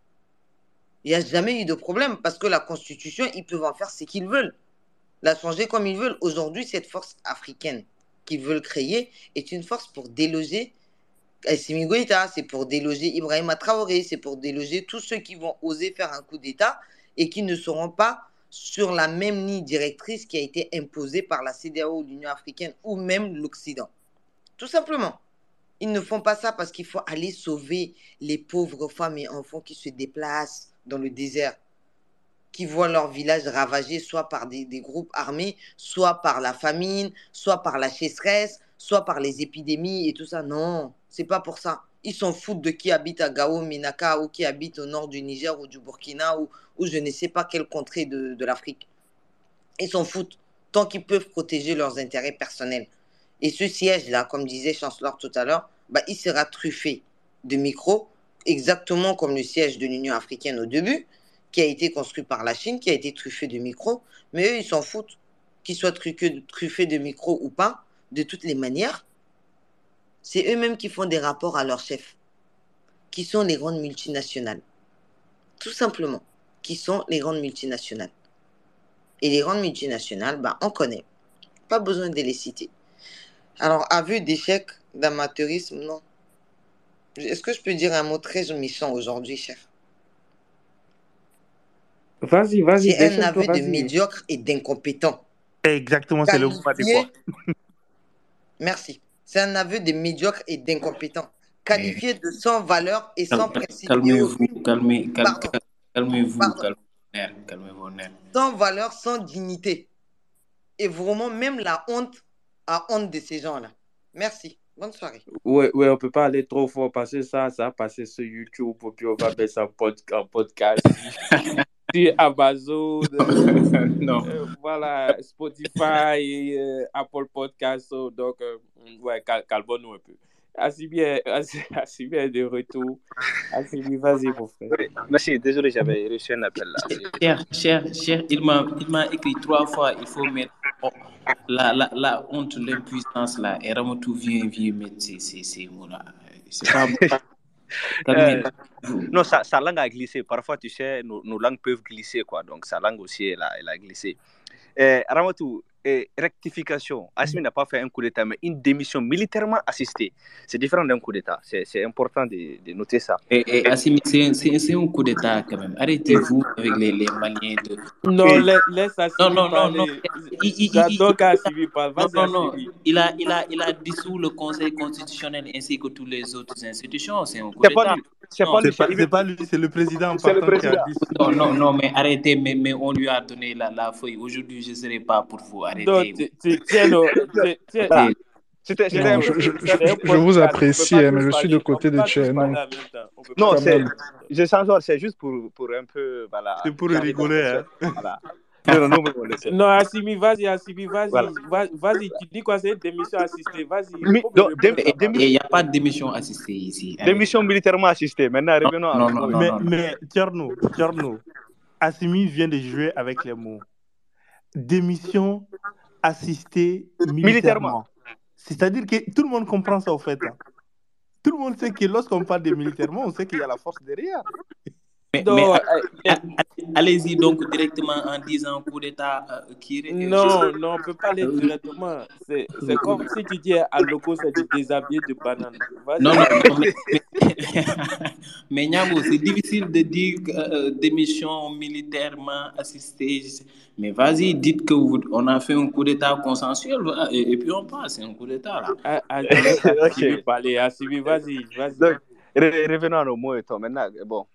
Il n'y a jamais eu de problème parce que la Constitution, ils peuvent en faire ce qu'ils veulent, la changer comme ils veulent. Aujourd'hui, cette force africaine qu'ils veulent créer est une force pour déloger Assimi Goïta, c'est pour déloger Ibrahima Traoré, c'est pour déloger tous ceux qui vont oser faire un coup d'État et qui ne seront pas sur la même ligne directrice qui a été imposée par la C D A O, l'Union africaine ou même l'Occident. Tout simplement. Ils ne font pas ça parce qu'il faut aller sauver les pauvres femmes et enfants qui se déplacent dans le désert, qui voient leur village ravagé soit par des, des groupes armés, soit par la famine, soit par la sécheresse, soit par les épidémies et tout ça. Non, c'est pas pour ça. Ils s'en foutent de qui habite à Gao, Minaka ou qui habite au nord du Niger ou du Burkina ou, ou je ne sais pas quelle contrée de, de l'Afrique. Ils s'en foutent tant qu'ils peuvent protéger leurs intérêts personnels. Et ce siège-là, comme disait Chancellor tout à l'heure, bah, il sera truffé de micros, exactement comme le siège de l'Union africaine au début, qui a été construit par la Chine, qui a été truffé de micros. Mais eux, ils s'en foutent. Qu'ils soient truffés de micros ou pas, de toutes les manières, c'est eux-mêmes qui font des rapports à leurs chefs, qui sont les grandes multinationales. Tout simplement, qui sont les grandes multinationales. Et les grandes multinationales, bah, on connaît. Pas besoin de les citer. Alors, aveu d'échec, d'amateurisme, non. Est-ce que je peux dire un mot très méchant aujourd'hui, chef? Vas-y, vas-y. C'est un aveu de médiocre et d'incompétent. Exactement, c'est le mot adéquat. Merci. C'est un aveu de médiocre et d'incompétent. Qualifié de sans valeur et sans principe. Calmez-vous, calmez, calmez, calmez-vous, calmez, calmez vos nerfs. Sans valeur, sans dignité. Et vraiment, même la honte a honte de ces gens-là. Merci. Bonne soirée. Ouais, ouais, on peut pas aller trop fort parce que ça, ça a passé sur YouTube, puis on va mettre ça en, pod en podcast. Sur Amazon, euh, non. Euh, voilà, Spotify, euh, Apple Podcasts. So, donc, euh, ouais, cal calmons-nous un peu. Assimi est de retour. Assimi, vas-y, mon frère. Merci, désolé, j'avais reçu un appel là. Cher, cher, cher, il m'a écrit trois fois, il faut mettre oh, la, la, la honte, l'impuissance là. Et Ramatou vient, vient mettre ces, ces, ces mots-là. C'est pas bon. Euh, non, sa, sa langue a glissé. Parfois, tu sais, nos, nos langues peuvent glisser, quoi. Donc, sa langue aussi, elle a, elle a glissé. Euh, Ramatou, euh, rectification. Assimi n'a pas fait un coup d'État, mais une démission militairement assistée. C'est différent d'un coup d'État. C'est important de, de noter ça. Et, et Assimi, c'est un coup d'État quand même. Arrêtez-vous avec les, les Maliens de... Non, laisse, laisse Assimi non, non, parler. Non, non, J'adore qu'Assimi parle. Non, non, non. Il a, il, a, il a dissous le Conseil constitutionnel ainsi que toutes les autres institutions. C'est un coup d'État. C'est pas, pas, pas lui, c'est le président en partant qui a dissous. Non, non, non, mais arrêtez, mais, mais on lui a donné la, la feuille. Aujourd'hui, je ne serai pas pour vous. Arrêtez. Non, tiens, non, tiens. Non, je, je, je, je vous apprécie, mais je suis de côté de Tchèno. Non, je sens genre, c'est juste pour, pour un peu, voilà. C'est pour rigoler, hein. Voilà. Non, non, non, non, Assimi, vas-y, Assimi, vas-y, voilà. Vas-y, tu dis quoi, c'est démission assistée, vas-y. Il n'y a pas de démission assistée ici. Démission militairement assistée, maintenant, revenons à... Non, non, non, mais, non, non. mais, Tcherno, Tcherno, Assimi vient de jouer avec les mots. Démission assistée militairement. militairement. C'est-à-dire que tout le monde comprend ça, au fait. Hein. Tout le monde sait que lorsqu'on parle de militairement, on sait qu'il y a la force derrière. Mais, Non, mais euh, a- a- allez-y donc directement en disant coup d'État euh, qui... euh, je non, sais- non, on peut pas aller euh, directement. C'est c'est comme si tu dis à Logo, c'est du déshabillé de banane. Vas-y, Non, non, vas-y. non, mais, mais, mais Niago, c'est difficile de dire que, euh, démission militairement assistée. Mais vas-y, dites que vous, on a fait un coup d'État consensuel voilà, et, et puis on passe, c'est un coup d'État là. Ah, ah, laisse Assimi Ok. parler. Assimi, vas-y, vas-y. Donc, re- revenons à nos mots et tout. Maintenant, bon,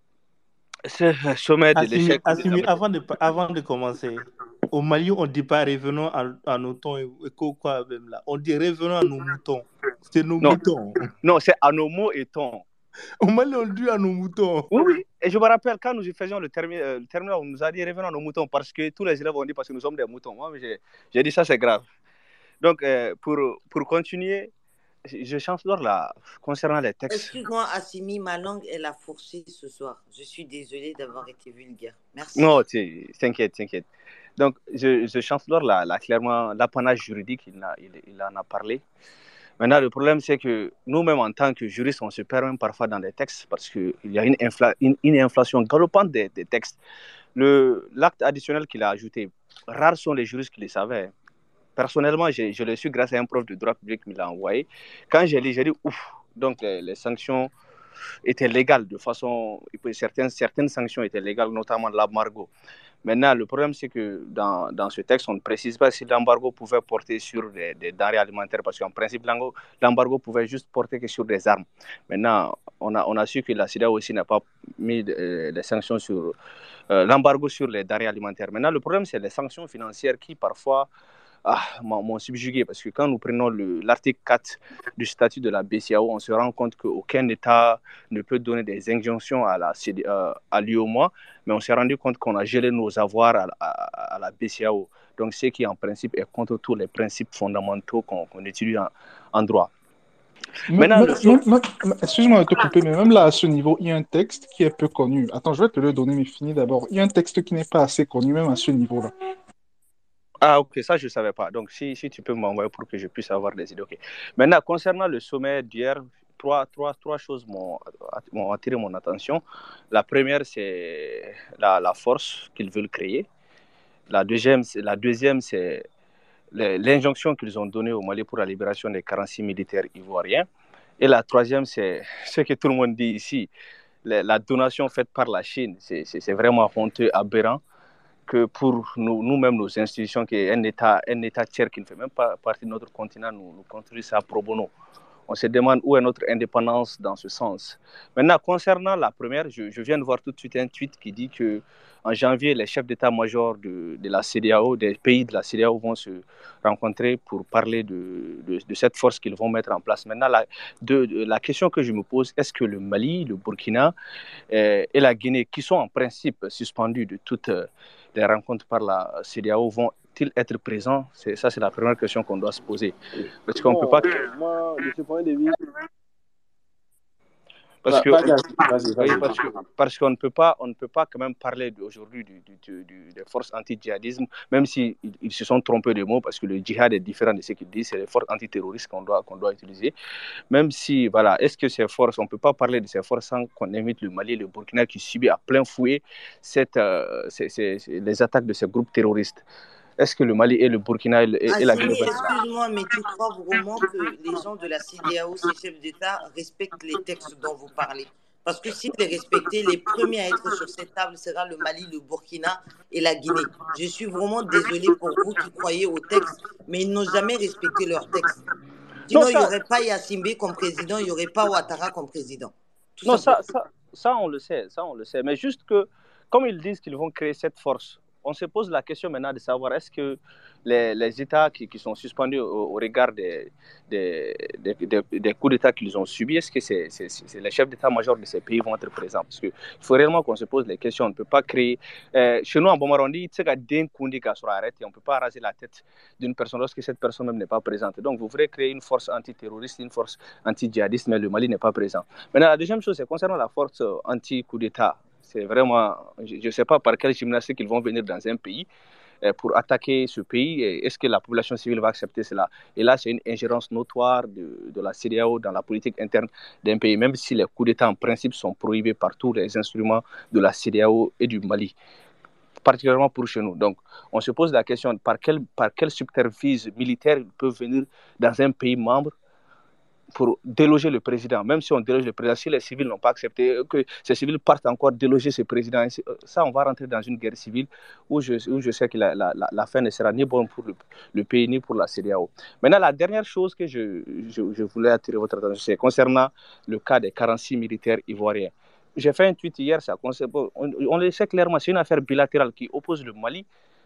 ce sommet de Assimi, l'échec. Assimi, avant, de, avant de commencer, au Mali, on ne dit pas revenons à, à nos moutons et, et quoi, quoi même là. On dit revenons à nos moutons. C'est nos Non, moutons. non, c'est à nos mots et ton. Au Mali, on dit à nos moutons. Oui, oui. Et je me rappelle quand nous faisions le termi- euh, le terminal, on nous a dit revenons à nos moutons parce que tous les élèves ont dit parce que nous sommes des moutons. Moi, j'ai, j'ai dit ça, c'est grave. Donc, euh, pour, pour continuer, je chancellore là, concernant les textes. Excuse-moi, Assimi, ma langue, elle a forcé ce soir. Je suis désolée d'avoir été vulgaire. Merci. Non, tu- t'inquiète, t'inquiète. Donc, je, je chancellore là, là, clairement, l'apanage juridique, il, a, il, il en a parlé. Maintenant, le problème, c'est que nous-mêmes, en tant que juristes, on se perd même parfois dans les textes parce qu'il y a une, infla, une, une inflation galopante des, des textes. Le, l'acte additionnel qu'il a ajouté, rares sont les juristes qui le savaient. Personnellement, j'ai, je l'ai su grâce à un prof de droit public qui me l'a envoyé. Quand j'ai lu, j'ai dit ouf. Donc, les, les sanctions étaient légales de façon. Certaines, certaines sanctions étaient légales, notamment l'embargo. Maintenant, le problème, c'est que dans, dans ce texte, on ne précise pas si l'embargo pouvait porter sur des, des denrées alimentaires, parce qu'en principe, l'embargo pouvait juste porter que sur des armes. Maintenant, on a, on a su que la CEDEAO aussi n'a pas mis euh, les sanctions sur euh, l'embargo sur les denrées alimentaires. Maintenant, le problème, c'est les sanctions financières qui, parfois, ah, m'ont subjugué, parce que quand nous prenons le, l'article quatre du statut de la B C A O, on se rend compte qu'aucun État ne peut donner des injonctions à, la, euh, à l'U O M O A, mais on s'est rendu compte qu'on a gelé nos avoirs à, à, à la B C A O. Donc, ce qui, en principe, est contre tous les principes fondamentaux qu'on, qu'on étudie en, en droit. Maintenant, même, le... même, même, excuse-moi de te couper, mais même là, à ce niveau, il y a un texte qui est peu connu. Attends, je vais te le donner, mais finis d'abord. Il y a un texte qui n'est pas assez connu, même à ce niveau-là. Ah, ok, ça, je ne savais pas. Donc, si, si tu peux m'envoyer pour que je puisse avoir des idées. Okay. Maintenant, concernant le sommet d'hier, trois, trois, trois choses m'ont, m'ont attiré mon attention. La première, c'est la, la force qu'ils veulent créer. La deuxième, c'est, la deuxième, c'est l'injonction qu'ils ont donnée au Mali pour la libération des quarante-six militaires ivoiriens. Et la troisième, c'est ce que tout le monde dit ici. La, la donation faite par la Chine, c'est, c'est, c'est vraiment honteux, aberrant. Que pour nous, nous-mêmes, nos institutions, qui est un État, un État tiers qui ne fait même pas partie de notre continent, nous, nous construisons ça pro bono. On se demande où est notre indépendance dans ce sens. Maintenant, concernant la première, je, je viens de voir tout de suite un tweet qui dit qu'en janvier, les chefs d'état-major de, de la CEDEAO, des pays de la CEDEAO vont se rencontrer pour parler de, de, de cette force qu'ils vont mettre en place. Maintenant, la, de, de, la question que je me pose, est-ce que le Mali, le Burkina euh, et la Guinée, qui sont en principe suspendus de toute... Euh, les rencontres par la CEDEAO vont-ils être présents? C'est, ça, c'est la première question qu'on doit se poser. Parce qu'on ne peut pas... Moi, de ce point de vue... Parce, que, vas-y, vas-y, vas-y. Oui, parce, que, parce qu'on ne peut pas, on ne peut pas quand même parler aujourd'hui du, du, du, des forces anti-djihadisme, même s'ils si ils se sont trompés de mots, parce que le djihad est différent de ce qu'ils disent, c'est les forces antiterroristes qu'on doit, qu'on doit utiliser. Même si, voilà, est-ce que ces forces, on ne peut pas parler de ces forces sans qu'on invite le Mali et le Burkina qui subit à plein fouet cette, euh, c'est, c'est, c'est les attaques de ces groupes terroristes. Est-ce que le Mali et le Burkina et, le, et, ah, et la Guinée... Guinée... Excuse-moi, mais tu crois vraiment que les gens de la CEDEAO, ces chefs d'État, respectent les textes dont vous parlez? Parce que s'ils les respectaient, les premiers à être sur cette table sera le Mali, le Burkina et la Guinée. Je suis vraiment désolé pour vous qui croyez aux textes, mais ils n'ont jamais respecté leurs textes. Sinon, non, ça... il n'y aurait pas Yassimbe comme président, il n'y aurait pas Ouattara comme président. Tout non, ça, ça, ça, on le sait, ça, on le sait. Mais juste que, comme ils disent qu'ils vont créer cette force, on se pose la question maintenant de savoir est-ce que les, les États qui, qui sont suspendus au, au regard des, des, des, des, des coups d'État qu'ils ont subis, est-ce que c'est, c'est, c'est les chefs d'État-major de ces pays vont être présents? Parce qu'il faut réellement qu'on se pose les questions. On ne peut pas créer... Euh, chez nous, en Bomarondi, on ne peut pas raser la tête d'une personne lorsque cette personne même n'est pas présente. Donc, vous voulez créer une force antiterroriste, une force anti-djihadiste, mais le Mali n'est pas présent. Maintenant, la deuxième chose, c'est concernant la force anti-coup d'État. C'est vraiment, je ne sais pas par quelle gymnastique ils vont venir dans un pays. euh, pour attaquer ce pays. Est-ce que la population civile va accepter cela? Et là, c'est une ingérence notoire de, de la CEDEAO dans la politique interne d'un pays, même si les coups d'État en principe sont prohibés par tous les instruments de la CEDEAO et du Mali, particulièrement pour chez nous. Donc, on se pose la question par quel, par quel subterfuge militaire ils peuvent venir dans un pays membre pour déloger le président. Même si on déloge le président, si les civils n'ont pas accepté, que ces civils partent encore déloger ce président, ça, on va rentrer dans une guerre civile où je, où je sais que la, la, la fin ne sera ni bonne pour le, le pays ni pour la CEDEAO. Maintenant, la dernière chose que je, je, je voulais attirer votre attention, c'est concernant le cas des quarante-six militaires ivoiriens. J'ai fait un tweet hier, ça concerne, on, on le sait clairement, c'est une affaire bilatérale qui oppose le Mali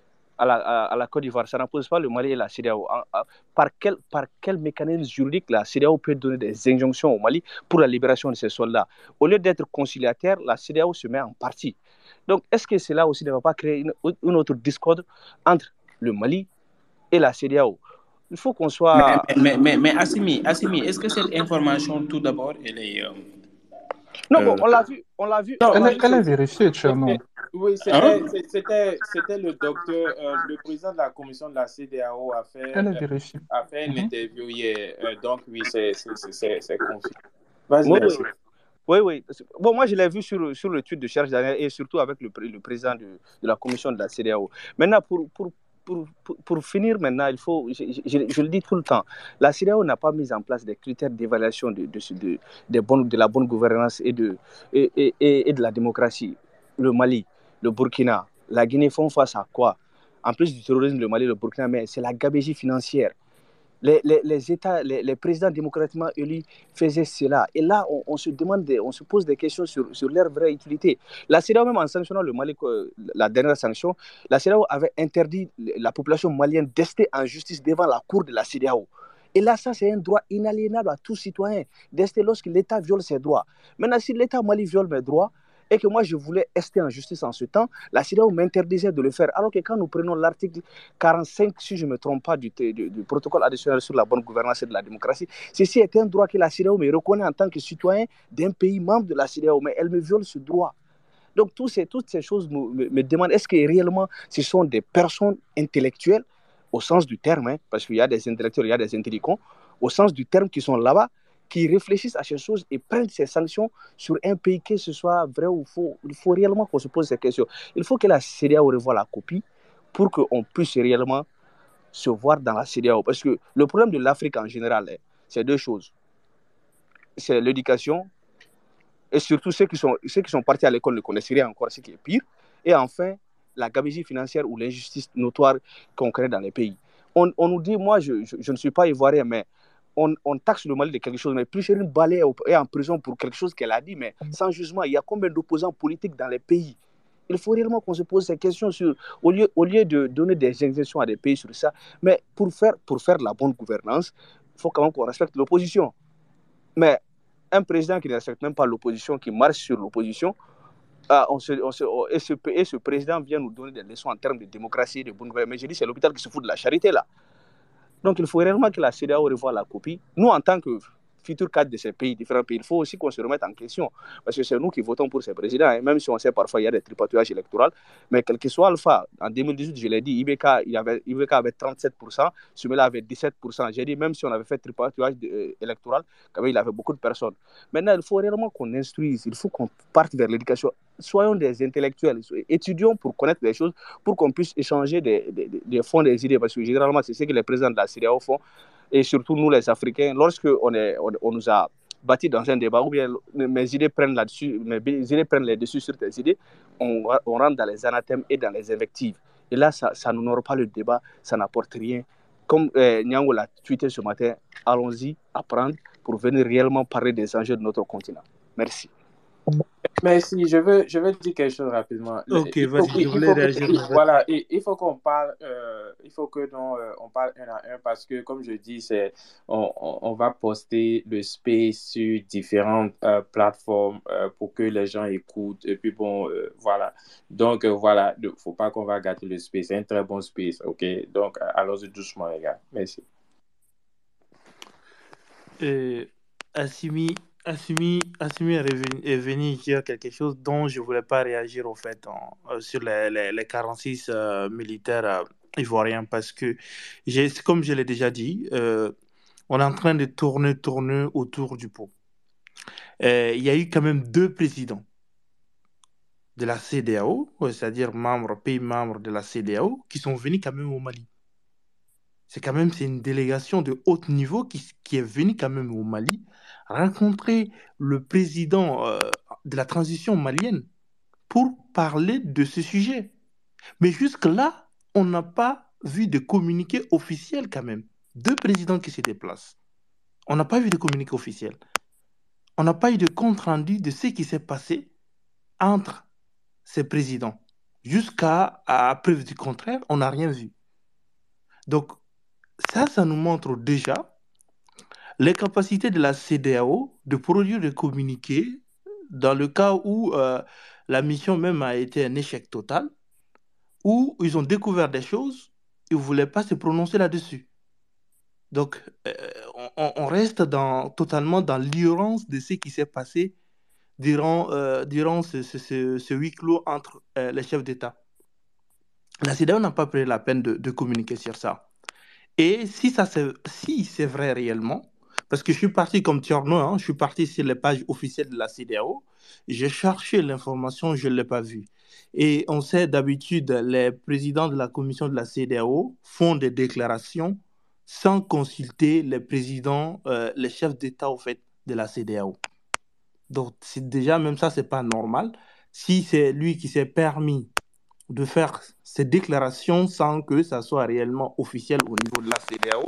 à la, à, à la Côte d'Ivoire. Ça n'oppose pas le Mali et la CEDEAO. Par quel, par quel mécanisme juridique la CEDEAO peut donner des injonctions au Mali pour la libération de ces soldats? Au lieu d'être conciliataire, la CEDEAO se met en partie. Donc, est-ce que cela aussi ne va pas créer une, une autre discorde entre le Mali et la CEDEAO? Il faut qu'on soit... Mais, mais, mais, mais Assimi, Assimi, est-ce que cette information, tout d'abord, elle est... Euh... Non, bon, on l'a vu, on l'a vu. Non, on elle, elle est vérifiée, Tcherno. Oui, c'était, hein? c'était, c'était le docteur, euh, le président de la commission de la CEDEAO a fait, elle est vérifiée. Euh, a fait une mm-hmm. interview hier, euh, donc oui, c'est, c'est, c'est, c'est confirmé. Vas-y, oui, oui. oui, oui. Bon, moi, je l'ai vu sur, sur le tweet de Serge Daniel et surtout avec le, le président de, de la commission de la CEDEAO. Maintenant, pour, pour, pour, pour, pour finir, maintenant, il faut, je, je, je le dis tout le temps, la CEDEAO n'a pas mis en place des critères d'évaluation de, de, de, de, bonne, de la bonne gouvernance et de, et, et, et de la démocratie. Le Mali, le Burkina, la Guinée font face à quoi? En plus du terrorisme, le Mali, le Burkina, mais c'est la gabegie financière. Les, les, les États, les, les présidents démocratiquement élus faisaient cela. Et là, on, on se demande, des, on se pose des questions sur, sur leur vraie utilité. La CEDEAO, même en sanctionnant le Mali, la dernière sanction, la CEDEAO avait interdit la population malienne d'ester en justice devant la cour de la CEDEAO. Et là, ça, c'est un droit inaliénable à tout citoyen, d'ester lorsque l'État viole ses droits. Maintenant, si l'État Mali viole mes droits, et que moi je voulais rester en justice en ce temps, la CEDEAO m'interdisait de le faire. Alors que quand nous prenons l'article quarante-cinq, si je ne me trompe pas, du, du, du protocole additionnel sur la bonne gouvernance et de la démocratie, ceci est un droit que la CEDEAO me reconnaît en tant que citoyen d'un pays membre de la CEDEAO, mais elle me viole ce droit. Donc tous ces, toutes ces choses me, me, me demandent, est-ce que réellement ce sont des personnes intellectuelles, au sens du terme, hein, parce qu'il y a des intellectuels, il y a des intelligents, au sens du terme qui sont là-bas, qui réfléchissent à ces choses et prennent ces sanctions sur un pays, que ce soit vrai ou faux. Il faut réellement qu'on se pose ces questions. Il faut que la CEDEAO revoie la copie pour qu'on puisse réellement se voir dans la CEDEAO. Parce que le problème de l'Afrique en général, c'est deux choses. C'est l'éducation, et surtout ceux qui sont, ceux qui sont partis à l'école ne connaissent rien encore, ce qui est pire. Et enfin, la gabegie financière ou l'injustice notoire qu'on crée dans les pays. On, on nous dit, moi, je, je, je ne suis pas ivoirien, mais On, on taxe le Mali de quelque chose, mais plus Chérine Balé est en prison pour quelque chose qu'elle a dit, mais sans jugement. Il y a combien d'opposants politiques dans les pays? Il faut réellement qu'on se pose ces questions sur, au lieu, au lieu de donner des injonctions à des pays sur ça. Mais pour faire, pour faire la bonne gouvernance, il faut quand même qu'on respecte l'opposition. Mais un président qui ne respecte même pas l'opposition, qui marche sur l'opposition, ah, on se, on se, et, ce, et ce président vient nous donner des leçons en termes de démocratie et de bonne gouvernance. Mais je dis, c'est l'hôpital qui se fout de la charité là. Donc, il faut réellement que la CEDEAO revoie la copie. Nous, en tant que futurs cadres de ces pays, différents pays, il faut aussi qu'on se remette en question. Parce que c'est nous qui votons pour ces présidents. Et même si on sait parfois qu'il y a des tripatouillages électoraux, mais quel que soit Alpha, en deux mille dix-huit, je l'ai dit, I B K, il avait, I B K avait trente-sept pour cent, Sumela avait dix-sept pour cent. J'ai dit, même si on avait fait tripatouillage euh, électoral, quand même, il avait beaucoup de personnes. Maintenant, il faut réellement qu'on instruise, il faut qu'on parte vers l'éducation. Soyons des intellectuels, étudions pour connaître les choses, pour qu'on puisse échanger des, des, des fonds, des idées. Parce que généralement, c'est ce que les présidents de la CEDEAO font. Et surtout nous les Africains, lorsque on, est, on, on nous a bâtis dans un débat, ou bien mes idées prennent là-dessus, mes idées prennent les dessus sur tes idées, on, on rentre dans les anathèmes et dans les invectives. Et là, ça, ça n'honore pas le débat, ça n'apporte rien. Comme euh, Nyango l'a tweeté ce matin, allons-y apprendre pour venir réellement parler des enjeux de notre continent. Merci. Merci, je veux, je veux dire quelque chose rapidement. Ok, il faut, vas-y, je voulais réagir. Que, voilà, il, il faut qu'on parle, euh, il faut que non, euh, on parle un à un parce que, comme je dis, c'est, on, on, on va poster le space sur différentes euh, plateformes euh, pour que les gens écoutent. Et puis bon, euh, voilà. Donc, euh, voilà, il ne faut pas qu'on va gâter le space. C'est un très bon space, ok? Donc, allons-y doucement, les gars. Merci. Euh, Assimi, Assimi, Assimi est, revenu, est venu dire quelque chose dont je ne voulais pas réagir au fait en- euh, sur les, les, les quarante-six euh, militaires euh, ivoiriens parce que, j'ai, comme je l'ai déjà dit, euh, on est en train de tourner, tourner autour du pot. Euh, Il y a eu quand même deux présidents de la C D A O, ouais, c'est-à-dire membres, pays membres de la C D A O, qui sont venus quand même au Mali. C'est quand même c'est une délégation de haut niveau qui, qui est venue quand même au Mali rencontrer le président euh, de la transition malienne pour parler de ce sujet. Mais jusque-là, on n'a pas vu de communiqué officiel quand même. Deux présidents qui se déplacent. On n'a pas vu de communiqué officiel. On n'a pas eu de compte rendu de ce qui s'est passé entre ces présidents. Jusqu'à à preuve du contraire, on n'a rien vu. Donc, ça, ça nous montre déjà les capacités de la C D A O de produire des communiqués dans le cas où euh, la mission même a été un échec total, où ils ont découvert des choses, ils ne voulaient pas se prononcer là-dessus. Donc, euh, on, on reste dans, totalement dans l'ignorance de ce qui s'est passé durant, euh, durant ce, ce, ce, ce huis clos entre euh, les chefs d'État. La C D A O n'a pas pris la peine de, de communiquer sur ça. Et si, ça c'est, si c'est vrai réellement, parce que je suis parti comme Tierno, hein, je suis parti sur les pages officielles de la C D A O, j'ai cherché l'information, je ne l'ai pas vue. Et on sait d'habitude, les présidents de la commission de la C D A O font des déclarations sans consulter les présidents, euh, les chefs d'État au fait de la C D A O. Donc c'est déjà, même ça, c'est pas normal. Si c'est lui qui s'est permis de faire ces déclarations sans que ça soit réellement officiel au niveau de la C D A O,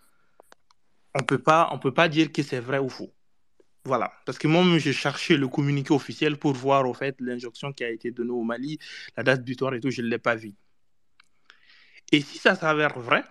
on peut pas, on peut pas dire que c'est vrai ou faux. Voilà. Parce que moi-même, j'ai cherché le communiqué officiel pour voir, au fait, l'injonction qui a été donnée au Mali, la date butoir et tout, je ne l'ai pas vu. Et si ça s'avère vrai,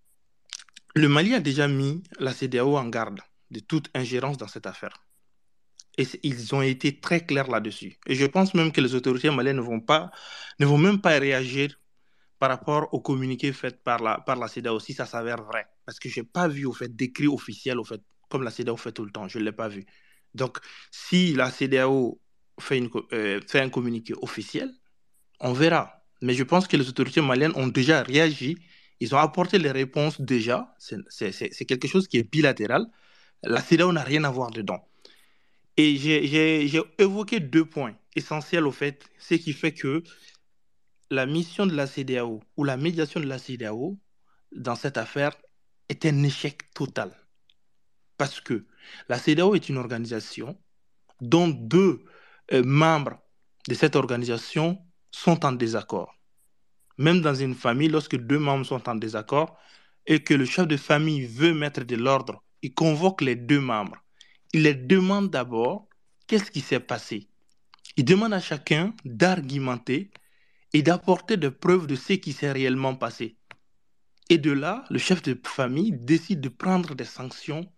le Mali a déjà mis la C D A O en garde de toute ingérence dans cette affaire. Et ils ont été très clairs là-dessus. Et je pense même que les autorités maliennes ne vont pas, ne vont même pas réagir par rapport au communiqué fait par la, par la C D A O, si ça s'avère vrai. Parce que je n'ai pas vu, au fait, d'écrit officiel, au fait, comme la C D A O fait tout le temps. Je ne l'ai pas vu. Donc, si la C D A O fait, une, euh, fait un communiqué officiel, on verra. Mais je pense que les autorités maliennes ont déjà réagi. Ils ont apporté les réponses déjà. C'est, c'est, c'est quelque chose qui est bilatéral. La C D A O n'a rien à voir dedans. Et j'ai, j'ai, j'ai évoqué deux points essentiels, au fait, ce qui fait que la mission de la C D A O ou la médiation de la C D A O dans cette affaire est un échec total. Parce que la C D A O est une organisation dont deux euh, membres de cette organisation sont en désaccord. Même dans une famille, lorsque deux membres sont en désaccord et que le chef de famille veut mettre de l'ordre, il convoque les deux membres. Il les demande d'abord qu'est-ce qui s'est passé. Il demande à chacun d'argumenter et d'apporter des preuves de ce qui s'est réellement passé. Et de là, le chef de famille décide de prendre des sanctions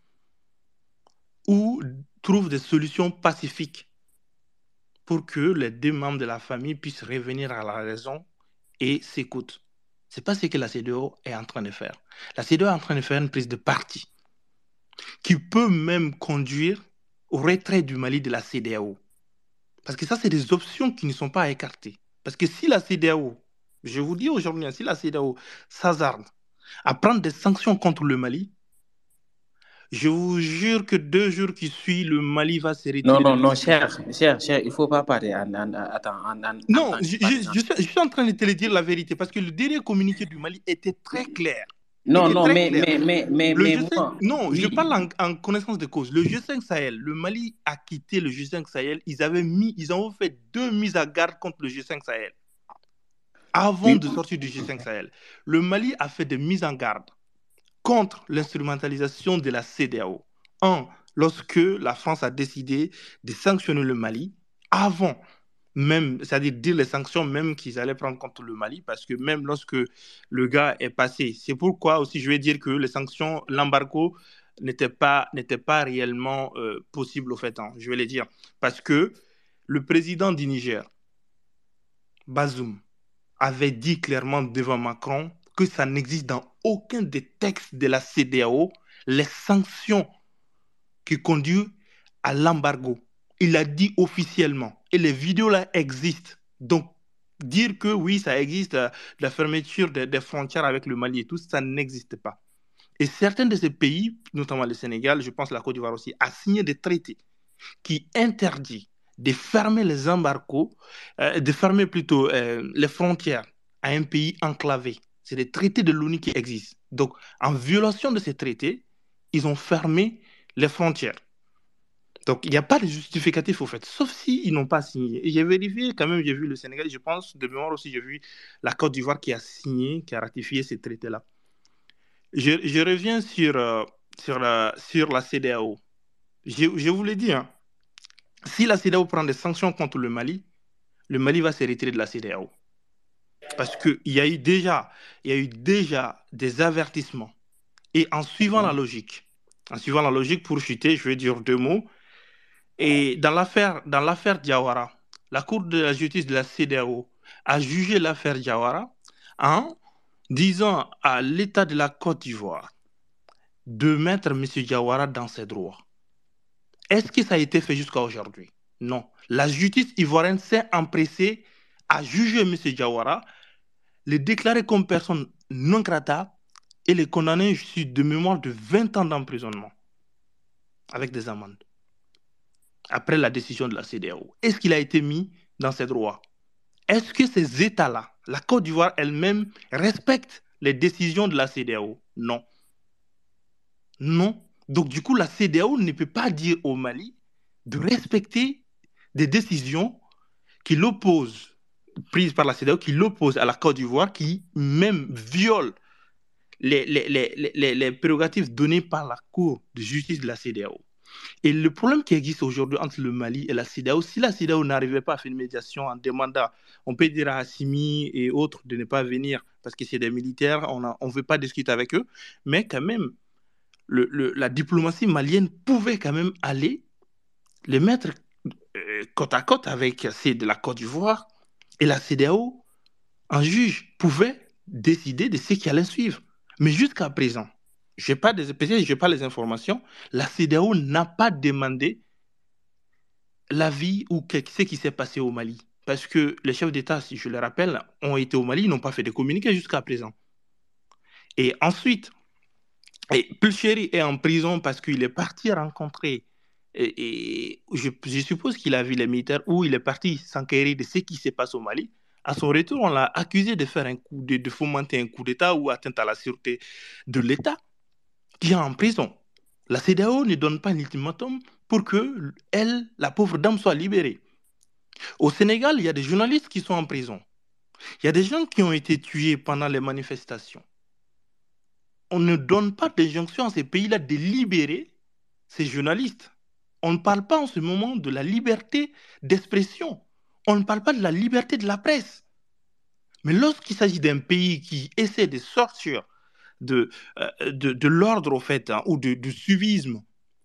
ou trouve des solutions pacifiques pour que les deux membres de la famille puissent revenir à la raison et s'écoutent. Ce n'est pas ce que la C D A O est en train de faire. La C D A O est en train de faire une prise de parti qui peut même conduire au retrait du Mali de la C D A O. Parce que ça, c'est des options qui ne sont pas écartées. Parce que si la C D A O, je vous dis aujourd'hui, si la C D A O s'hasarde à prendre des sanctions contre le Mali, je vous jure que deux jours qui suivent, le Mali va se retirer. Non, non, non, cher, cher, cher, il ne faut pas parler en, en, attends, en, en, non, en je, je, je, suis, je suis en train de te le dire la vérité, parce que le dernier communiqué du Mali était très clair. Non, était non, très mais, clair. mais, mais, mais, le mais G cinq, moi... Non, oui. je parle en, en connaissance de cause. Le G cinq Sahel, le Mali a quitté le G cinq Sahel, ils avaient mis, ils ont fait deux mises à garde contre le G cinq Sahel. Avant oui. de sortir du G cinq Sahel, le Mali a fait des mises en garde contre l'instrumentalisation de la C D A O. Un, lorsque la France a décidé de sanctionner le Mali, avant même, c'est-à-dire dire les sanctions même qu'ils allaient prendre contre le Mali, parce que même lorsque le gars est passé, c'est pourquoi aussi je vais dire que les sanctions, l'embargo n'était pas, n'était pas réellement euh, possible au fait, hein, je vais le dire, parce que le président du Niger, Bazoum, avait dit clairement devant Macron que ça n'existe dans aucun des textes de la C D A O les sanctions qui conduisent à l'embargo. Il l'a dit officiellement. Et les vidéos là existent. Donc, dire que oui, ça existe, euh, la fermeture des, des frontières avec le Mali et tout, ça n'existe pas. Et certains de ces pays, notamment le Sénégal, je pense la Côte d'Ivoire aussi, a signé des traités qui interdisent de fermer les embargos, euh, de fermer plutôt euh, les frontières à un pays enclavé. C'est des traités de l'ONU qui existent. Donc, en violation de ces traités, ils ont fermé les frontières. Donc, il n'y a pas de justificatif au fait, sauf s'ils n'ont pas signé. Et j'ai vérifié, quand même, j'ai vu le Sénégal, je pense, de mémoire aussi, j'ai vu la Côte d'Ivoire qui a signé, qui a ratifié ces traités-là. Je, je reviens sur, euh, sur, la, sur la C D A O. Je, je vous l'ai dit, hein, si la C D A O prend des sanctions contre le Mali, le Mali va se retirer de la C D A O. Parce qu'il y a eu déjà, il y a eu déjà des avertissements. Et en suivant la logique, en suivant la logique pour chuter, je vais dire deux mots. Et dans l'affaire, dans l'affaire Diawara, la Cour de la justice de la C D A O a jugé l'affaire Diawara en disant à l'État de la Côte d'Ivoire de mettre M. Diawara dans ses droits. Est-ce que ça a été fait jusqu'à aujourd'hui? Non. La justice ivoirienne s'est empressée à juger M. Diawara, le déclarer comme personne non grata et le condamner sur de mémoire de vingt ans d'emprisonnement avec des amendes. Après la décision de la C D A O. Est-ce qu'il a été mis dans ses droits? Est-ce que ces États-là, la Côte d'Ivoire elle-même, respectent les décisions de la C D A O? Non. Non. Donc du coup, la C D A O ne peut pas dire au Mali de respecter des décisions qui l'opposent, prises par la C D A O, qui l'opposent à la Côte d'Ivoire, qui même violent les, les, les, les, les prérogatives données par la Cour de justice de la C D A O. Et le problème qui existe aujourd'hui entre le Mali et la C D A O, si la C D A O n'arrivait pas à faire une médiation en demandant, on peut dire à Assimi et autres de ne pas venir parce que c'est des militaires, on ne veut pas discuter avec eux, mais quand même, le, le, la diplomatie malienne pouvait quand même aller les mettre euh, côte à côte avec ceux de la Côte d'Ivoire et la C D A O, un juge pouvait décider de ce qui allait suivre. Mais jusqu'à présent, je n'ai pas, pas les informations, la C D A O n'a pas demandé l'avis ou ce qui s'est passé au Mali. Parce que les chefs d'État, si je le rappelle, ont été au Mali, ils n'ont pas fait de communiqué jusqu'à présent. Et ensuite, et Pulchéry est en prison parce qu'il est parti rencontrer, et, et je, je suppose qu'il a vu les militaires, ou il est parti s'enquérir de ce qui se passe au Mali. À son retour, on l'a accusé de faire un coup de, de fomenter un coup d'État ou atteinte à la sûreté de l'État, qui est en prison. La C D A O ne donne pas un ultimatum pour que elle, la pauvre dame, soit libérée. Au Sénégal, il y a des journalistes qui sont en prison. Il y a des gens qui ont été tués pendant les manifestations. On ne donne pas d'injonction à ces pays-là de libérer ces journalistes. On ne parle pas en ce moment de la liberté d'expression. On ne parle pas de la liberté de la presse. Mais lorsqu'il s'agit d'un pays qui essaie de sortir de, euh, de, de l'ordre, au fait, hein, ou de, du suivisme,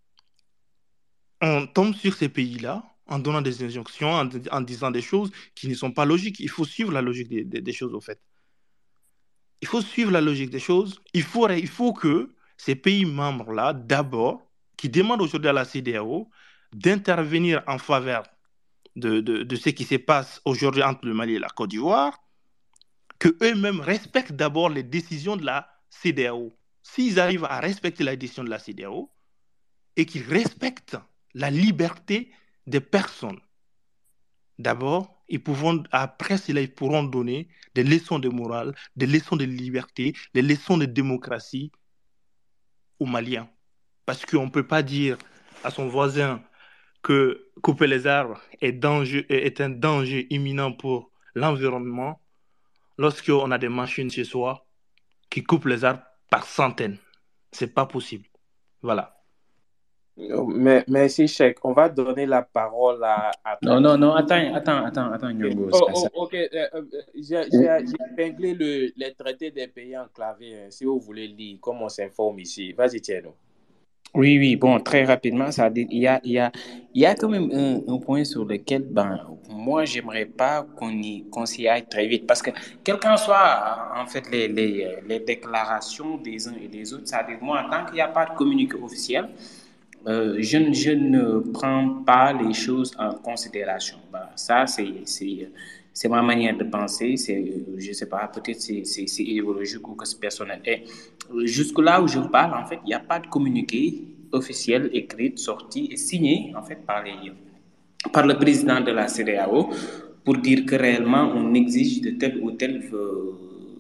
on tombe sur ces pays-là en donnant des injonctions, en, en disant des choses qui ne sont pas logiques. Il faut suivre la logique des, des, des choses, au fait. Il faut suivre la logique des choses. Il faut, il faut que ces pays membres-là, d'abord, qui demandent aujourd'hui à la C D A O d'intervenir en faveur de, de, de ce qui se passe aujourd'hui entre le Mali et la Côte d'Ivoire, qu'eux-mêmes respectent d'abord les décisions de la C D A O. S'ils arrivent à respecter la décision de la C D A O et qu'ils respectent la liberté des personnes, d'abord, ils pourront, après cela, ils pourront donner des leçons de morale, des leçons de liberté, des leçons de démocratie aux Maliens. Parce qu'on ne peut pas dire à son voisin que couper les arbres est, danger, est un danger imminent pour l'environnement lorsqu'on a des machines chez soi qui coupent les arbres par centaines. Ce n'est pas possible. Voilà. Mais, merci, Cheikh. On va donner la parole à... à non, non, non, attends, attends, attends, attends, Nyongo. Oh, oh, ok, euh, euh, j'ai épinglé le, les traités des pays enclavés, hein, si vous voulez lire, comme on s'informe ici. Vas-y, Thierno. Oui, oui, bon, très rapidement, ça dit, il y a, il y a, il y a quand même un, un point sur lequel, ben, moi, j'aimerais pas qu'on y, qu'on s'y aille très vite, parce que, quelles qu'en soient, en fait, les, les, les déclarations des uns et des autres, ça dit, moi, tant qu'il n'y a pas de communiqué officiel, euh, je, je ne prends pas les choses en considération. Bah, ça, c'est, c'est, c'est ma manière de penser. C'est, je ne sais pas, peut-être c'est, c'est, c'est idéologique ou que c'est personnel. Et jusque-là où je vous parle, en fait, il n'y a pas de communiqué officiel, écrit, sorti et signé, en fait, par, les, par le président de la C E D E A O pour dire que réellement on exige de tel ou tel euh,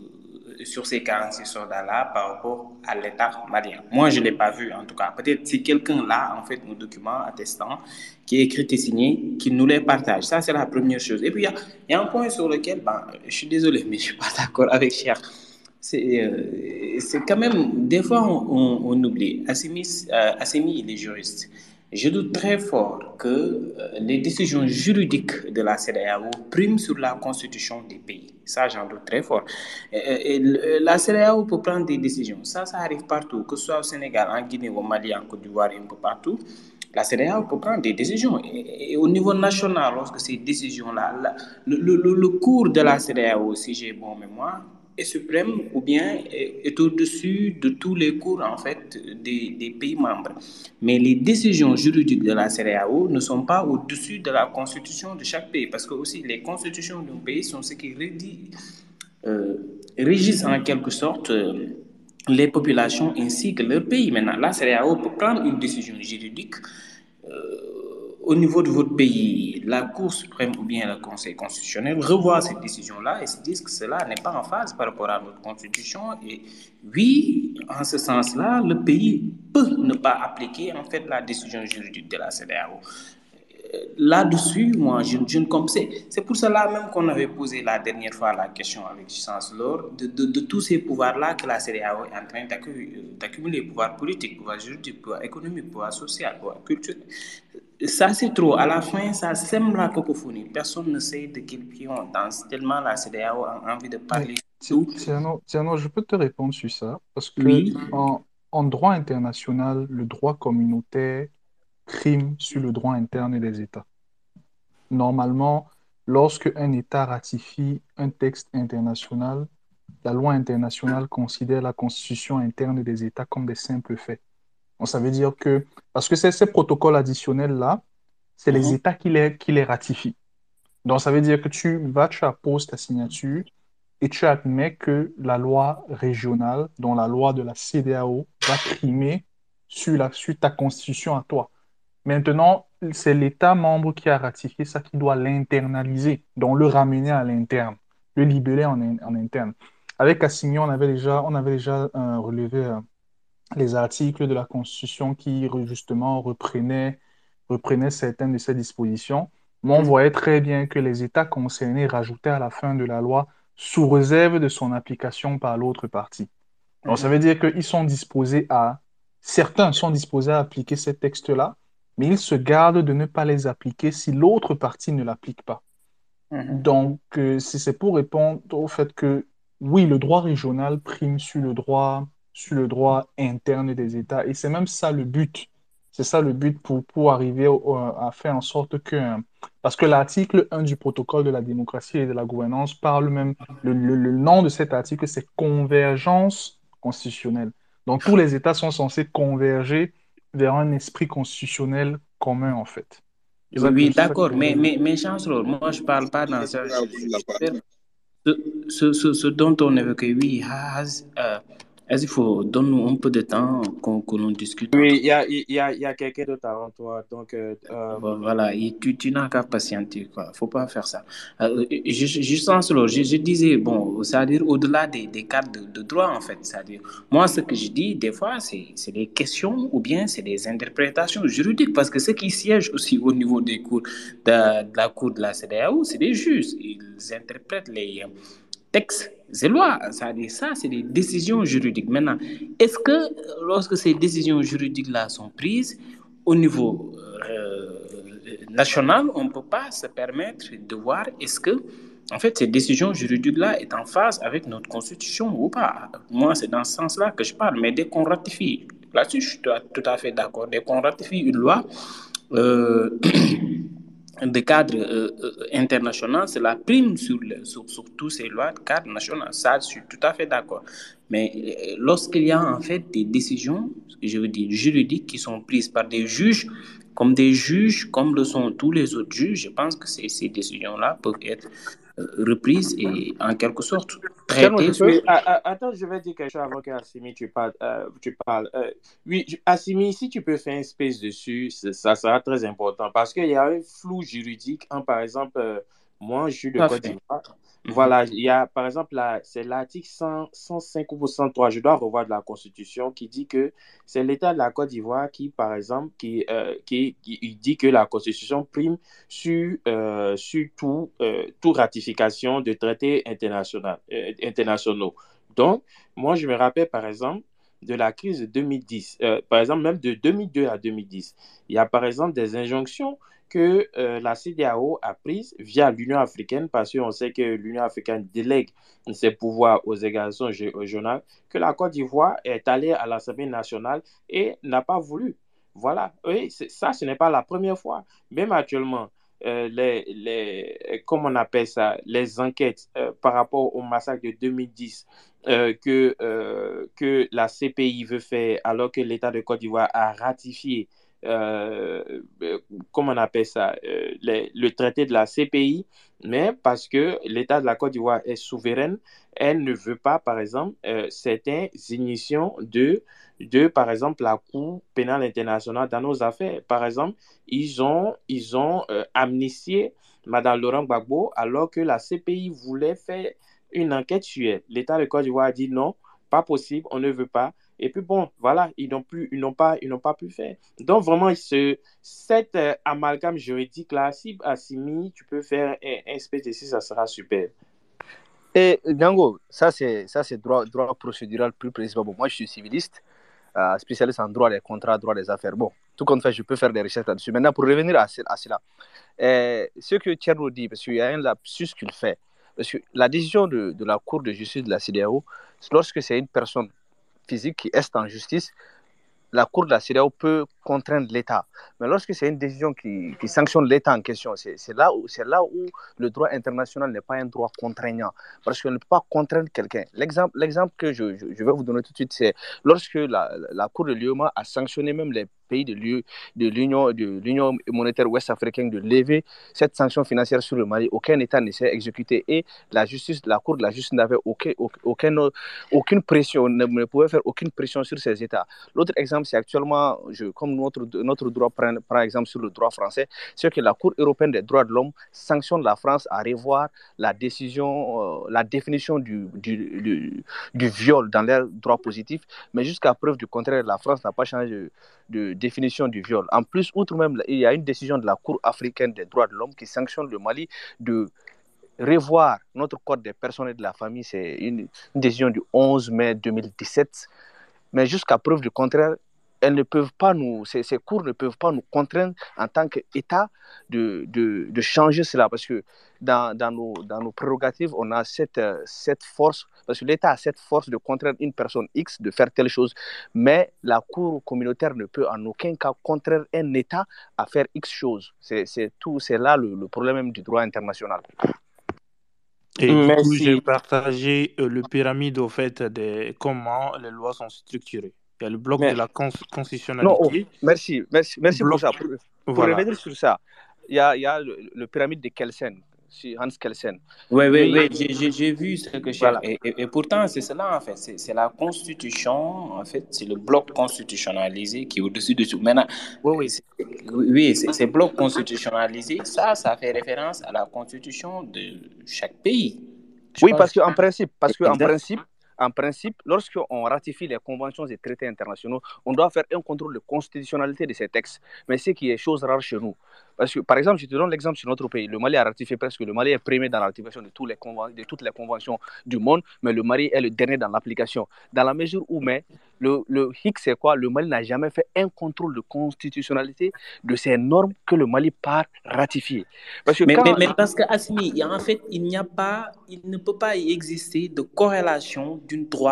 sur ces quarante-six soldats-là par rapport à l'État malien. Moi, je ne l'ai pas vu, en tout cas. Peut-être si quelqu'un là, en fait, un document attestant qui est écrit et signé, qu'il nous les partage. Ça, c'est la première chose. Et puis, il y, y a un point sur lequel, ben, je suis désolé, mais je ne suis pas d'accord avec Cher. C'est, euh, c'est quand même, des fois, on, on, on oublie. Assimi, euh, Assimi, il est juriste. Je doute très fort que euh, les décisions juridiques de la C E D E A O priment sur la constitution des pays. Ça, j'en doute très fort. Et, et, la C E D E A O peut prendre des décisions. Ça, ça arrive partout, que ce soit au Sénégal, en Guinée, au Mali, en Côte d'Ivoire, un peu partout. La C E D E A O peut prendre des décisions. Et, et au niveau national, lorsque ces décisions-là, la, le, le, le cours de la C E D E A O, si j'ai bon mémoire, est suprême ou bien est, est au-dessus de tous les cours en fait des, des pays membres. Mais les décisions juridiques de la C E D E A O ne sont pas au-dessus de la constitution de chaque pays, parce que aussi les constitutions d'un pays sont ce qui rédit, euh, régissent en quelque sorte euh, les populations ainsi que leur pays. Maintenant, la C E D E A O peut prendre une décision juridique euh, au niveau de votre pays, la Cour suprême ou bien le Conseil constitutionnel revoit cette décision-là et se disent que cela n'est pas en phase par rapport à notre constitution. Et oui, en ce sens-là, le pays peut ne pas appliquer en fait la décision juridique de la C E D E A O. Là-dessus, moi, je, je ne comprends. C'est, c'est pour cela même qu'on avait posé la dernière fois la question avec Chancellor de, de, de tous ces pouvoirs-là que la C E D E A O est en train d'accumuler, pouvoir politique, pouvoir juridique, pouvoir économique, pouvoir social, pouvoir culturel. Ça, c'est trop. À la fin, ça sème la cacophonie. Personne ne sait de quel pied on danse, tellement la C E D E A O a envie de parler de tout. Tiano, Tiano, je peux te répondre sur ça, parce que Oui. en, en droit international, le droit communautaire prime sur le droit interne des États. Normalement, lorsque un État ratifie un texte international, la loi internationale considère la constitution interne des États comme des simples faits. Donc, ça veut dire que, parce que c'est ces protocoles additionnels-là, c'est les Mhm. États qui les, qui les ratifient. Donc, ça veut dire que tu vas, tu apposes ta signature et tu admets que la loi régionale, dont la loi de la C E D E A O, va primer sur, la, sur ta constitution à toi. Maintenant, c'est l'État membre qui a ratifié ça qui doit l'internaliser, donc le ramener à l'interne, le libérer en, en interne. Avec Assimi, on avait déjà, on avait déjà euh, relevé euh, les articles de la Constitution qui justement reprenaient, reprenaient certaines de ces dispositions. Mais on voyait très bien que les États concernés rajoutaient à la fin de la loi sous réserve de son application par l'autre partie. Donc, ça veut dire qu'ils sont disposés à, certains sont disposés à appliquer ces textes-là, mais ils se gardent de ne pas les appliquer si l'autre partie ne l'applique pas. Mhm. Donc, euh, c'est c'est pour répondre au fait que, oui, le droit régional prime sur le droit, sur le droit interne des États, et c'est même ça le but. C'est ça le but pour, pour arriver au- à faire en sorte que, euh, parce que l'article un du protocole de la démocratie et de la gouvernance parle même, le, le- le nom de cet article, c'est convergence constitutionnelle. Donc, tous les États sont censés converger vers un esprit constitutionnel commun, en fait. C'est Oui, ça que, oui, c'est ça que d'accord, je mais, veux dire. mais, mais Chancellor, moi je ne parle pas dans ça. Je, je, ce, ce, ce, ce dont on évoquait, oui, Haz, euh, est-ce qu'il faut donner un peu de temps qu'on que l'on discute entre. Oui, il y a, il y a, il y a quelqu'un d'autre avant toi. Donc, euh, euh, Voilà, et tu, tu n'as qu'à patienter, quoi. Faut pas faire ça. Euh, je, je, je sens cela. Je, je disais, bon, c'est-à-dire au-delà des, des cadres de, de droit, en fait. C'est-à-dire, moi, ce que je dis, des fois, c'est, c'est des questions ou bien c'est des interprétations juridiques. Parce que ceux qui siègent aussi au niveau des cours de, de la cour de la C E D E A O, c'est des juges. Ils interprètent les euh, textes et lois. C'est-à-dire, ça, c'est des décisions juridiques. Maintenant, est-ce que lorsque ces décisions juridiques-là sont prises, au niveau euh, national, on ne peut pas se permettre de voir est-ce que, en fait, cette décision juridique-là est en phase avec notre constitution ou pas. Moi, c'est dans ce sens-là que je parle. Mais dès qu'on ratifie, là-dessus, je suis tout à fait d'accord. Dès qu'on ratifie une loi, euh, de cadre euh, euh, international, cela prime sur, le, sur, sur tous ces lois de cadre national. Ça, je suis tout à fait d'accord. Mais euh, lorsqu'il y a en fait des décisions, je veux dire juridiques, qui sont prises par des juges, comme des juges, comme le sont tous les autres juges, je pense que ces, ces décisions-là peuvent être euh, reprises et en quelque sorte Tellement, je traitées. peux... Ah, ah, attends, je vais dire quelque chose avant que Assimi, tu parles. Euh, tu parles. Euh, oui, je- Assimi, si tu peux faire un space dessus, ça ça sera très important parce qu'il y a un flou juridique. Hein, par exemple, euh, moi, je suis de Tout à Côte fait. d'Ivoire. Mhm. Voilà, il y a, par exemple, là, c'est l'article cent, cent cinq ou cent trois, je dois revoir de la Constitution, qui dit que c'est l'État de la Côte d'Ivoire qui, par exemple, qui, euh, qui, qui il dit que la Constitution prime sur, euh, sur tout, euh, toute ratification de traités internationaux, euh, internationaux. Donc, moi, je me rappelle, par exemple, de la crise de deux mille dix, euh, par exemple, même de deux mille deux à deux mille dix. Il y a, par exemple, des injonctions que euh, la C D A O a prises via l'Union africaine, parce qu'on sait que l'Union africaine délègue ses pouvoirs aux organisations régionales, que la Côte d'Ivoire est allée à l'Assemblée nationale et n'a pas voulu. Voilà, oui, c'est- ça, ce n'est pas la première fois. Même actuellement, euh, les, les, euh, comment on appelle ça, les enquêtes euh, par rapport au massacre de deux mille dix euh, que, euh, que la C P I veut faire alors que l'État de Côte d'Ivoire a ratifié, euh, euh, comment on appelle ça, euh, les- le traité de la C P I, mais parce que l'État de la Côte d'Ivoire est souveraine, elle ne veut pas, par exemple, euh, certaines ignitions de de, par exemple, la Cour pénale internationale dans nos affaires. Par exemple, ils ont, ils ont euh, amnistié Mme Laurent Gbagbo alors que la C P I voulait faire une enquête sur elle. L'État de Côte d'Ivoire a dit non, pas possible, on ne veut pas. Et puis bon, voilà, ils n'ont plus, ils n'ont pas, ils n'ont pas pu faire. Donc vraiment, ce, cet euh, amalgame juridique-là, si Assimi, tu peux faire un, un espèce de si, ça sera super. Et Django, ça c'est ça c'est droit, droit procédural plus précisément. Bon, moi je suis civiliste, euh, spécialiste en droit des contrats, droit des affaires. Bon, tout compte fait, je peux faire des recherches là-dessus. Maintenant, pour revenir à, ce- à cela, euh, ce que Thierno dit, parce qu'il y a un lapsus qu'il fait, parce que la décision de, de la Cour de justice de la C D A O, lorsque c'est une personne physique qui est en justice, la Cour de la C D A O peut contraindre l'État. Mais lorsque c'est une décision qui, qui sanctionne l'État en question, c'est, c'est, là où, c'est là où le droit international n'est pas un droit contraignant. Parce qu'on ne peut pas contraindre quelqu'un. L'exemple, l'exemple que je, je, je vais vous donner tout de suite, c'est lorsque la, la Cour de l'U E M A a sanctionné même les pays de, l'U, de, l'Union, de l'Union monétaire ouest-africaine de lever cette sanction financière sur le Mali, aucun État ne s'est exécuté et la justice, la Cour de la justice n'avait aucun, aucun, aucune pression, ne, ne pouvait faire aucune pression sur ces États. L'autre exemple, c'est actuellement, je, comme notre, notre droit prend, prend exemple sur le droit français, c'est que la Cour européenne des droits de l'homme sanctionne la France à revoir la décision, euh, la définition du, du, du, du viol dans leur droit positif, mais jusqu'à preuve du contraire, la France n'a pas changé de, de définition du viol. En plus, outre même, il y a une décision de la Cour africaine des droits de l'homme qui sanctionne le Mali de revoir notre code des personnes et de la famille. C'est une, une décision du onze mai deux mille dix-sept. Mais jusqu'à preuve du contraire, elles ne peuvent pas nous, ces, ces cours ne peuvent pas nous contraindre en tant qu'État de, de, de changer cela. Parce que dans, dans, nos, dans nos prérogatives, on a cette, cette force, parce que l'État a cette force de contraindre une personne X de faire telle chose. Mais la Cour communautaire ne peut en aucun cas contraindre un État à faire X chose. C'est, c'est, tout, c'est là le, le problème même du droit international. Et du Merci. coup, j'ai partagé euh, le pyramide au fait de comment les lois sont structurées. Il y a le bloc Mais, de la cons- non, oh, constitutionnalité. merci, merci, merci bloc, pour ça. Pour, pour voilà. revenir sur ça, il y a, il y a le, le pyramide de Kelsen, Hans Kelsen. Oui, oui, Lui, oui, j'ai, j'ai, j'ai vu ce que cher. voilà. Et, et, et pourtant, c'est cela, en fait. C'est, c'est la constitution, en fait. C'est le bloc constitutionnalisé qui est au-dessus de tout. Maintenant, Oui, oui. c'est, oui, c'est, c'est bloc constitutionnalisé. Ça, ça fait référence à la constitution de chaque pays. Je Oui, pense. parce qu'en principe, parce que en Exact. principe, en principe, lorsqu'on ratifie les conventions et traités internationaux, on doit faire un contrôle de constitutionnalité de ces textes. Mais ce qui est chose rare chez nous. Parce que, par exemple, je te donne l'exemple sur notre pays. Le Mali a ratifié presque, le Mali est premier dans la ratification de, tous les conven- de toutes les conventions du monde, mais le Mali est le dernier dans l'application. Dans la mesure où, mais, le, le hic, c'est quoi? Le Mali n'a jamais fait un contrôle de constitutionnalité de ces normes que le Mali part ratifier. Parce que Mais, quand... mais, mais parce que, Assimi, en fait, il n'y a pas, il ne peut pas y exister de corrélation d'un droit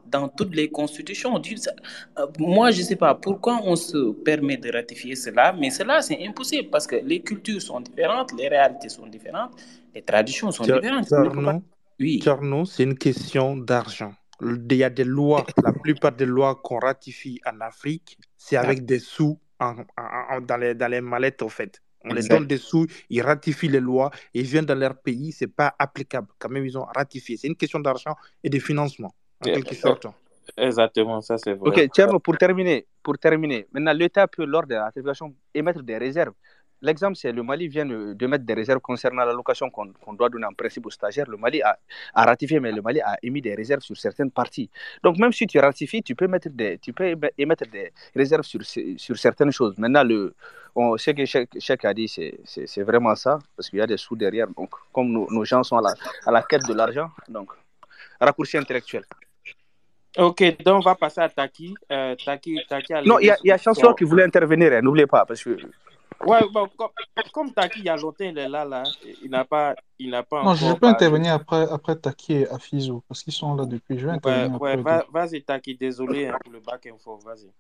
dans toutes les constitutions. Du- ça- euh, Moi, je ne sais pas pourquoi on se permet de ratifier cela, mais cela, c'est impossible parce que les cultures sont différentes, les réalités sont différentes, les traditions sont Tier- différentes. On ne peut pas... Tierno, Oui, Tierno, c'est une question d'argent. Il y a des lois, la plupart des lois qu'on ratifie en Afrique, c'est avec des sous en- en- en- dans les, dans les mallettes, au fait. On les donne exact. des sous, ils ratifient les lois, et ils viennent dans leur pays, c'est pas applicable. Quand même, ils ont ratifié. C'est une question d'argent et de financement, en Euh, quelque euh, sorte. Exactement, ça c'est vrai. Ok, Tcherno, pour terminer, pour terminer, maintenant l'État peut, lors de la ratification, émettre des réserves. L'exemple, c'est le Mali vient de, de mettre des réserves concernant l'allocation qu'on qu'on doit donner en principe aux stagiaires. Le Mali a, a ratifié, mais le Mali a émis des réserves sur certaines parties. Donc, même si tu ratifies, tu peux, mettre des, tu peux éme- émettre des réserves sur, ce- sur certaines choses. Maintenant, le, on, ce que Cheikh Cheikh a dit, c'est c'est- c'est vraiment ça, parce qu'il y a des sous derrière. Donc, comme nos, nos gens sont à la, à la quête de l'argent, donc, raccourci intellectuel. Ok, donc on va passer à Taki. Euh, Taki, Taki a Non, il y levé a, il y a son... Chancellor qui voulait intervenir, hein, n'oubliez pas, parce que... Ouais, bon, comme, comme Taki, il y a longtemps, il est là, là. Il n'a pas, il n'a pas Non, je encore peux parlé. intervenir après, après Taki et Afizou, parce qu'ils sont là depuis. Je vais Ouais, intervenir ouais, après eux. va- vas-y, Taki, désolé hein, pour le back info, vas-y.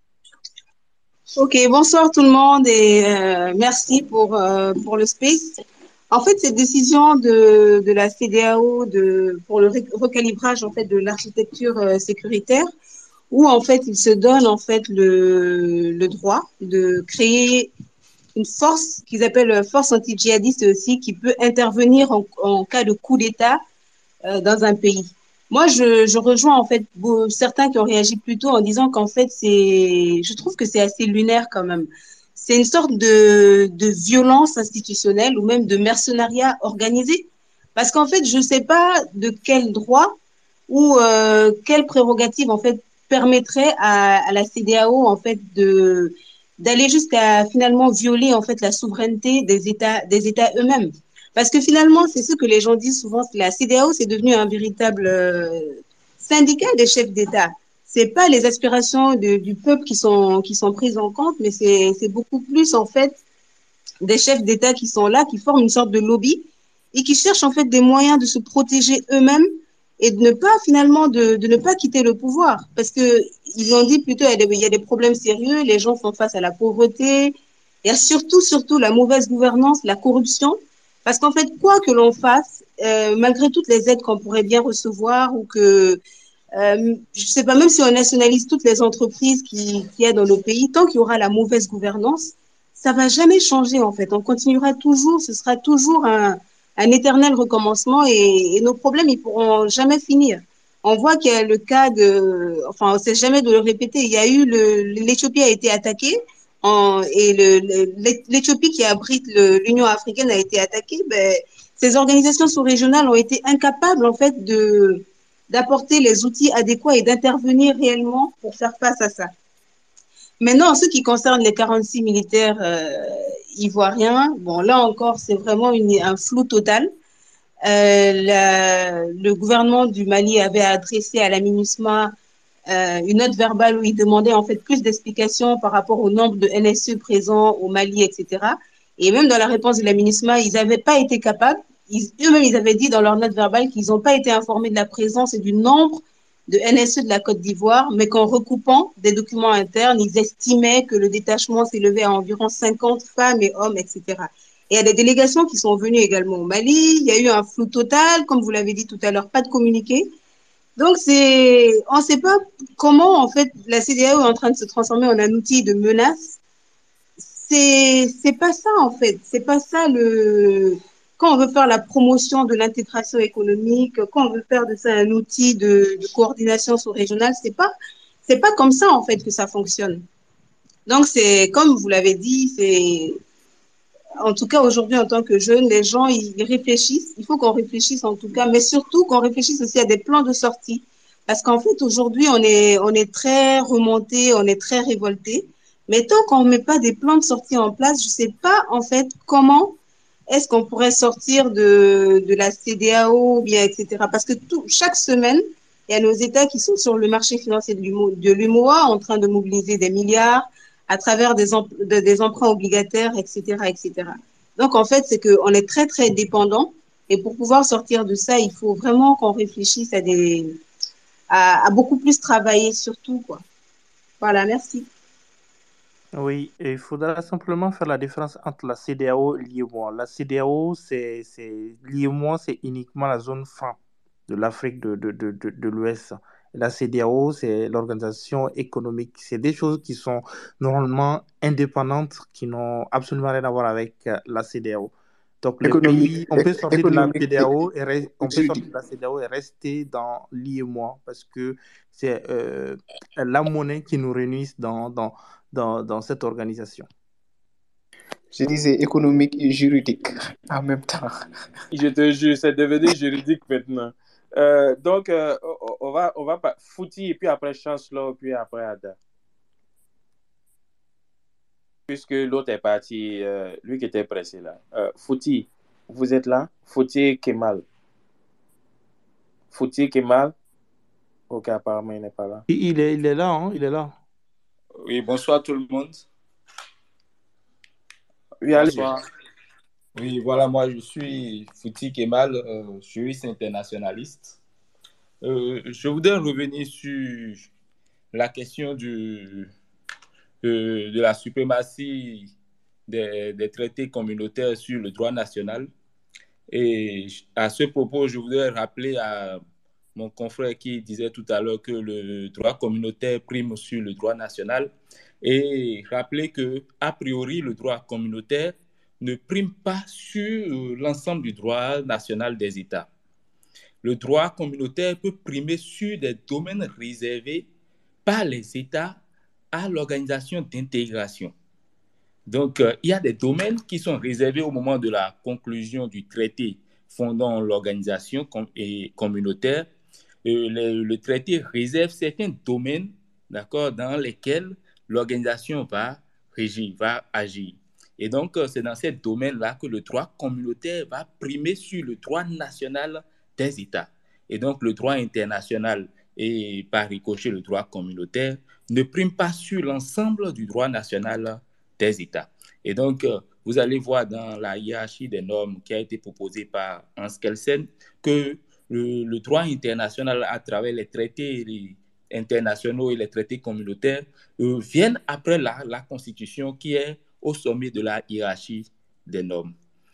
Ok, bonsoir tout le monde et euh, merci pour, euh, pour le space. En fait, cette décision de, de la C D A O de, pour le ré- recalibrage en fait, de l'architecture euh, sécuritaire, où en fait il se donne en fait le, le droit de créer une force qu'ils appellent force anti-djihadiste aussi, qui peut intervenir en, en cas de coup d'État euh, dans un pays. Moi, je, je rejoins en fait beau- certains qui ont réagi plus tôt en disant qu'en fait, c'est, je trouve que c'est assez lunaire quand même. C'est une sorte de, de violence institutionnelle ou même de mercenariat organisé. Parce qu'en fait, je ne sais pas de quel droit ou euh, quelle prérogative en fait permettrait à, à la C D A O en fait de d'aller jusqu'à finalement violer en fait la souveraineté des États des États eux-mêmes. Parce que finalement, c'est ce que les gens disent souvent, c'est la C D A O, c'est devenu un véritable euh, syndicat des chefs d'État. C'est pas les aspirations de- du peuple qui sont, qui sont prises en compte, mais c'est c'est beaucoup plus, en fait, des chefs d'État qui sont là, qui forment une sorte de lobby et qui cherchent, en fait, des moyens de se protéger eux-mêmes et de ne pas, finalement, de, de ne pas quitter le pouvoir. Parce que ils ont dit plutôt, il y a des, il y a des problèmes sérieux, les gens font face à la pauvreté, il y a surtout, surtout la mauvaise gouvernance, la corruption. Parce qu'en fait, quoi que l'on fasse, euh, malgré toutes les aides qu'on pourrait bien recevoir ou que, euh, je sais pas, même si on nationalise toutes les entreprises qui, qui aident dans nos pays, tant qu'il y aura la mauvaise gouvernance, ça va jamais changer en fait. On continuera toujours, ce sera toujours un, un éternel recommencement et, et nos problèmes, ils pourront jamais finir. On voit qu'il y a le cas de, enfin, on sait jamais de le répéter. Il y a eu le, l'Éthiopie a été attaquée en, et le, le- l'Éthiopie qui abrite le- l'Union africaine a été attaquée. Ben, ces organisations sous-régionales ont été incapables en fait de d'apporter les outils adéquats et d'intervenir réellement pour faire face à ça. Maintenant, en ce qui concerne les quarante-six militaires euh, ivoiriens, bon, là encore, c'est vraiment une, un flou total. Euh, la- le gouvernement du Mali avait adressé à la MINUSMA euh, une note verbale où il demandait en fait plus d'explications par rapport au nombre de N S E présents au Mali, et cetera. Et même dans la réponse de la MINUSMA, ils n'avaient pas été capables, ils- eux-mêmes ils avaient dit dans leur note verbale qu'ils n'ont pas été informés de la présence et du nombre de N S E de la Côte d'Ivoire, mais qu'en recoupant des documents internes, ils estimaient que le détachement s'élevait à environ cinquante femmes et hommes, et cetera. Et il y a des délégations qui sont venues également au Mali. Il y a eu un flou total, comme vous l'avez dit tout à l'heure, pas de communiqué. Donc, c'est, on ne sait pas comment, en fait, la C D A O est en train de se transformer en un outil de menace. C'est, c'est pas ça, en fait. C'est pas ça le, quand on veut faire la promotion de l'intégration économique, quand on veut faire de ça un outil de, de coordination sous-régionale, c'est pas, c'est pas comme ça, en fait, que ça fonctionne. Donc, c'est, comme vous l'avez dit, c'est, en tout cas, aujourd'hui, en tant que jeune, les gens, ils réfléchissent. Il faut qu'on réfléchisse en tout cas, mais surtout qu'on réfléchisse aussi à des plans de sortie. Parce qu'en fait, aujourd'hui, on est, on est très remonté, on est très révolté. Mais tant qu'on ne met pas des plans de sortie en place, je ne sais pas, en fait, comment est-ce qu'on pourrait sortir de, de la C D A O, bien, et cetera. Parce que tout, chaque semaine, il y a nos États qui sont sur le marché financier de l'U M O A en train de mobiliser des milliards à travers des, de, des emprunts obligataires, et cetera, et cetera. Donc, en fait, c'est qu'on est très, très dépendant. Et pour pouvoir sortir de ça, il faut vraiment qu'on réfléchisse à des, à, à beaucoup plus travailler surtout, quoi. Voilà, merci. Oui, et il faudra simplement faire la différence entre la C D A O et l'I E M O A. La C D A O, c'est, c'est, l'I E M O A, c'est uniquement la zone franc de l'Afrique de, de, de, de, de l'Ouest. Et la C D A O, c'est l'organisation économique. C'est des choses qui sont normalement indépendantes, qui n'ont absolument rien à voir avec euh, la C D A O. Donc, les Économique, pays, on peut sortir de la économique C D A O et re- on peut sortir juridique. de la C D A O et rester dans l'I E M O A parce que c'est euh, la monnaie qui nous réunit dans, dans, dans, dans cette organisation. Je disais économique et juridique en même temps. Je te jure, c'est devenu juridique maintenant. Euh, donc, euh, on, on va, on va pas Fouti et puis après Chancellor, puis après Ada. Puisque l'autre est parti, euh, lui qui était pressé là. Euh, Fouti, vous êtes là? Fouti Kemal. Fouti Kemal? Ok, apparemment, il n'est pas là. Il est, il est là, hein, il est là. Oui, bonsoir tout le monde. Oui, allez. Bonsoir. Oui, voilà, moi je suis Fouti Kemal, euh, juriste internationaliste. Euh, je voudrais revenir sur la question du, de, de la suprématie des, des traités communautaires sur le droit national. Et à ce propos, je voudrais rappeler à mon confrère qui disait tout à l'heure que le droit communautaire prime sur le droit national et rappeler que, a priori, le droit communautaire ne prime pas sur l'ensemble du droit national des États. Le droit communautaire peut primer sur des domaines réservés par les États à l'organisation d'intégration. Donc, euh, il y a des domaines qui sont réservés au moment de la conclusion du traité fondant l'organisation com- et communautaire. Euh, le, le traité réserve certains domaines, d'accord, dans lesquels l'organisation va régir, va agir. Et donc, euh, c'est dans ces domaines-là que le droit communautaire va primer sur le droit national des États. Et donc, le droit international et par ricochet le droit communautaire ne prime pas sur l'ensemble du droit national des États. Et donc, euh, vous allez voir dans la hiérarchie des normes qui a été proposée par Hans Kelsen que le, le droit international à travers les traités les internationaux et les traités communautaires euh, viennent après la, la Constitution qui est au sommet de la hiérarchie des normes.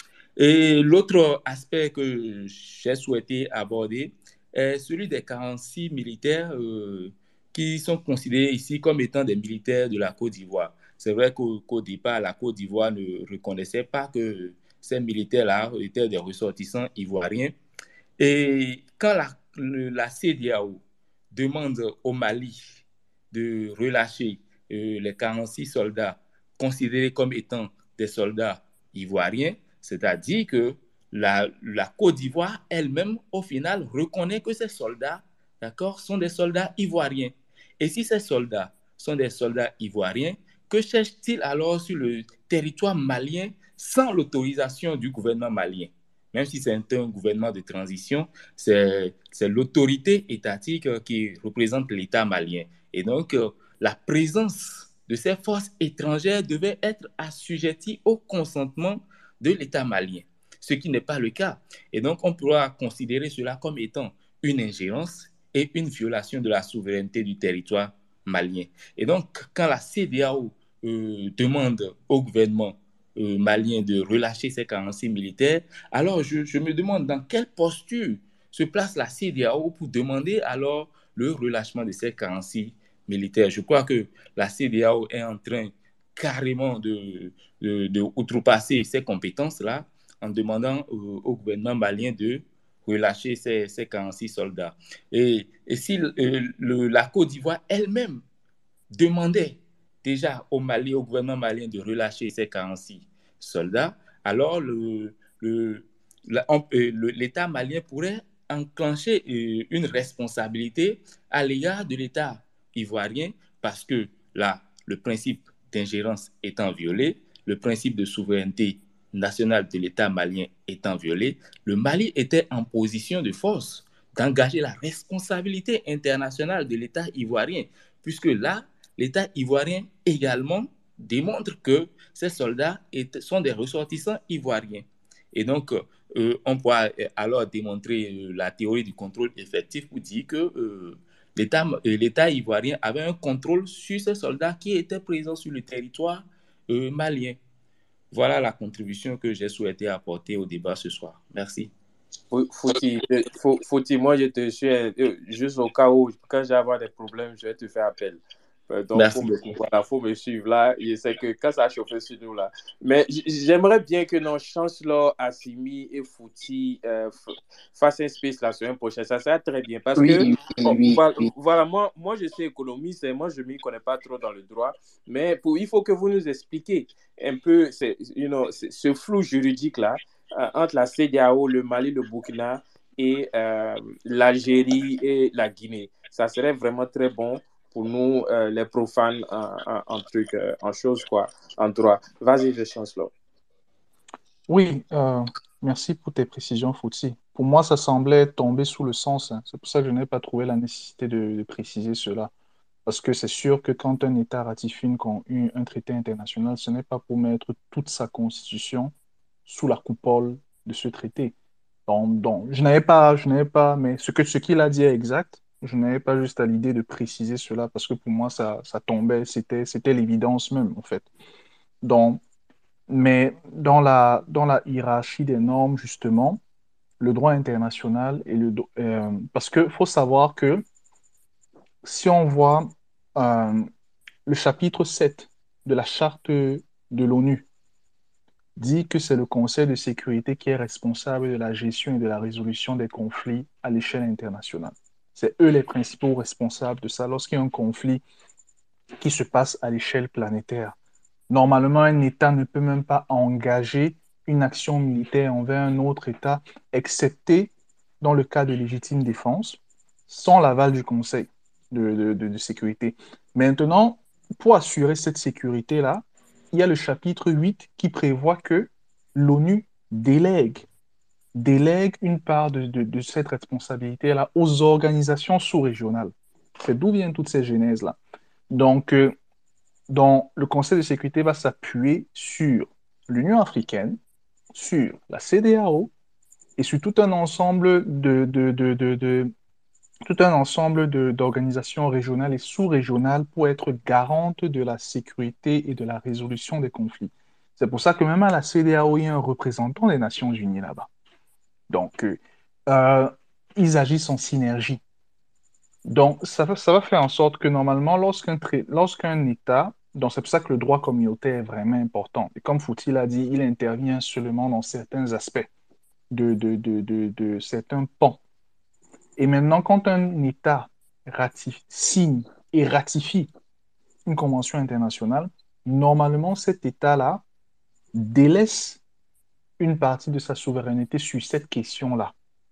Et l'autre aspect que j'ai souhaité aborder est celui des quarante-six militaires euh, qui sont considérés ici comme étant des militaires de la Côte d'Ivoire. C'est vrai qu'au, qu'au départ, la Côte d'Ivoire ne reconnaissait pas que ces militaires-là étaient des ressortissants ivoiriens. Et quand la, le, la C D A O demande au Mali de relâcher euh, les quarante-six soldats considérés comme étant des soldats ivoiriens, c'est-à-dire que la, la Côte d'Ivoire elle-même, au final, reconnaît que ces soldats, d'accord, sont des soldats ivoiriens. Et si ces soldats sont des soldats ivoiriens, que cherchent-ils alors sur le territoire malien sans l'autorisation du gouvernement malien? Même si c'est un gouvernement de transition, c'est, c'est l'autorité étatique qui représente l'État malien. Et donc, euh, la présence de ces forces étrangères devait être assujettie au consentement de l'État malien, ce qui n'est pas le cas. Et donc, on pourra considérer cela comme étant une ingérence et une violation de la souveraineté du territoire malien. Et donc, quand la C D A O euh, demande au gouvernement euh, malien de relâcher ses quarante-six militaires, alors je, je me demande dans quelle posture se place la C D A O pour demander alors le relâchement de ces quarante-six militaires. Je crois que la C D A O est en train carrément de, de, de outrepasser ses compétences-là en demandant euh, au gouvernement malien de relâcher ces, ces quarante-six soldats. Et, et si euh, le, la Côte d'Ivoire elle-même demandait déjà au Mali, au gouvernement malien de relâcher ces quarante-six soldats, alors le, le, la, on, euh, le, l'État malien pourrait enclencher euh, une responsabilité à l'égard de l'État ivoirien parce que là, le principe d'ingérence étant violé, le principe de souveraineté nationale de l'État malien étant violé, le Mali était en position de force d'engager la responsabilité internationale de l'État ivoirien, puisque là, l'État ivoirien également démontre que ces soldats sont des ressortissants ivoiriens. Et donc, euh, on pourra alors démontrer euh, la théorie du contrôle effectif pour dire que euh, l'État euh, l'État ivoirien avait un contrôle sur ces soldats qui étaient présents sur le territoire euh, malien. Voilà la contribution que j'ai souhaité apporter au débat ce soir. Merci. Fouti, Fouti, moi je te suis, euh, juste au cas où, quand j'ai avoir des problèmes, je vais te faire appel. Euh, donc, Merci faut, beaucoup. voilà, faut me suivre là. Je sais que quand ça a chauffé sur nous là. Mais j'aimerais bien que nos chancellors Assimi et Fouti euh, fassent un space la semaine prochaine. Ça serait très bien parce Oui, que oui, oh, oui, voilà, oui. voilà, moi, moi je suis économiste et moi je ne m'y connais pas trop dans le droit. Mais pour, il faut que vous nous expliquiez un peu c'est, you know, c'est, ce flou juridique là euh, entre la C D A O, le Mali, le Burkina et euh, l'Algérie et la Guinée. Ça serait vraiment très bon pour nous, euh, les profanes en, en, en truc, euh, en choses, quoi, en droit. Vas-y, je chance là. Oui, euh, merci pour tes précisions, Fouti. Pour moi, ça semblait tomber sous le sens, hein. C'est pour ça que je n'ai pas trouvé la nécessité de, de préciser cela. Parce que c'est sûr que quand un État ratifie une, une, un traité international, ce n'est pas pour mettre toute sa constitution sous la coupole de ce traité. Donc, donc je n'avais pas, je n'avais pas, mais ce que ce qu'il a dit est exact. Je n'avais pas juste à l'idée de préciser cela parce que pour moi, ça, ça tombait, c'était, c'était l'évidence même, en fait. Donc, mais dans la, dans la hiérarchie des normes, justement, le droit international et le, euh, parce qu'il faut savoir que si on voit euh, le chapitre sept de la charte de l'ONU, dit que c'est le Conseil de sécurité qui est responsable de la gestion et de la résolution des conflits à l'échelle internationale. C'est eux les principaux responsables de ça lorsqu'il y a un conflit qui se passe à l'échelle planétaire. Normalement, un État ne peut même pas engager une action militaire envers un autre État, excepté dans le cas de légitime défense, sans l'aval du Conseil de, de, de, de sécurité. Maintenant, pour assurer cette sécurité-là, il y a le chapitre huit qui prévoit que l'ONU délègue, délègue une part de, de, de cette responsabilité-là aux organisations sous-régionales. C'est d'où viennent toutes ces genèses-là. Donc, euh, donc, le Conseil de sécurité va s'appuyer sur l'Union africaine, sur la C D A O et sur tout un ensemble de, de, de, de, de tout un ensemble de, d'organisations régionales et sous-régionales pour être garantes de la sécurité et de la résolution des conflits. C'est pour ça que même à la C D A O, il y a un représentant des Nations Unies là-bas. Donc, euh, euh, ils agissent en synergie. Donc, ça va, ça va faire en sorte que normalement, lorsqu'un, lorsqu'un État, donc c'est pour ça que le droit communautaire est vraiment important. Et comme Fouti l'a dit, il intervient seulement dans certains aspects de, de, de, de, de certains pans. Et maintenant, quand un État ratifie, signe et ratifie une convention internationale, normalement, cet État-là délaisse une partie de sa souveraineté sur cette question-là.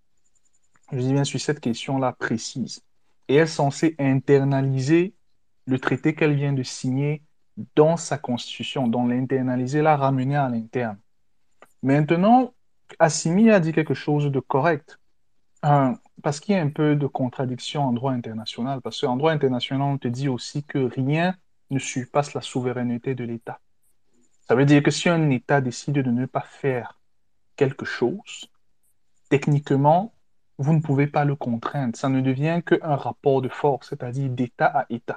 Je dis bien sur cette question-là précise. Et elle est censée internaliser le traité qu'elle vient de signer dans sa constitution, donc l'internaliser, la ramener à l'interne. Maintenant, Assimi a dit quelque chose de correct, euh, parce qu'il y a un peu de contradiction en droit international, parce qu'en droit international, on te dit aussi que rien ne surpasse la souveraineté de l'État. Ça veut dire que si un État décide de ne pas faire quelque chose, techniquement, vous ne pouvez pas le contraindre. Ça ne devient qu'un rapport de force, c'est-à-dire d'État à État.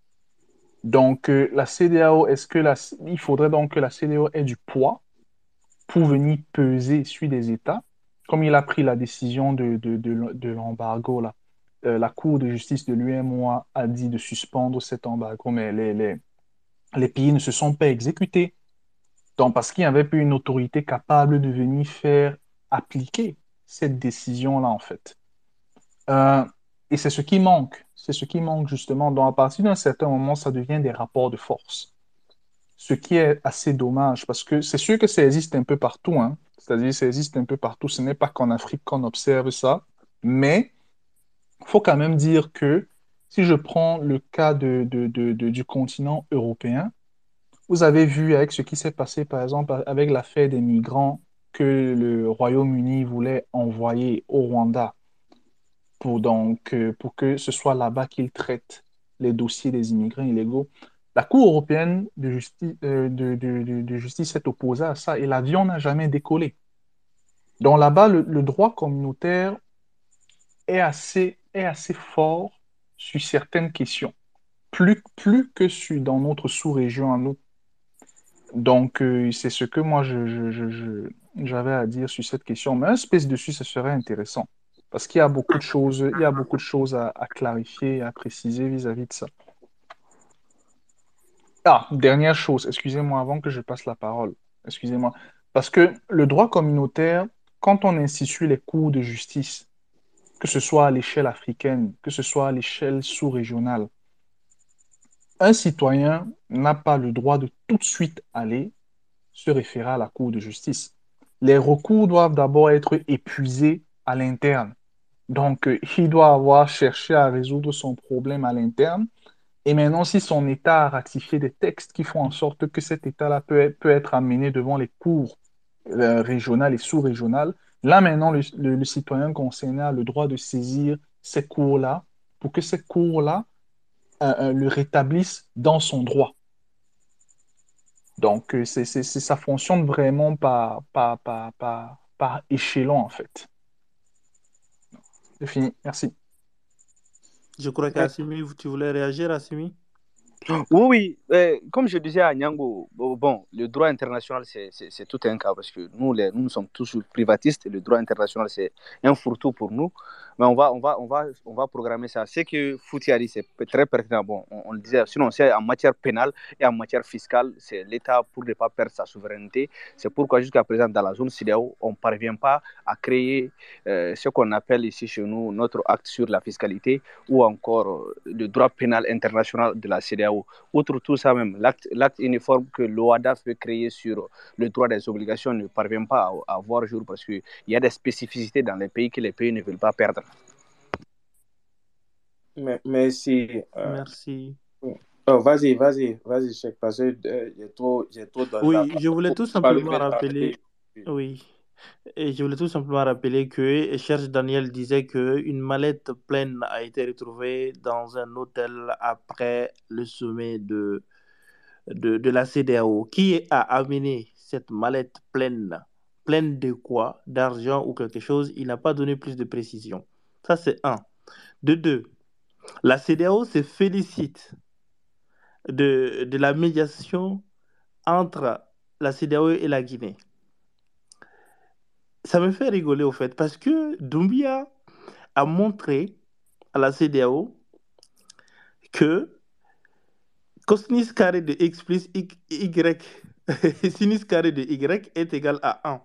Donc, euh, la C D A O, est-ce que la, il faudrait donc que la C D A O ait du poids pour venir peser sur des États, comme il a pris la décision de, de, de, de l'embargo, là. Euh, la Cour de justice de l'U M O A a dit de suspendre cet embargo, mais les, les, les pays ne se sont pas exécutés. Donc, parce qu'il n'y avait plus une autorité capable de venir faire appliquer cette décision-là, en fait. Euh, et c'est ce qui manque. C'est ce qui manque, justement. Donc, à partir d'un certain moment, ça devient des rapports de force. Ce qui est assez dommage, parce que c'est sûr que ça existe un peu partout, hein. C'est-à-dire que ça existe un peu partout. Ce n'est pas qu'en Afrique qu'on observe ça. Mais il faut quand même dire que si je prends le cas de, de, de, de, du continent européen, vous avez vu avec ce qui s'est passé, par exemple, avec l'affaire des migrants que le Royaume-Uni voulait envoyer au Rwanda pour, donc, euh, pour que ce soit là-bas qu'ils traitent les dossiers des immigrants illégaux. La Cour européenne de justice, euh, de, de, de, de justice s'est opposée à ça et l'avion n'a jamais décollé. Donc là-bas, le, le droit communautaire est assez, est assez fort sur certaines questions, plus, plus que sur, dans notre sous-région à nous. Donc, euh, c'est ce que moi, je, je, je, je- j'avais à dire sur cette question. Mais un space dessus, ce serait intéressant. Parce qu'il y a beaucoup de choses, il y a beaucoup de choses à, à clarifier, à préciser vis-à-vis de ça. Ah, dernière chose, excusez-moi avant que je passe la parole. Excusez-moi. Parce que le droit communautaire, quand on institue les cours de justice, que ce soit à l'échelle africaine, que ce soit à l'échelle sous-régionale, un citoyen n'a pas le droit de tout de suite aller se référer à la Cour de justice. Les recours doivent d'abord être épuisés à l'interne. Donc, euh, il doit avoir cherché à résoudre son problème à l'interne. Et maintenant, si son État a ratifié des textes qui font en sorte que cet État-là peut être, peut être amené devant les cours euh, régionales et sous-régionales, là maintenant, le, le- le citoyen concerné a le droit de saisir ces cours-là pour que ces cours-là euh, euh, le rétablissent dans son droit. Donc, euh, c'est, c'est- c'est- ça fonctionne vraiment par, par, par, par, par échelon, en fait. C'est fini. Merci. Je crois qu'Assimi, tu voulais réagir, Assimi? Oui, oui. Euh, comme je disais à Nyango, bon, bon, le droit international, c'est c'est- c'est tout un cas parce que nous, les, nous sommes toujours privatistes et le droit international, c'est un fourre-tout pour nous. Mais on va, on va, on va, on va programmer ça. Ce que Fouti a dit, c'est très pertinent. Bon, on, on le disait, sinon, c'est en matière pénale et en matière fiscale, c'est l'État pour ne pas perdre sa souveraineté. C'est pourquoi jusqu'à présent, dans la zone C E D E A O, on ne parvient pas à créer euh, ce qu'on appelle ici chez nous notre acte sur la fiscalité ou encore euh, le droit pénal international de la C E D E A O. Outre tout ça même, l'acte, l'acte uniforme que l'O A D A veut créer sur le droit des obligations ne parvient pas à, à voir jour parce qu'il y a des spécificités dans les pays que les pays ne veulent pas perdre. Merci. Euh, Merci. oh, vas-y, vas-y, vas-y, Cheikh, parce que euh, j'ai trop, j'ai trop donné la Oui, je voulais parole. tout Vous m'avez simplement fait rappeler, parler. oui, et je voulais tout simplement rappeler que Cherche Daniel disait qu'une mallette pleine a été retrouvée dans un hôtel après le sommet de, de, de la C E D E A O. Qui a amené cette mallette pleine? Pleine de quoi? D'argent ou quelque chose? Il n'a pas donné plus de précision. Ça, c'est un. De deux, la C E D E A O se félicite de, de la médiation entre la C E D E A O et la Guinée. Ça me fait rigoler au fait parce que Doumbia a montré à la C E D E A O que cosinus carré de x plus y, sinus carré de y est égal à un.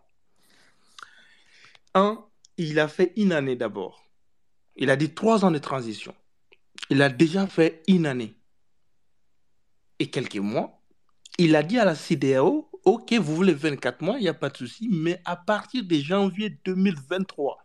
un, il a fait une année d'abord. Il a dit trois ans de transition. Il a déjà fait une année et quelques mois. Il a dit à la C E D E A O, OK, vous voulez vingt-quatre mois, il n'y a pas de souci, mais à partir de janvier deux mille vingt-trois.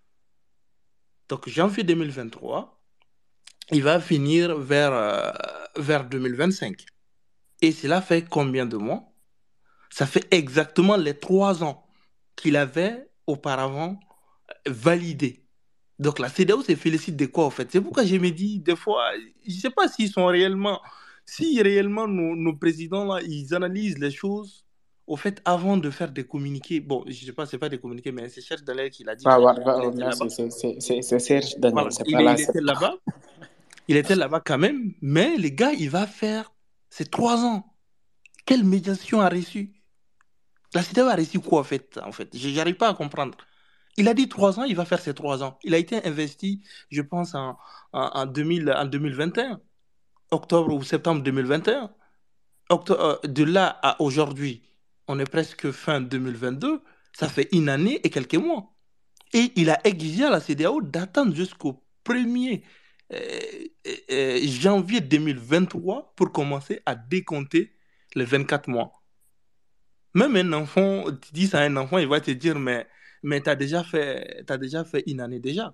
Donc, janvier deux mille vingt-trois, il va finir vers, euh, vers deux mille vingt-cinq. Et cela fait combien de mois? Ça fait exactement les trois ans qu'il avait auparavant validé. Donc, la C E D E A O se félicite de quoi, en fait? C'est pourquoi je me dis, des fois, je ne sais pas s'ils sont réellement... Si réellement nos, nos présidents, là, ils analysent les choses, au fait, avant de faire des communiqués. Bon, je ne sais pas, ce n'est pas des communiqués, mais c'est Serge Daniel qui l'a dit. Ah, qu'il ouais, était- ouais, il était là-bas. merci, c'est c'est- c'est- c'est Serge Daniel, Voilà. c'est Il, pas est- là. il était là-bas. Il était là-bas quand même, mais les gars, il va faire ces trois ans. Quelle médiation a reçu? La C E D E A O a reçu quoi, en fait? En fait, je n'arrive pas à comprendre. Il a dit trois ans, il va faire ses trois ans. Il a été investi, je pense, en, en, en deux mille, en deux mille vingt et un, octobre ou septembre deux mille vingt et un. Octo- euh, de là à aujourd'hui, on est presque fin deux mille vingt-deux, ça fait une année et quelques mois. Et il a exigé à la C E D E A O d'attendre jusqu'au premier euh, euh, euh, janvier deux mille vingt-trois pour commencer à décompter les vingt-quatre mois. Même un enfant, tu dis ça à un enfant, il va te dire, mais, mais tu as déjà fait, t'as déjà fait une année déjà.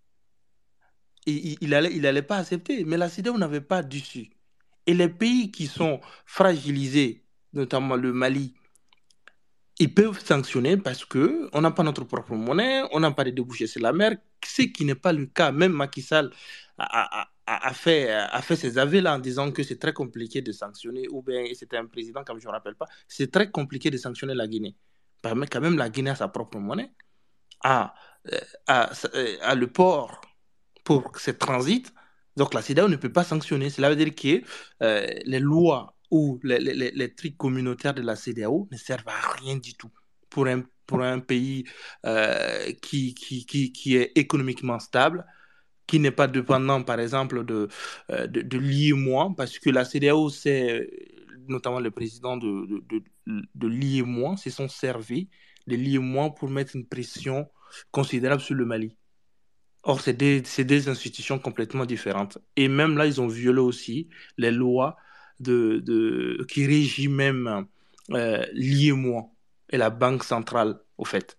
Et il il allait, il allait pas accepter. Mais la C E D E A O n'avait pas d'issue. Et les pays qui sont fragilisés, notamment le Mali, ils peuvent sanctionner parce qu'on n'a pas notre propre monnaie, on n'a pas de débouchés sur la mer, ce qui n'est pas le cas. Même Macky Sall a, a- a- a fait, a fait ses aveux là en disant que c'est très compliqué de sanctionner, ou bien c'était un président, comme je ne me rappelle pas, c'est très compliqué de sanctionner la Guinée. Bah, mais quand même, la Guinée a sa propre monnaie, a, euh, a, euh, a le port pour ses transits, Donc la CEDEAO ne peut pas sanctionner. Cela veut dire que euh, les lois ou les, les, les trucs communautaires de la CEDEAO ne servent à rien du tout pour un, pour un pays euh, qui, qui, qui, qui est économiquement stable, qui n'est pas dépendant, par exemple, de, euh, de, de l'I E M O A, parce que la CEDEAO, c'est notamment le président de, de, de, de l'I E M O A, se sont servis de l'I E M O A pour mettre une pression considérable sur le Mali. Or, c'est des, c'est des institutions complètement différentes. Et même là, ils ont violé aussi les lois de, de, qui régissent même euh, l'I E M O A et la Banque centrale, au fait.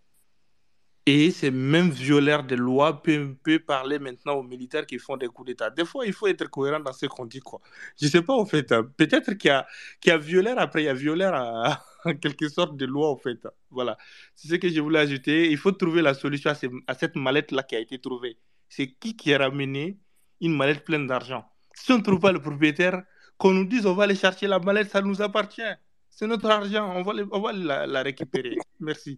Et ces mêmes violeurs de lois peuvent, peuvent parler maintenant aux militaires qui font des coups d'État. Des fois, il faut être cohérent dans ce qu'on dit, quoi. Je ne sais pas, au fait. hein. Peut-être qu'il y a, qu'il y a violeur, après, il y a violeur à, en quelque sorte de loi, au fait. Voilà. C'est ce que je voulais ajouter. Il faut trouver la solution à, ces- à cette mallette-là qui a été trouvée. C'est qui qui a ramené une mallette pleine d'argent? Si on ne trouve pas le propriétaire, qu'on nous dise on va aller chercher la mallette, ça nous appartient. C'est notre argent, on va, le- on va la, la récupérer. Merci.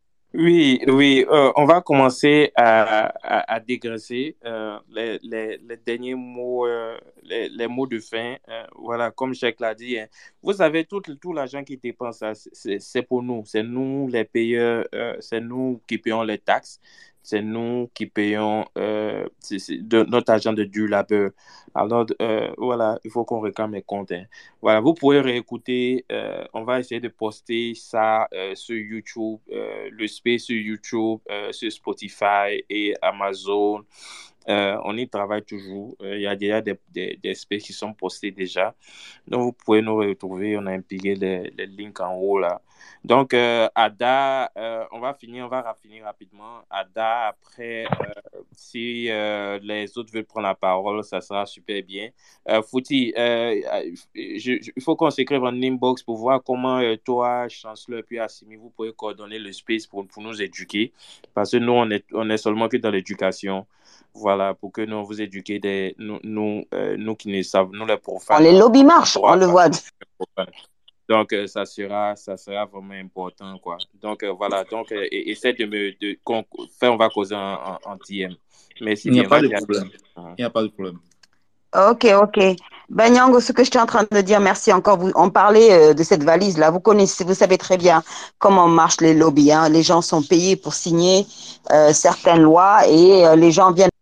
Oui, oui, euh, on va commencer à, à, à dégraisser euh, les, les, les derniers mots, euh, les, les mots de fin. euh, voilà, comme Cheikh l'a dit, hein. Vous savez, tout, tout l'argent qui dépense, ça, c'est c'est pour nous. C'est nous les payeurs, euh, c'est nous qui payons les taxes. C'est nous qui payons euh, c'est- c'est de, notre argent de dur labeur. Alors, euh, voilà, il faut qu'on réclame les comptes. hein. Voilà, vous pouvez réécouter. euh, on va essayer de poster ça euh, sur YouTube, euh, le space sur YouTube, euh, sur Spotify et Amazon. Euh, on y travaille toujours. Euh, Il y a déjà des, des, des spaces qui sont postés déjà. Donc, vous pouvez nous retrouver. On a impliqué les, les links en haut là. Donc, euh, Ada, euh, on va finir, on va raffinir rapidement. Ada, après, euh, si euh, les autres veulent prendre la parole, ça sera super bien. Euh, Fouti, euh, je- je- il faut qu'on s'écrive en inbox pour voir comment euh, toi, Chancellor, puis Assimi, vous pouvez coordonner le space pour, pour nous éduquer. Parce que nous, on est, on est seulement que dans l'éducation. Voilà, pour que nous vous éduquions, des, nous, nous, euh, nous qui ne savons, nous les On profanes les en, lobby en marche, on droit, le parce voit. que nous, les profanes. Donc, euh, ça sera, ça sera vraiment important, quoi. Donc, euh, voilà. Donc, euh, et- essaie de me, de, qu'on, fait, on va causer en, en, en D M. Merci Il n'y a bien. pas de Vas-y, problème. Adam. Il n'y a pas de problème. Ok, ok. Ben, Nyango, ce que j'étais en train de dire, merci encore. Vous, on parlait euh, de cette valise-là. Vous connaissez, vous savez très bien comment marchent les lobbies. Hein. Les gens sont payés pour signer euh, certaines lois et euh, les gens viennent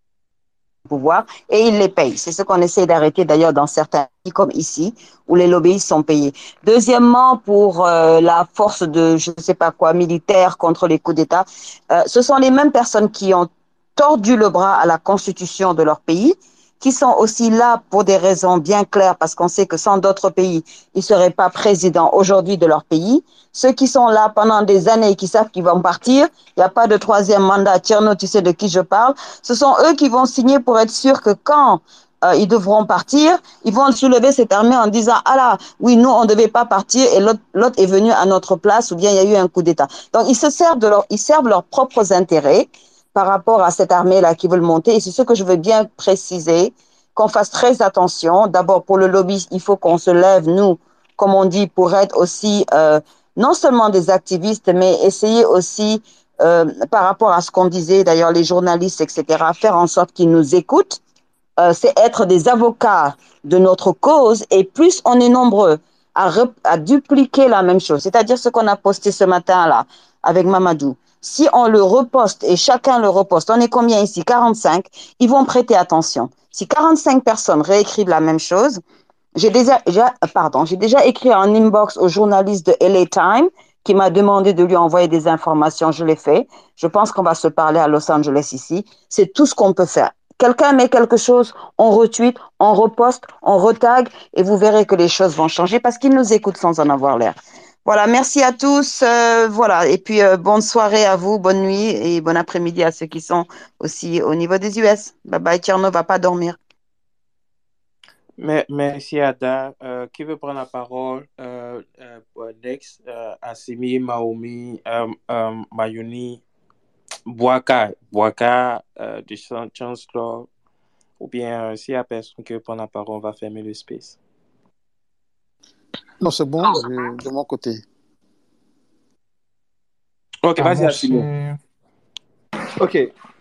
au pouvoir et ils les payent. C'est ce qu'on essaie d'arrêter d'ailleurs dans certains pays comme ici, où les lobbyistes sont payés. Deuxièmement, pour euh, la force de, je ne sais pas quoi, militaire contre les coups d'État, euh, ce sont les mêmes personnes qui ont tordu le bras à la constitution de leur pays, qui sont aussi là pour des raisons bien claires, parce qu'on sait que sans d'autres pays, ils ne seraient pas présidents aujourd'hui de leur pays. Ceux qui sont là pendant des années et qui savent qu'ils vont partir, il n'y a pas de troisième mandat. Tierno, tu sais de qui je parle. Ce sont eux qui vont signer pour être sûrs que quand euh, ils devront partir, ils vont soulever cette armée en disant « Ah là, oui, nous, on ne devait pas partir et l'autre l'autre est venu à notre place ou bien il y a eu un coup d'État. » Donc, ils se servent de leur, ils servent leurs propres intérêts par rapport à cette armée-là qui veulent monter. Et c'est ce que je veux bien préciser, qu'on fasse très attention. D'abord, pour le lobby, il faut qu'on se lève, nous, comme on dit, pour être aussi euh, non seulement des activistes, mais essayer aussi, euh, par rapport à ce qu'on disait, d'ailleurs, les journalistes, et cetera, faire en sorte qu'ils nous écoutent. Euh, c'est être des avocats de notre cause et plus on est nombreux à, rep- à dupliquer la même chose, c'est-à-dire ce qu'on a posté ce matin-là avec Mamadou. Si on le reposte et chacun le reposte, on est combien ici? quarante-cinq, ils vont prêter attention. Si quarante-cinq personnes réécrivent la même chose, j'ai déjà, déjà- pardon, j'ai déjà écrit en inbox au journaliste de L A Times qui m'a demandé de lui envoyer des informations. Je l'ai fait. Je pense qu'on va se parler à Los Angeles ici. C'est tout ce qu'on peut faire. Quelqu'un met quelque chose, on retweet, on reposte, on retag et vous verrez que les choses vont changer parce qu'ils nous écoutent sans en avoir l'air. Voilà, merci à tous. euh, voilà, et puis euh, bonne soirée à vous, bonne nuit et bon après-midi à ceux qui sont aussi au niveau des U S. Bye bye, Tierno va pas dormir. Mais, merci Ada. Euh, qui veut prendre la parole? Euh, euh, next, euh, Assimi, Maomi, euh, euh, Mayuni, Boaka, Boaka euh, de Chan- Chancellor. Ou bien, euh, s'il n'y a personne qui veut prendre la parole, on va fermer le space. Non, c'est bon, je- de mon côté. Ok, Ah, vas-y, moi Assimi. aussi. Ok.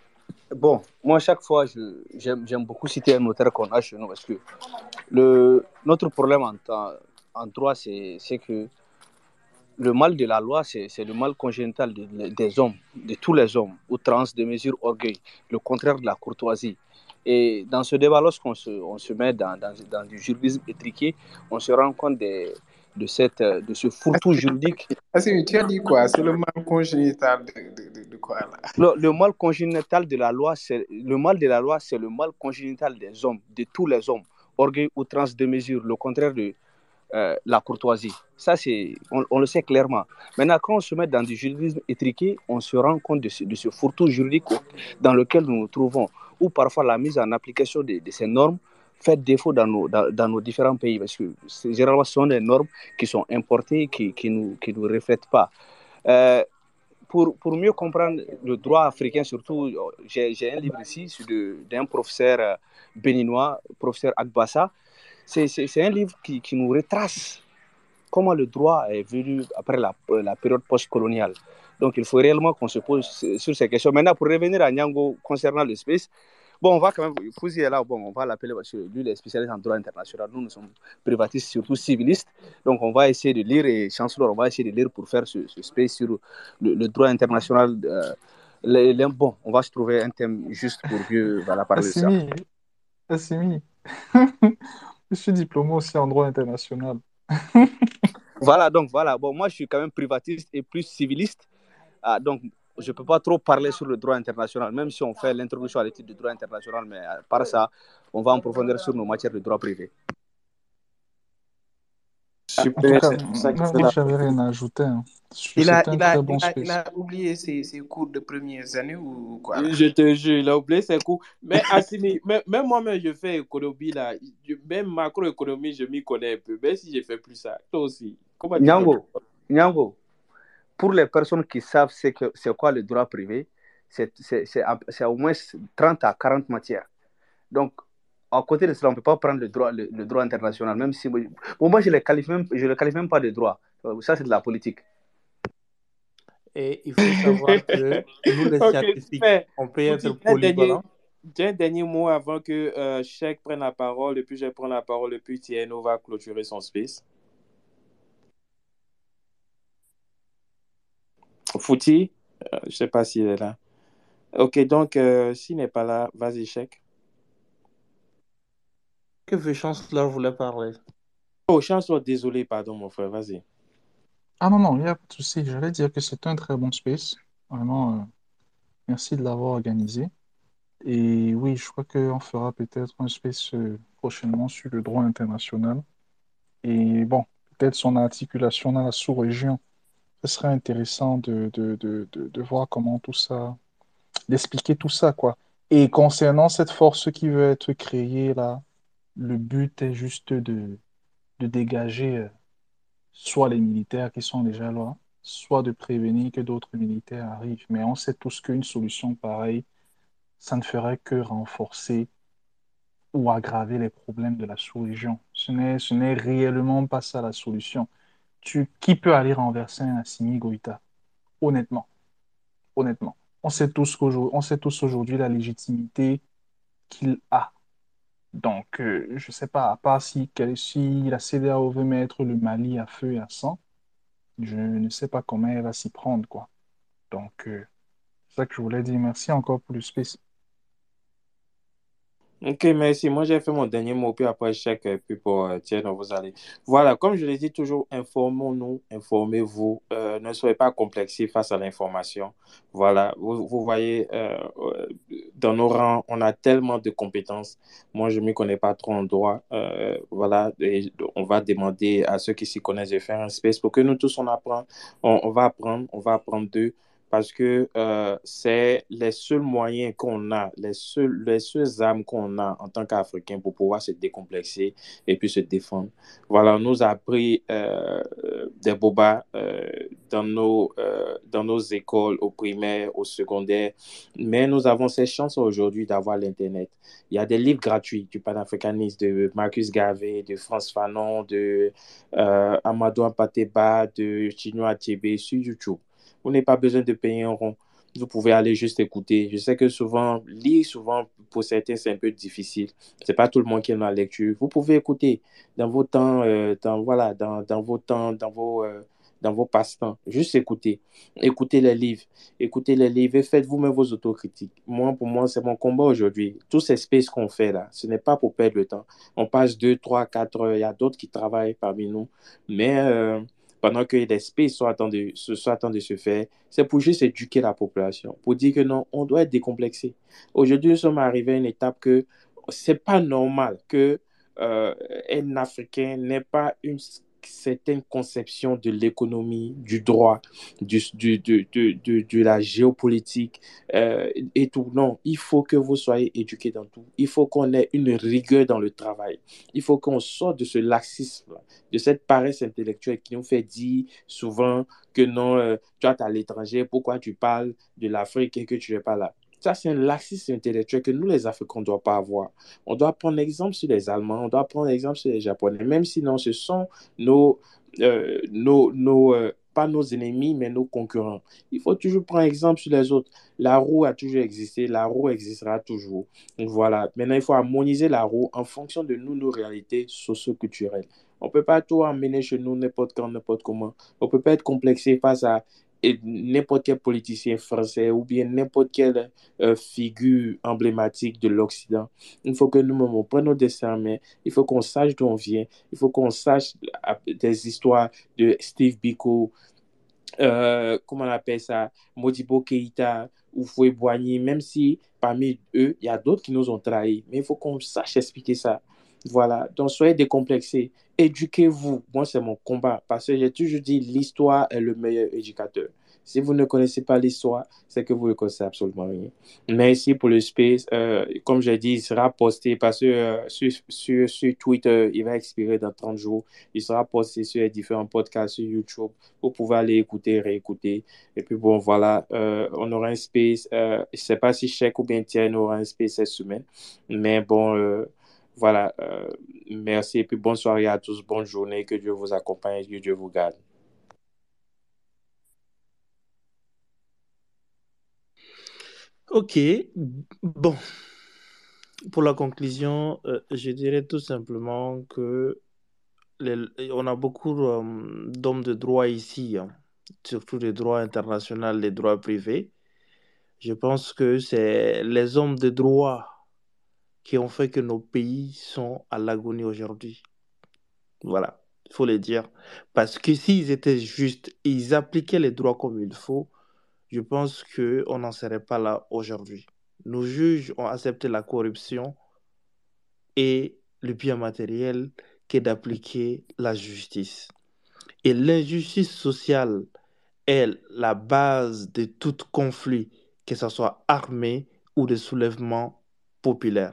Bon, moi, chaque fois, je, j'aime, j'aime beaucoup citer un notaire qu'on a chez nous parce que le, notre problème en, temps- en droit, c'est, c'est que le mal de la loi, c'est, c'est le mal congénital de- des hommes, de tous les hommes, outrance, démesure, orgueil, le contraire de la courtoisie. Et dans ce débat, lorsqu'on se, on se met dans, dans, dans du juridisme étriqué, on se rend compte de, de, cette, de ce fourre-tout juridique. Assimi, tu as dit quoi? C'est le mal congénital de, de, de, de quoi là? Le, le mal congénital de la loi, c'est le mal de la loi, c'est le mal congénital des hommes, de tous les hommes. Orgueil, outrance, démesure, le contraire de euh, la courtoisie. Ça, c'est, on, on le sait clairement. Maintenant, quand on se met dans du juridisme étriqué, on se rend compte de ce, de ce fourre-tout juridique dans lequel nous nous trouvons, où parfois la mise en application de, de ces normes fait défaut dans nos, dans, dans nos différents pays, parce que c'est, généralement, ce sont des normes qui sont importées, qui qui nous, qui nous reflètent pas. Euh, pour, pour mieux comprendre le droit africain, surtout, j'ai, j'ai un livre ici de, d'un professeur euh, béninois, professeur Agbassa. C'est, c'est, c'est un livre qui, qui nous retrace comment le droit est venu après la, la période post-coloniale. Donc, il faut réellement qu'on se pose sur ces questions. Maintenant, pour revenir à Nyango concernant le space, bon, on va quand même, Fouzi est là, bon, on va l'appeler parce que lui, il est spécialiste en droit international. Nous, nous sommes privatistes, surtout civilistes. Donc, on va essayer de lire, et Chancellor, on va essayer de lire pour faire ce, ce space sur le, le droit international. Euh, les, les, bon, on va se trouver un thème juste pour mieux voilà, parler de ça. Assimi, Assimi. Je suis diplômé aussi en droit international. Voilà, donc voilà. Bon, moi, je suis quand même privatiste et plus civiliste. Ah, donc, je ne peux pas trop parler sur le droit international, même si on fait l'introduction à l'étude du droit international, mais à part ça, on va en profondeur sur nos matières de droit privé. Super, en tout cas, c'est pour ça que moi, c'est là. j'avais rien à ajouter. Hein. Il a, C'était un il, a, très il, bon a, space. il a oublié ses, ses cours de premières années ou quoi là? Je te jure, il a oublié ses cours. Mais Assimi, même, même moi-même, je fais économie là. Je, même macroéconomie, je m'y connais un peu. Même si je fais plus ça. Toi aussi. Comment tu Nyango, Nyango, pour les personnes qui savent c'est, que, c'est quoi le droit privé, c'est, c'est, c'est, c'est au moins trente à quarante matières. Donc, à côté de cela, on ne peut pas prendre le droit, le, le droit international, même si... Bon, moi, je ne le qualifie même, je le qualifie même pas de droit. Ça, c'est de la politique. Et il faut savoir que nous, les Ok, scientifiques, super. on peut être Fouti, un dernier, polyvalents. un dernier mot avant que euh, Cheikh prenne la parole, et puis je prends la parole, et puis Tieno va clôturer son space. Fouti, euh, je ne sais pas s'il est là. Ok, donc, euh, s'il n'est pas là, vas-y, Cheikh. Que veut Chancellor voulait parler? Oh, Chancellor, désolé, pardon, mon frère, vas-y. Ah non, non, il n'y a pas de souci. J'allais dire que c'est un très bon space. Vraiment, euh, merci de l'avoir organisé. Et oui, je crois qu'on fera peut-être un space euh, prochainement sur le droit international. Et bon, peut-être son articulation dans la sous-région. Ce serait intéressant de, de, de, de, de voir comment tout ça, d'expliquer tout ça, quoi. Et concernant cette force qui veut être créée là, le but est juste de, de dégager euh, soit les militaires qui sont déjà là, soit de prévenir que d'autres militaires arrivent. Mais on sait tous qu'une solution pareille, ça ne ferait que renforcer ou aggraver les problèmes de la sous-région. Ce n'est, ce n'est réellement pas ça la solution. Tu, qui peut aller renverser un Assimi Goïta? Honnêtement, honnêtement. On sait tous qu'aujourd'hui, on sait tous aujourd'hui la légitimité qu'il a. Donc, euh, je ne sais pas, à part si, si la C E D E A O veut mettre le Mali à feu et à sang, je ne sais pas comment elle va s'y prendre, quoi. Donc, euh, c'est ça que je voulais dire. Merci encore pour le space. Ok, merci. Moi, j'ai fait mon dernier mot, puis après, Cheikh, et puis pour euh, Tieno, vous allez. Voilà, comme je l'ai dit toujours, informons-nous, informez-vous, euh, ne soyez pas complexés face à l'information. Voilà, vous, vous voyez, euh, euh, dans nos rangs, on a tellement de compétences. Moi, je ne m'y connais pas trop en droit. Euh, voilà, et on va demander à ceux qui s'y connaissent de faire un space pour que nous tous, on apprend. On, on va apprendre, on va apprendre d'eux. Parce que euh, c'est les seuls moyens qu'on a, les seules, les seules armes qu'on a en tant qu'Africains pour pouvoir se décomplexer et puis se défendre. Voilà, on nous a appris euh, des bobas euh, dans, nos, euh, dans nos écoles, au primaire, au secondaire, mais nous avons cette chance aujourd'hui d'avoir l'Internet. Il y a des livres gratuits du panafricanisme de Marcus Garvey, de Frantz Fanon, de euh, Amadou Ampateba, de Chinua Achebe sur YouTube. Vous n'avez pas besoin de payer un rond. Vous pouvez aller juste écouter. Je sais que souvent, lire, souvent, pour certains, c'est un peu difficile. C'est pas tout le monde qui aime la lecture. Vous pouvez écouter dans vos temps, euh, dans, voilà, dans, dans vos temps, dans vos, euh, dans vos passe-temps. Juste écoutez. Écoutez les livres. Écoutez les livres et faites vous-même vos autocritiques. Moi, pour moi, c'est mon combat aujourd'hui. Tous ces spaces qu'on fait là, ce n'est pas pour perdre le temps. On passe deux, trois, quatre heures. Il y a d'autres qui travaillent parmi nous. Mais euh, pendant que les spaces sont en train de, se- sont en train de se faire, c'est pour juste éduquer la population. Pour dire que non, on doit être décomplexé. Aujourd'hui, nous sommes arrivés à une étape que c'est pas normal que euh, un Africain n'ait pas une certaine conception de l'économie, du droit, du, du- de, de, de, de la géopolitique euh, et tout. Non, il faut que vous soyez éduqués dans tout. Il faut qu'on ait une rigueur dans le travail. Il faut qu'on sorte de ce laxisme, de cette paresse intellectuelle qui nous fait dire souvent que non, euh, toi, tu es à l'étranger, pourquoi tu parles de l'Afrique et que tu n'es pas là? Ça, c'est un laxisme intellectuel que nous, les Africains, on ne doit pas avoir. On doit prendre exemple sur les Allemands, on doit prendre exemple sur les Japonais, même si non, ce sont nos, euh, nos, nos euh, pas nos ennemis, mais nos concurrents. Il faut toujours prendre exemple sur les autres. La roue a toujours existé, la roue existera toujours. Donc voilà. Maintenant, il faut harmoniser la roue en fonction de nous, nos réalités socio-culturelles. On ne peut pas tout emmener chez nous n'importe quand, n'importe comment. On ne peut pas être complexé face à et n'importe quel politicien français ou bien n'importe quelle euh, figure emblématique de l'Occident. Il faut que nous-mêmes, on prenne nos destins en main. Il faut qu'on sache d'où on vient. Il faut qu'on sache euh, des histoires de Steve Biko, euh, comment on appelle ça, Modibo Keïta ou Foué Boigny, même si parmi eux, il y a d'autres qui nous ont trahis. Mais il faut qu'on sache expliquer ça. Voilà, donc soyez décomplexés, éduquez-vous. Moi, c'est mon combat parce que j'ai toujours dit l'histoire est le meilleur éducateur. Si vous ne connaissez pas l'histoire, c'est que vous ne connaissez absolument rien. Merci pour le space. Euh, comme j'ai dit, il sera posté parce que euh, sur, sur, sur Twitter, il va expirer dans trente jours. Il sera posté sur les différents podcasts sur YouTube. Vous pouvez aller écouter, réécouter. Et puis bon, voilà, euh, on aura un space. Euh, je ne sais pas si Cheikh ou bien Thierry aura un space cette semaine. Mais bon, euh, voilà. Euh, merci et puis bonne soirée à tous. Bonne journée. Que Dieu vous accompagne et que Dieu vous garde. Ok, bon, pour la conclusion, euh, je dirais tout simplement que les- on a beaucoup euh, d'hommes de droit ici, hein, surtout les droits internationaux, les droits privés. Je pense que c'est les hommes de droit qui ont fait que nos pays sont à l'agonie aujourd'hui. Voilà, il faut le dire. Parce que s'ils étaient justes, ils appliquaient les droits comme il faut, je pense qu'on n'en serait pas là aujourd'hui. Nos juges ont accepté la corruption et le bien matériel qu'est d'appliquer la justice. Et l'injustice sociale est la base de tout conflit, que ce soit armé ou de soulèvement populaire.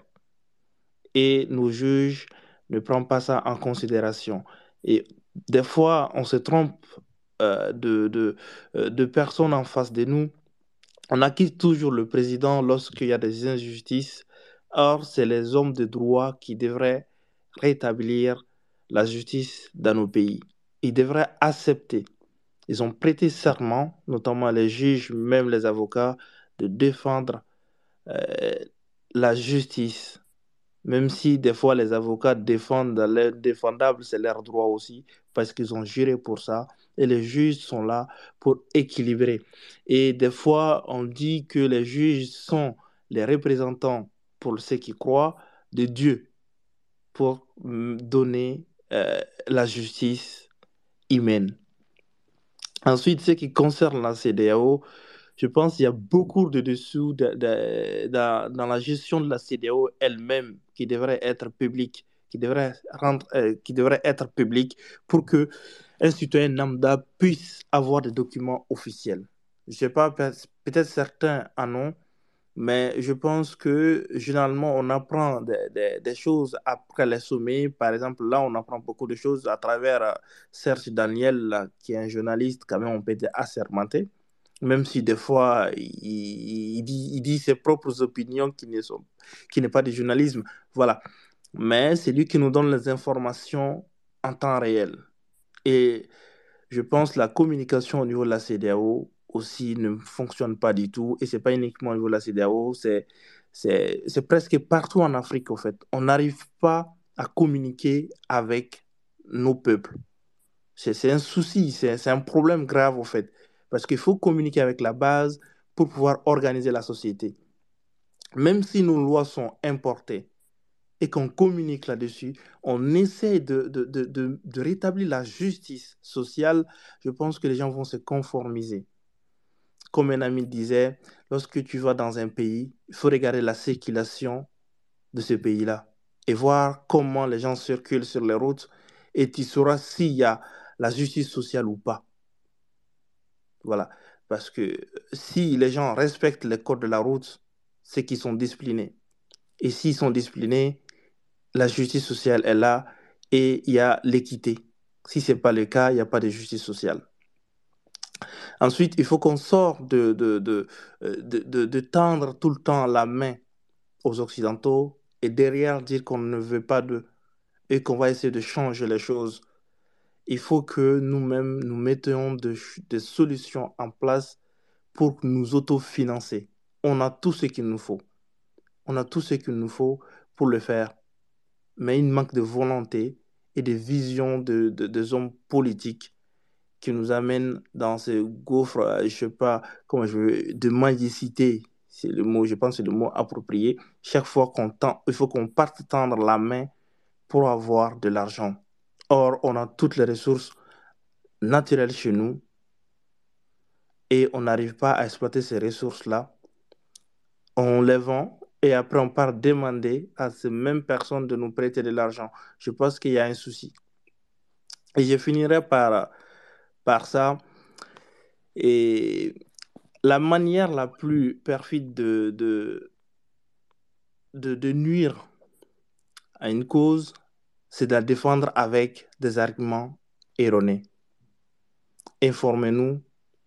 Et nos juges ne prennent pas ça en considération. Et des fois, on se trompe euh, de, de, euh, de personnes en face de nous. On acquitte toujours le président lorsqu'il y a des injustices. Or, c'est les hommes de droit qui devraient rétablir la justice dans nos pays. Ils devraient accepter. Ils ont prêté serment, notamment les juges, même les avocats, de défendre euh, la justice. Même si des fois les avocats défendent l'indéfendable, c'est leur droit aussi, parce qu'ils ont juré pour ça. Et les juges sont là pour équilibrer. Et des fois, on dit que les juges sont les représentants, pour ceux qui croient, de Dieu, pour mm, donner euh, la justice humaine. Ensuite, ce qui concerne la C D A O, je pense qu'il y a beaucoup de dessous de, de- dans, dans la gestion de la C D A O elle-même qui devrait être publique, qui devrait, rendre, euh, qui devrait être publique pour que un citoyen lambda puisse avoir des documents officiels. Je ne sais pas, peut- peut-être certains en ont, mais je pense que généralement, on apprend des, des- des choses après les sommets. Par exemple, là, on apprend beaucoup de choses à travers euh, Serge Daniel, là, qui est un journaliste, quand même, on peut dire assermenté, même si des fois, il, il dit, il dit ses propres opinions qui ne sont, qui n'est pas du journalisme. Voilà. Mais c'est lui qui nous donne les informations en temps réel. Et je pense que la communication au niveau de la C D A O aussi ne fonctionne pas du tout. Et ce n'est pas uniquement au niveau de la CEDEAO, c'est, c'est, c'est presque partout en Afrique, en fait. On n'arrive pas à communiquer avec nos peuples. C'est, c'est un souci, c'est, c'est un problème grave, en fait. Parce qu'il faut communiquer avec la base pour pouvoir organiser la société. Même si nos lois sont importées et qu'on communique là-dessus, on essaie de, de, de, de, de rétablir la justice sociale, je pense que les gens vont se conformiser. Comme un ami disait, lorsque tu vas dans un pays, il faut regarder la circulation de ce pays-là et voir comment les gens circulent sur les routes et tu sauras s'il y a la justice sociale ou pas. Voilà. Parce que si les gens respectent les codes de la route, c'est qu'ils sont disciplinés. Et s'ils sont disciplinés, la justice sociale est là et il y a l'équité. Si ce n'est pas le cas, il n'y a pas de justice sociale. Ensuite, il faut qu'on sorte de, de, de, de, de, de tendre tout le temps la main aux Occidentaux et derrière dire qu'on ne veut pas d'eux et qu'on va essayer de changer les choses. Il faut que nous-mêmes, nous mettions de, des solutions en place pour nous autofinancer. On a tout ce qu'il nous faut. On a tout ce qu'il nous faut pour le faire. Mais il manque de volonté et de vision de, de, des hommes politiques qui nous amènent dans ce gouffre, je ne sais pas comment je veux, de mendicité. C'est le mot, je pense que c'est le mot approprié. Chaque fois qu'on tend, il faut qu'on parte tendre la main pour avoir de l'argent. Or, on a toutes les ressources naturelles chez nous et on n'arrive pas à exploiter ces ressources-là. On les vend et après on part demander à ces mêmes personnes de nous prêter de l'argent. Je pense qu'il y a un souci. Et je finirai par, par ça. Et la manière la plus perfide de, de, de, de nuire à une cause, c'est de la défendre avec des arguments erronés. Informez-nous.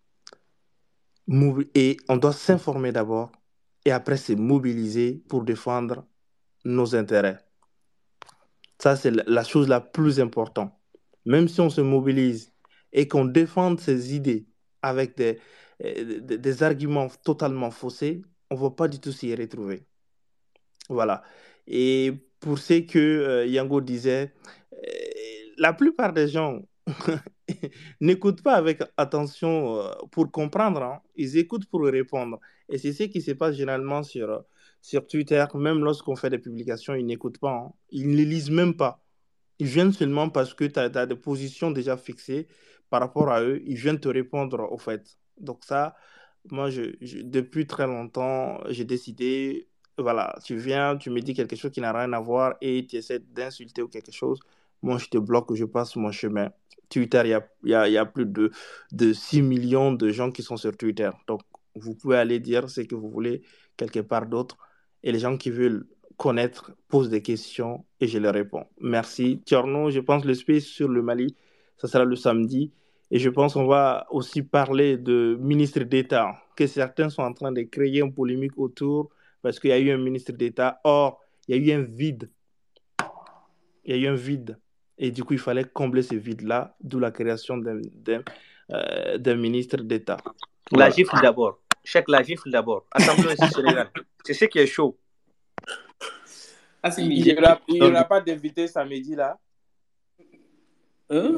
Et on doit s'informer d'abord et après se mobiliser pour défendre nos intérêts. Ça, c'est la chose la plus importante. Même si on se mobilise et qu'on défende ses idées avec des, des, des arguments totalement faussés, on ne va pas du tout s'y retrouver. Voilà. Et pour ce que euh, Yango disait, euh, la plupart des gens n'écoutent pas avec attention euh, pour comprendre, hein. Ils écoutent pour répondre. Et c'est ce qui se passe généralement sur, euh, sur Twitter. Même lorsqu'on fait des publications, ils n'écoutent pas, hein. Ils ne les lisent même pas. Ils viennent seulement parce que tu as des positions déjà fixées par rapport à eux. Ils viennent te répondre au fait. Donc ça, moi, je, je, depuis très longtemps, j'ai décidé, voilà, tu viens, tu me dis quelque chose qui n'a rien à voir et tu essaies d'insulter ou quelque chose. Moi, je te bloque, je passe mon chemin. Twitter, il y a, y a, y a plus de, de six millions de gens qui sont sur Twitter. Donc, vous pouvez aller dire ce que vous voulez quelque part d'autre. Et les gens qui veulent connaître posent des questions et je leur réponds. Merci. Tierno, je pense le space sur le Mali, ça sera le samedi. Et je pense qu'on va aussi parler de ministre d'État, que certains sont en train de créer une polémique autour parce qu'il y a eu un ministre d'État. Or, il y a eu un vide. Il y a eu un vide. Et du coup, il fallait combler ce vide-là, d'où la création d'un, d'un, euh, d'un ministre d'État. Voilà. La Voilà. gifle d'abord. Chèque la gifle d'abord. Assemblée aussi Sénégal. C'est ce qui est chaud. Ah, c'est Il n'y aura, il y aura pas d'invité samedi là. Hein?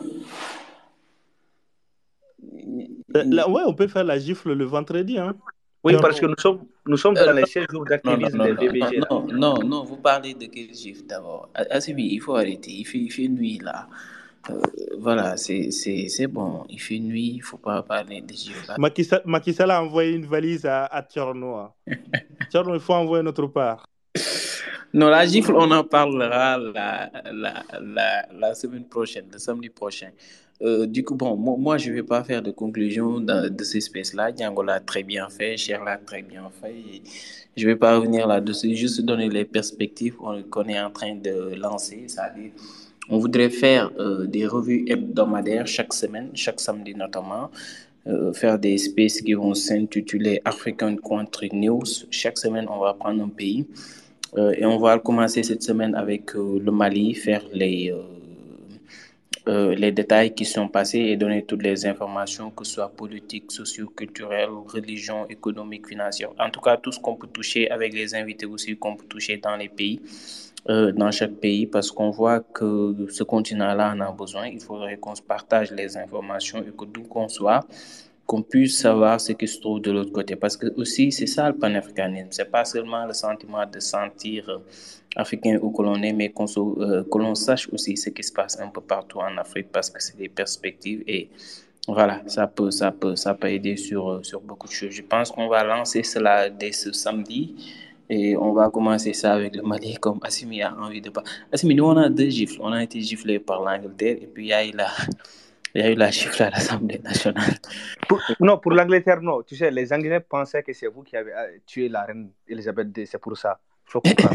Là, ouais, on peut faire la gifle le vendredi. Hein. Oui, parce que nous sommes, nous sommes dans les seize jours d'activisme non, non, des V B G. Non, non, non, non, vous parlez de quel gifle d'abord? Assimi, il faut arrêter. Il fait, il fait nuit là. Euh, voilà, c'est, c'est, c'est bon. Il fait nuit, il ne faut pas parler de gifle. Macky Sall a envoyé une valise à, à Tcherno. Tcherno, il faut envoyer notre part. Non, la gifle, on en parlera la, la, la, la semaine prochaine, le samedi prochain. Euh, du coup, bon, moi, moi je ne vais pas faire de conclusion de, de ces espèces-là. Django l'a très bien fait, Cher l'a très bien fait. Et je ne vais pas revenir là-dessus, juste donner les perspectives qu'on est en train de lancer. C'est-à-dire, on voudrait faire euh, des revues hebdomadaires chaque semaine, chaque samedi notamment. Euh, faire des spaces qui vont s'intituler African Country News. Chaque semaine, on va prendre un pays. Euh, et on va commencer cette semaine avec euh, le Mali, faire les, euh, euh, les détails qui sont passés et donner toutes les informations, que ce soit politiques, socio-culturelles, religion, économique, financière. En tout cas, tout ce qu'on peut toucher avec les invités aussi qu'on peut toucher dans les pays, euh, dans chaque pays, parce qu'on voit que ce continent-là en a besoin. Il faudrait qu'on se partage les informations et que d'où qu'on soit, qu'on puisse savoir ce qui se trouve de l'autre côté. Parce que aussi, c'est ça le panafricanisme. C'est pas seulement le sentiment de sentir euh, africain ou que l'on est, mais qu'on euh, que l'on sache aussi ce qui se passe un peu partout en Afrique, parce que c'est des perspectives et voilà, ça peut, ça peut, ça peut aider sur, sur beaucoup de choses. Je pense qu'on va lancer cela dès ce samedi et on va commencer ça avec le Mali comme Assimi a envie de pas. Assimi, nous on a deux gifles. On a été giflé par l'Angleterre et puis il y a eu la, il y a eu la gifle à l'Assemblée nationale. Pour, non, pour l'Angleterre, non. Tu sais, les Anglais pensaient que c'est vous qui avez euh, tué la reine Elisabeth deux. C'est pour ça. Il faut comprendre.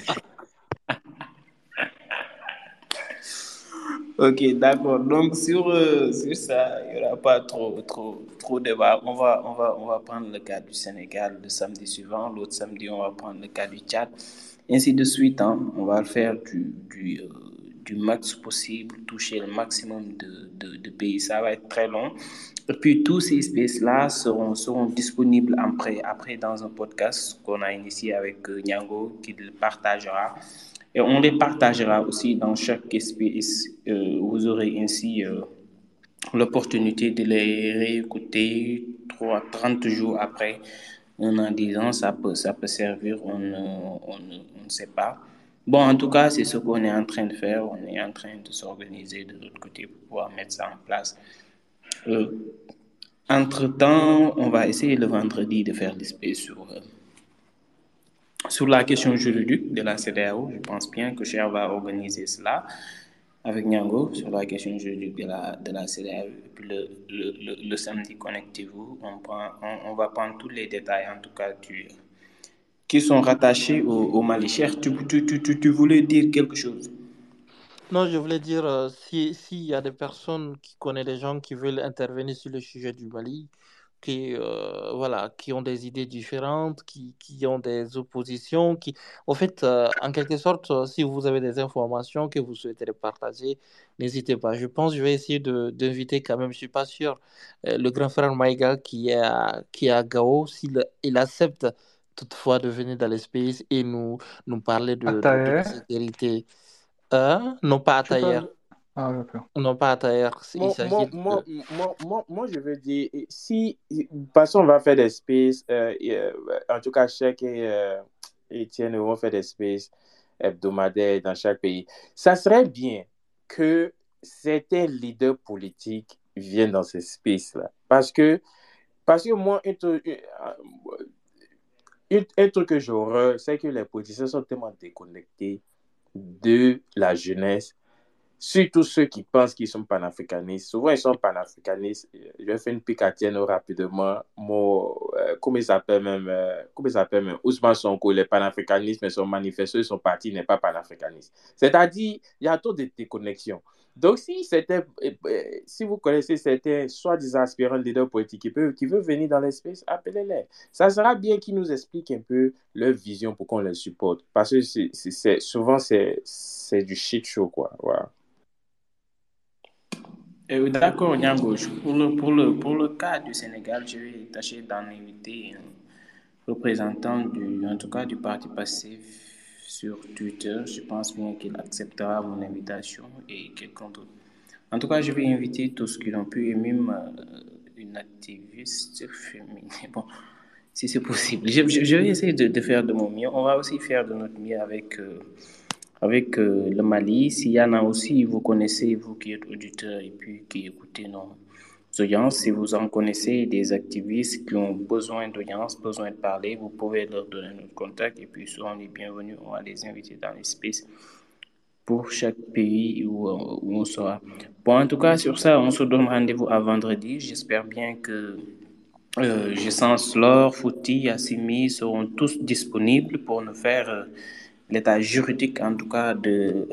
Ok, d'accord. Donc sur, euh, sur ça, il n'y aura pas trop, trop, trop de débat. On va, on, va, on va prendre le cas du Sénégal le samedi suivant. L'autre samedi, on va prendre le cas du Tchad. Ainsi de suite. Hein. On va le faire du, du, euh, du max possible, toucher le maximum de, de, de pays. Ça va être très long. Et puis tous ces spaces-là seront, seront disponibles après, après dans un podcast qu'on a initié avec euh, Nyango, qui le partagera. Et on les partagera aussi dans chaque espace. Euh, vous aurez ainsi euh, l'opportunité de les réécouter trois, trente jours après. En en disant, ça peut, ça peut servir, on ne, on, ne, on ne sait pas. Bon, en tout cas, c'est ce qu'on est en train de faire. On est en train de s'organiser de l'autre côté pour pouvoir mettre ça en place. Euh, entre-temps, on va essayer le vendredi de faire des spaces sur... Euh, Sur la question juridique de la C E D E A O, je pense bien que Cher va organiser cela avec Nyango sur la question juridique de la, de la C E D E A O. Et puis le, le, le, le samedi, connectez-vous. On, prend, on, on va prendre tous les détails, en tout cas, du, qui sont rattachés au, au Mali. Cher, tu, tu, tu, tu, tu voulais dire quelque chose? Non, je voulais dire, euh, si, s'il y a des personnes qui connaissent des gens qui veulent intervenir sur le sujet du Mali, qui, euh, voilà, qui ont des idées différentes, qui, qui ont des oppositions, qui, en fait, euh, en quelque sorte, euh, si vous avez des informations que vous souhaitez partager, n'hésitez pas. Je pense que je vais essayer de, d'inviter quand même, je suis pas sûr, euh, le grand frère Maïga qui est à, qui est à Gao, s'il il accepte toutefois de venir dans l'espace et nous, nous parler de, de, de la Ataïr, sécurité. Euh, non pas à Tu parles. Taïr. ah d'accord. Non pas à Taïr. Il Moi, s'agit moi, de... moi, moi, moi, moi, je veux dire, si, parce qu'on va faire des spaces, euh, euh, en tout cas, chaque et, euh, Étienne vont faire des spaces hebdomadaires dans chaque pays. Ça serait bien que certains leaders politiques viennent dans ces spaces-là. Parce que, parce que moi, un truc, un, un truc que j'aurais, c'est que les politiciens sont tellement déconnectés de la jeunesse. Surtout ceux qui pensent qu'ils sont panafricanistes. Souvent, ils sont panafricanistes. Je vais faire une pique à Tieno rapidement. Mon, euh, comment il s'appelle même, euh, comment il s'appelle même, Ousmane Sonko, les panafricanistes, mais son manifesteur, son parti n'est pas panafricaniste. C'est-à-dire, il y a trop de déconnexions. Donc, si, c'était, euh, si vous connaissez certains soi-disant aspirants leaders politiques qui peuvent, qui veulent venir dans l'espace, appelez-les. Ça sera bien qu'ils nous expliquent un peu leur vision pour qu'on les supporte. Parce que c'est, c'est, c'est, souvent, c'est, c'est du shit show, quoi. Voilà. Euh, d'accord, Nyango. Pour le, pour, le, pour le cas du Sénégal, je vais tâcher d'en inviter un représentant, du, en tout cas du Parti Passif sur Twitter. Je pense bien qu'il acceptera mon invitation et quelqu'un d'autre. En tout cas, je vais inviter tous ceux qui l'ont pu et même euh, une activiste féminine. Bon, si c'est possible. Je, je, je vais essayer de, de faire de mon mieux. On va aussi faire de notre mieux avec... Euh, avec euh, le Mali. S'il y en a aussi, vous connaissez, vous qui êtes auditeurs et puis qui écoutez nos audiences, si vous en connaissez des activistes qui ont besoin d'audience, besoin de parler, vous pouvez leur donner notre contact et puis ils seront les bienvenus. On va les inviter dans l'espace pour chaque pays où, où on sera. Bon, en tout cas, sur ça, on se donne rendez-vous à vendredi. J'espère bien que euh, Jessens, Laure, Fouti, Assimi seront tous disponibles pour nous faire... Euh, l'état juridique, en tout cas, de,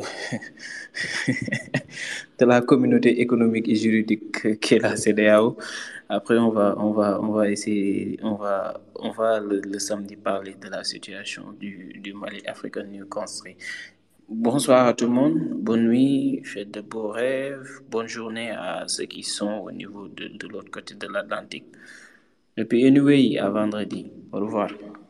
de la communauté économique et juridique qu'est la C E D E A O. Après, on va, on va, on va essayer, on va, on va le, le samedi parler de la situation du, du Mali African New Country. Bonsoir à tout le monde, bonne nuit, faites de beaux rêves, bonne journée à ceux qui sont au niveau de, de l'autre côté de l'Atlantique. Et puis, anyway, à vendredi. Au revoir.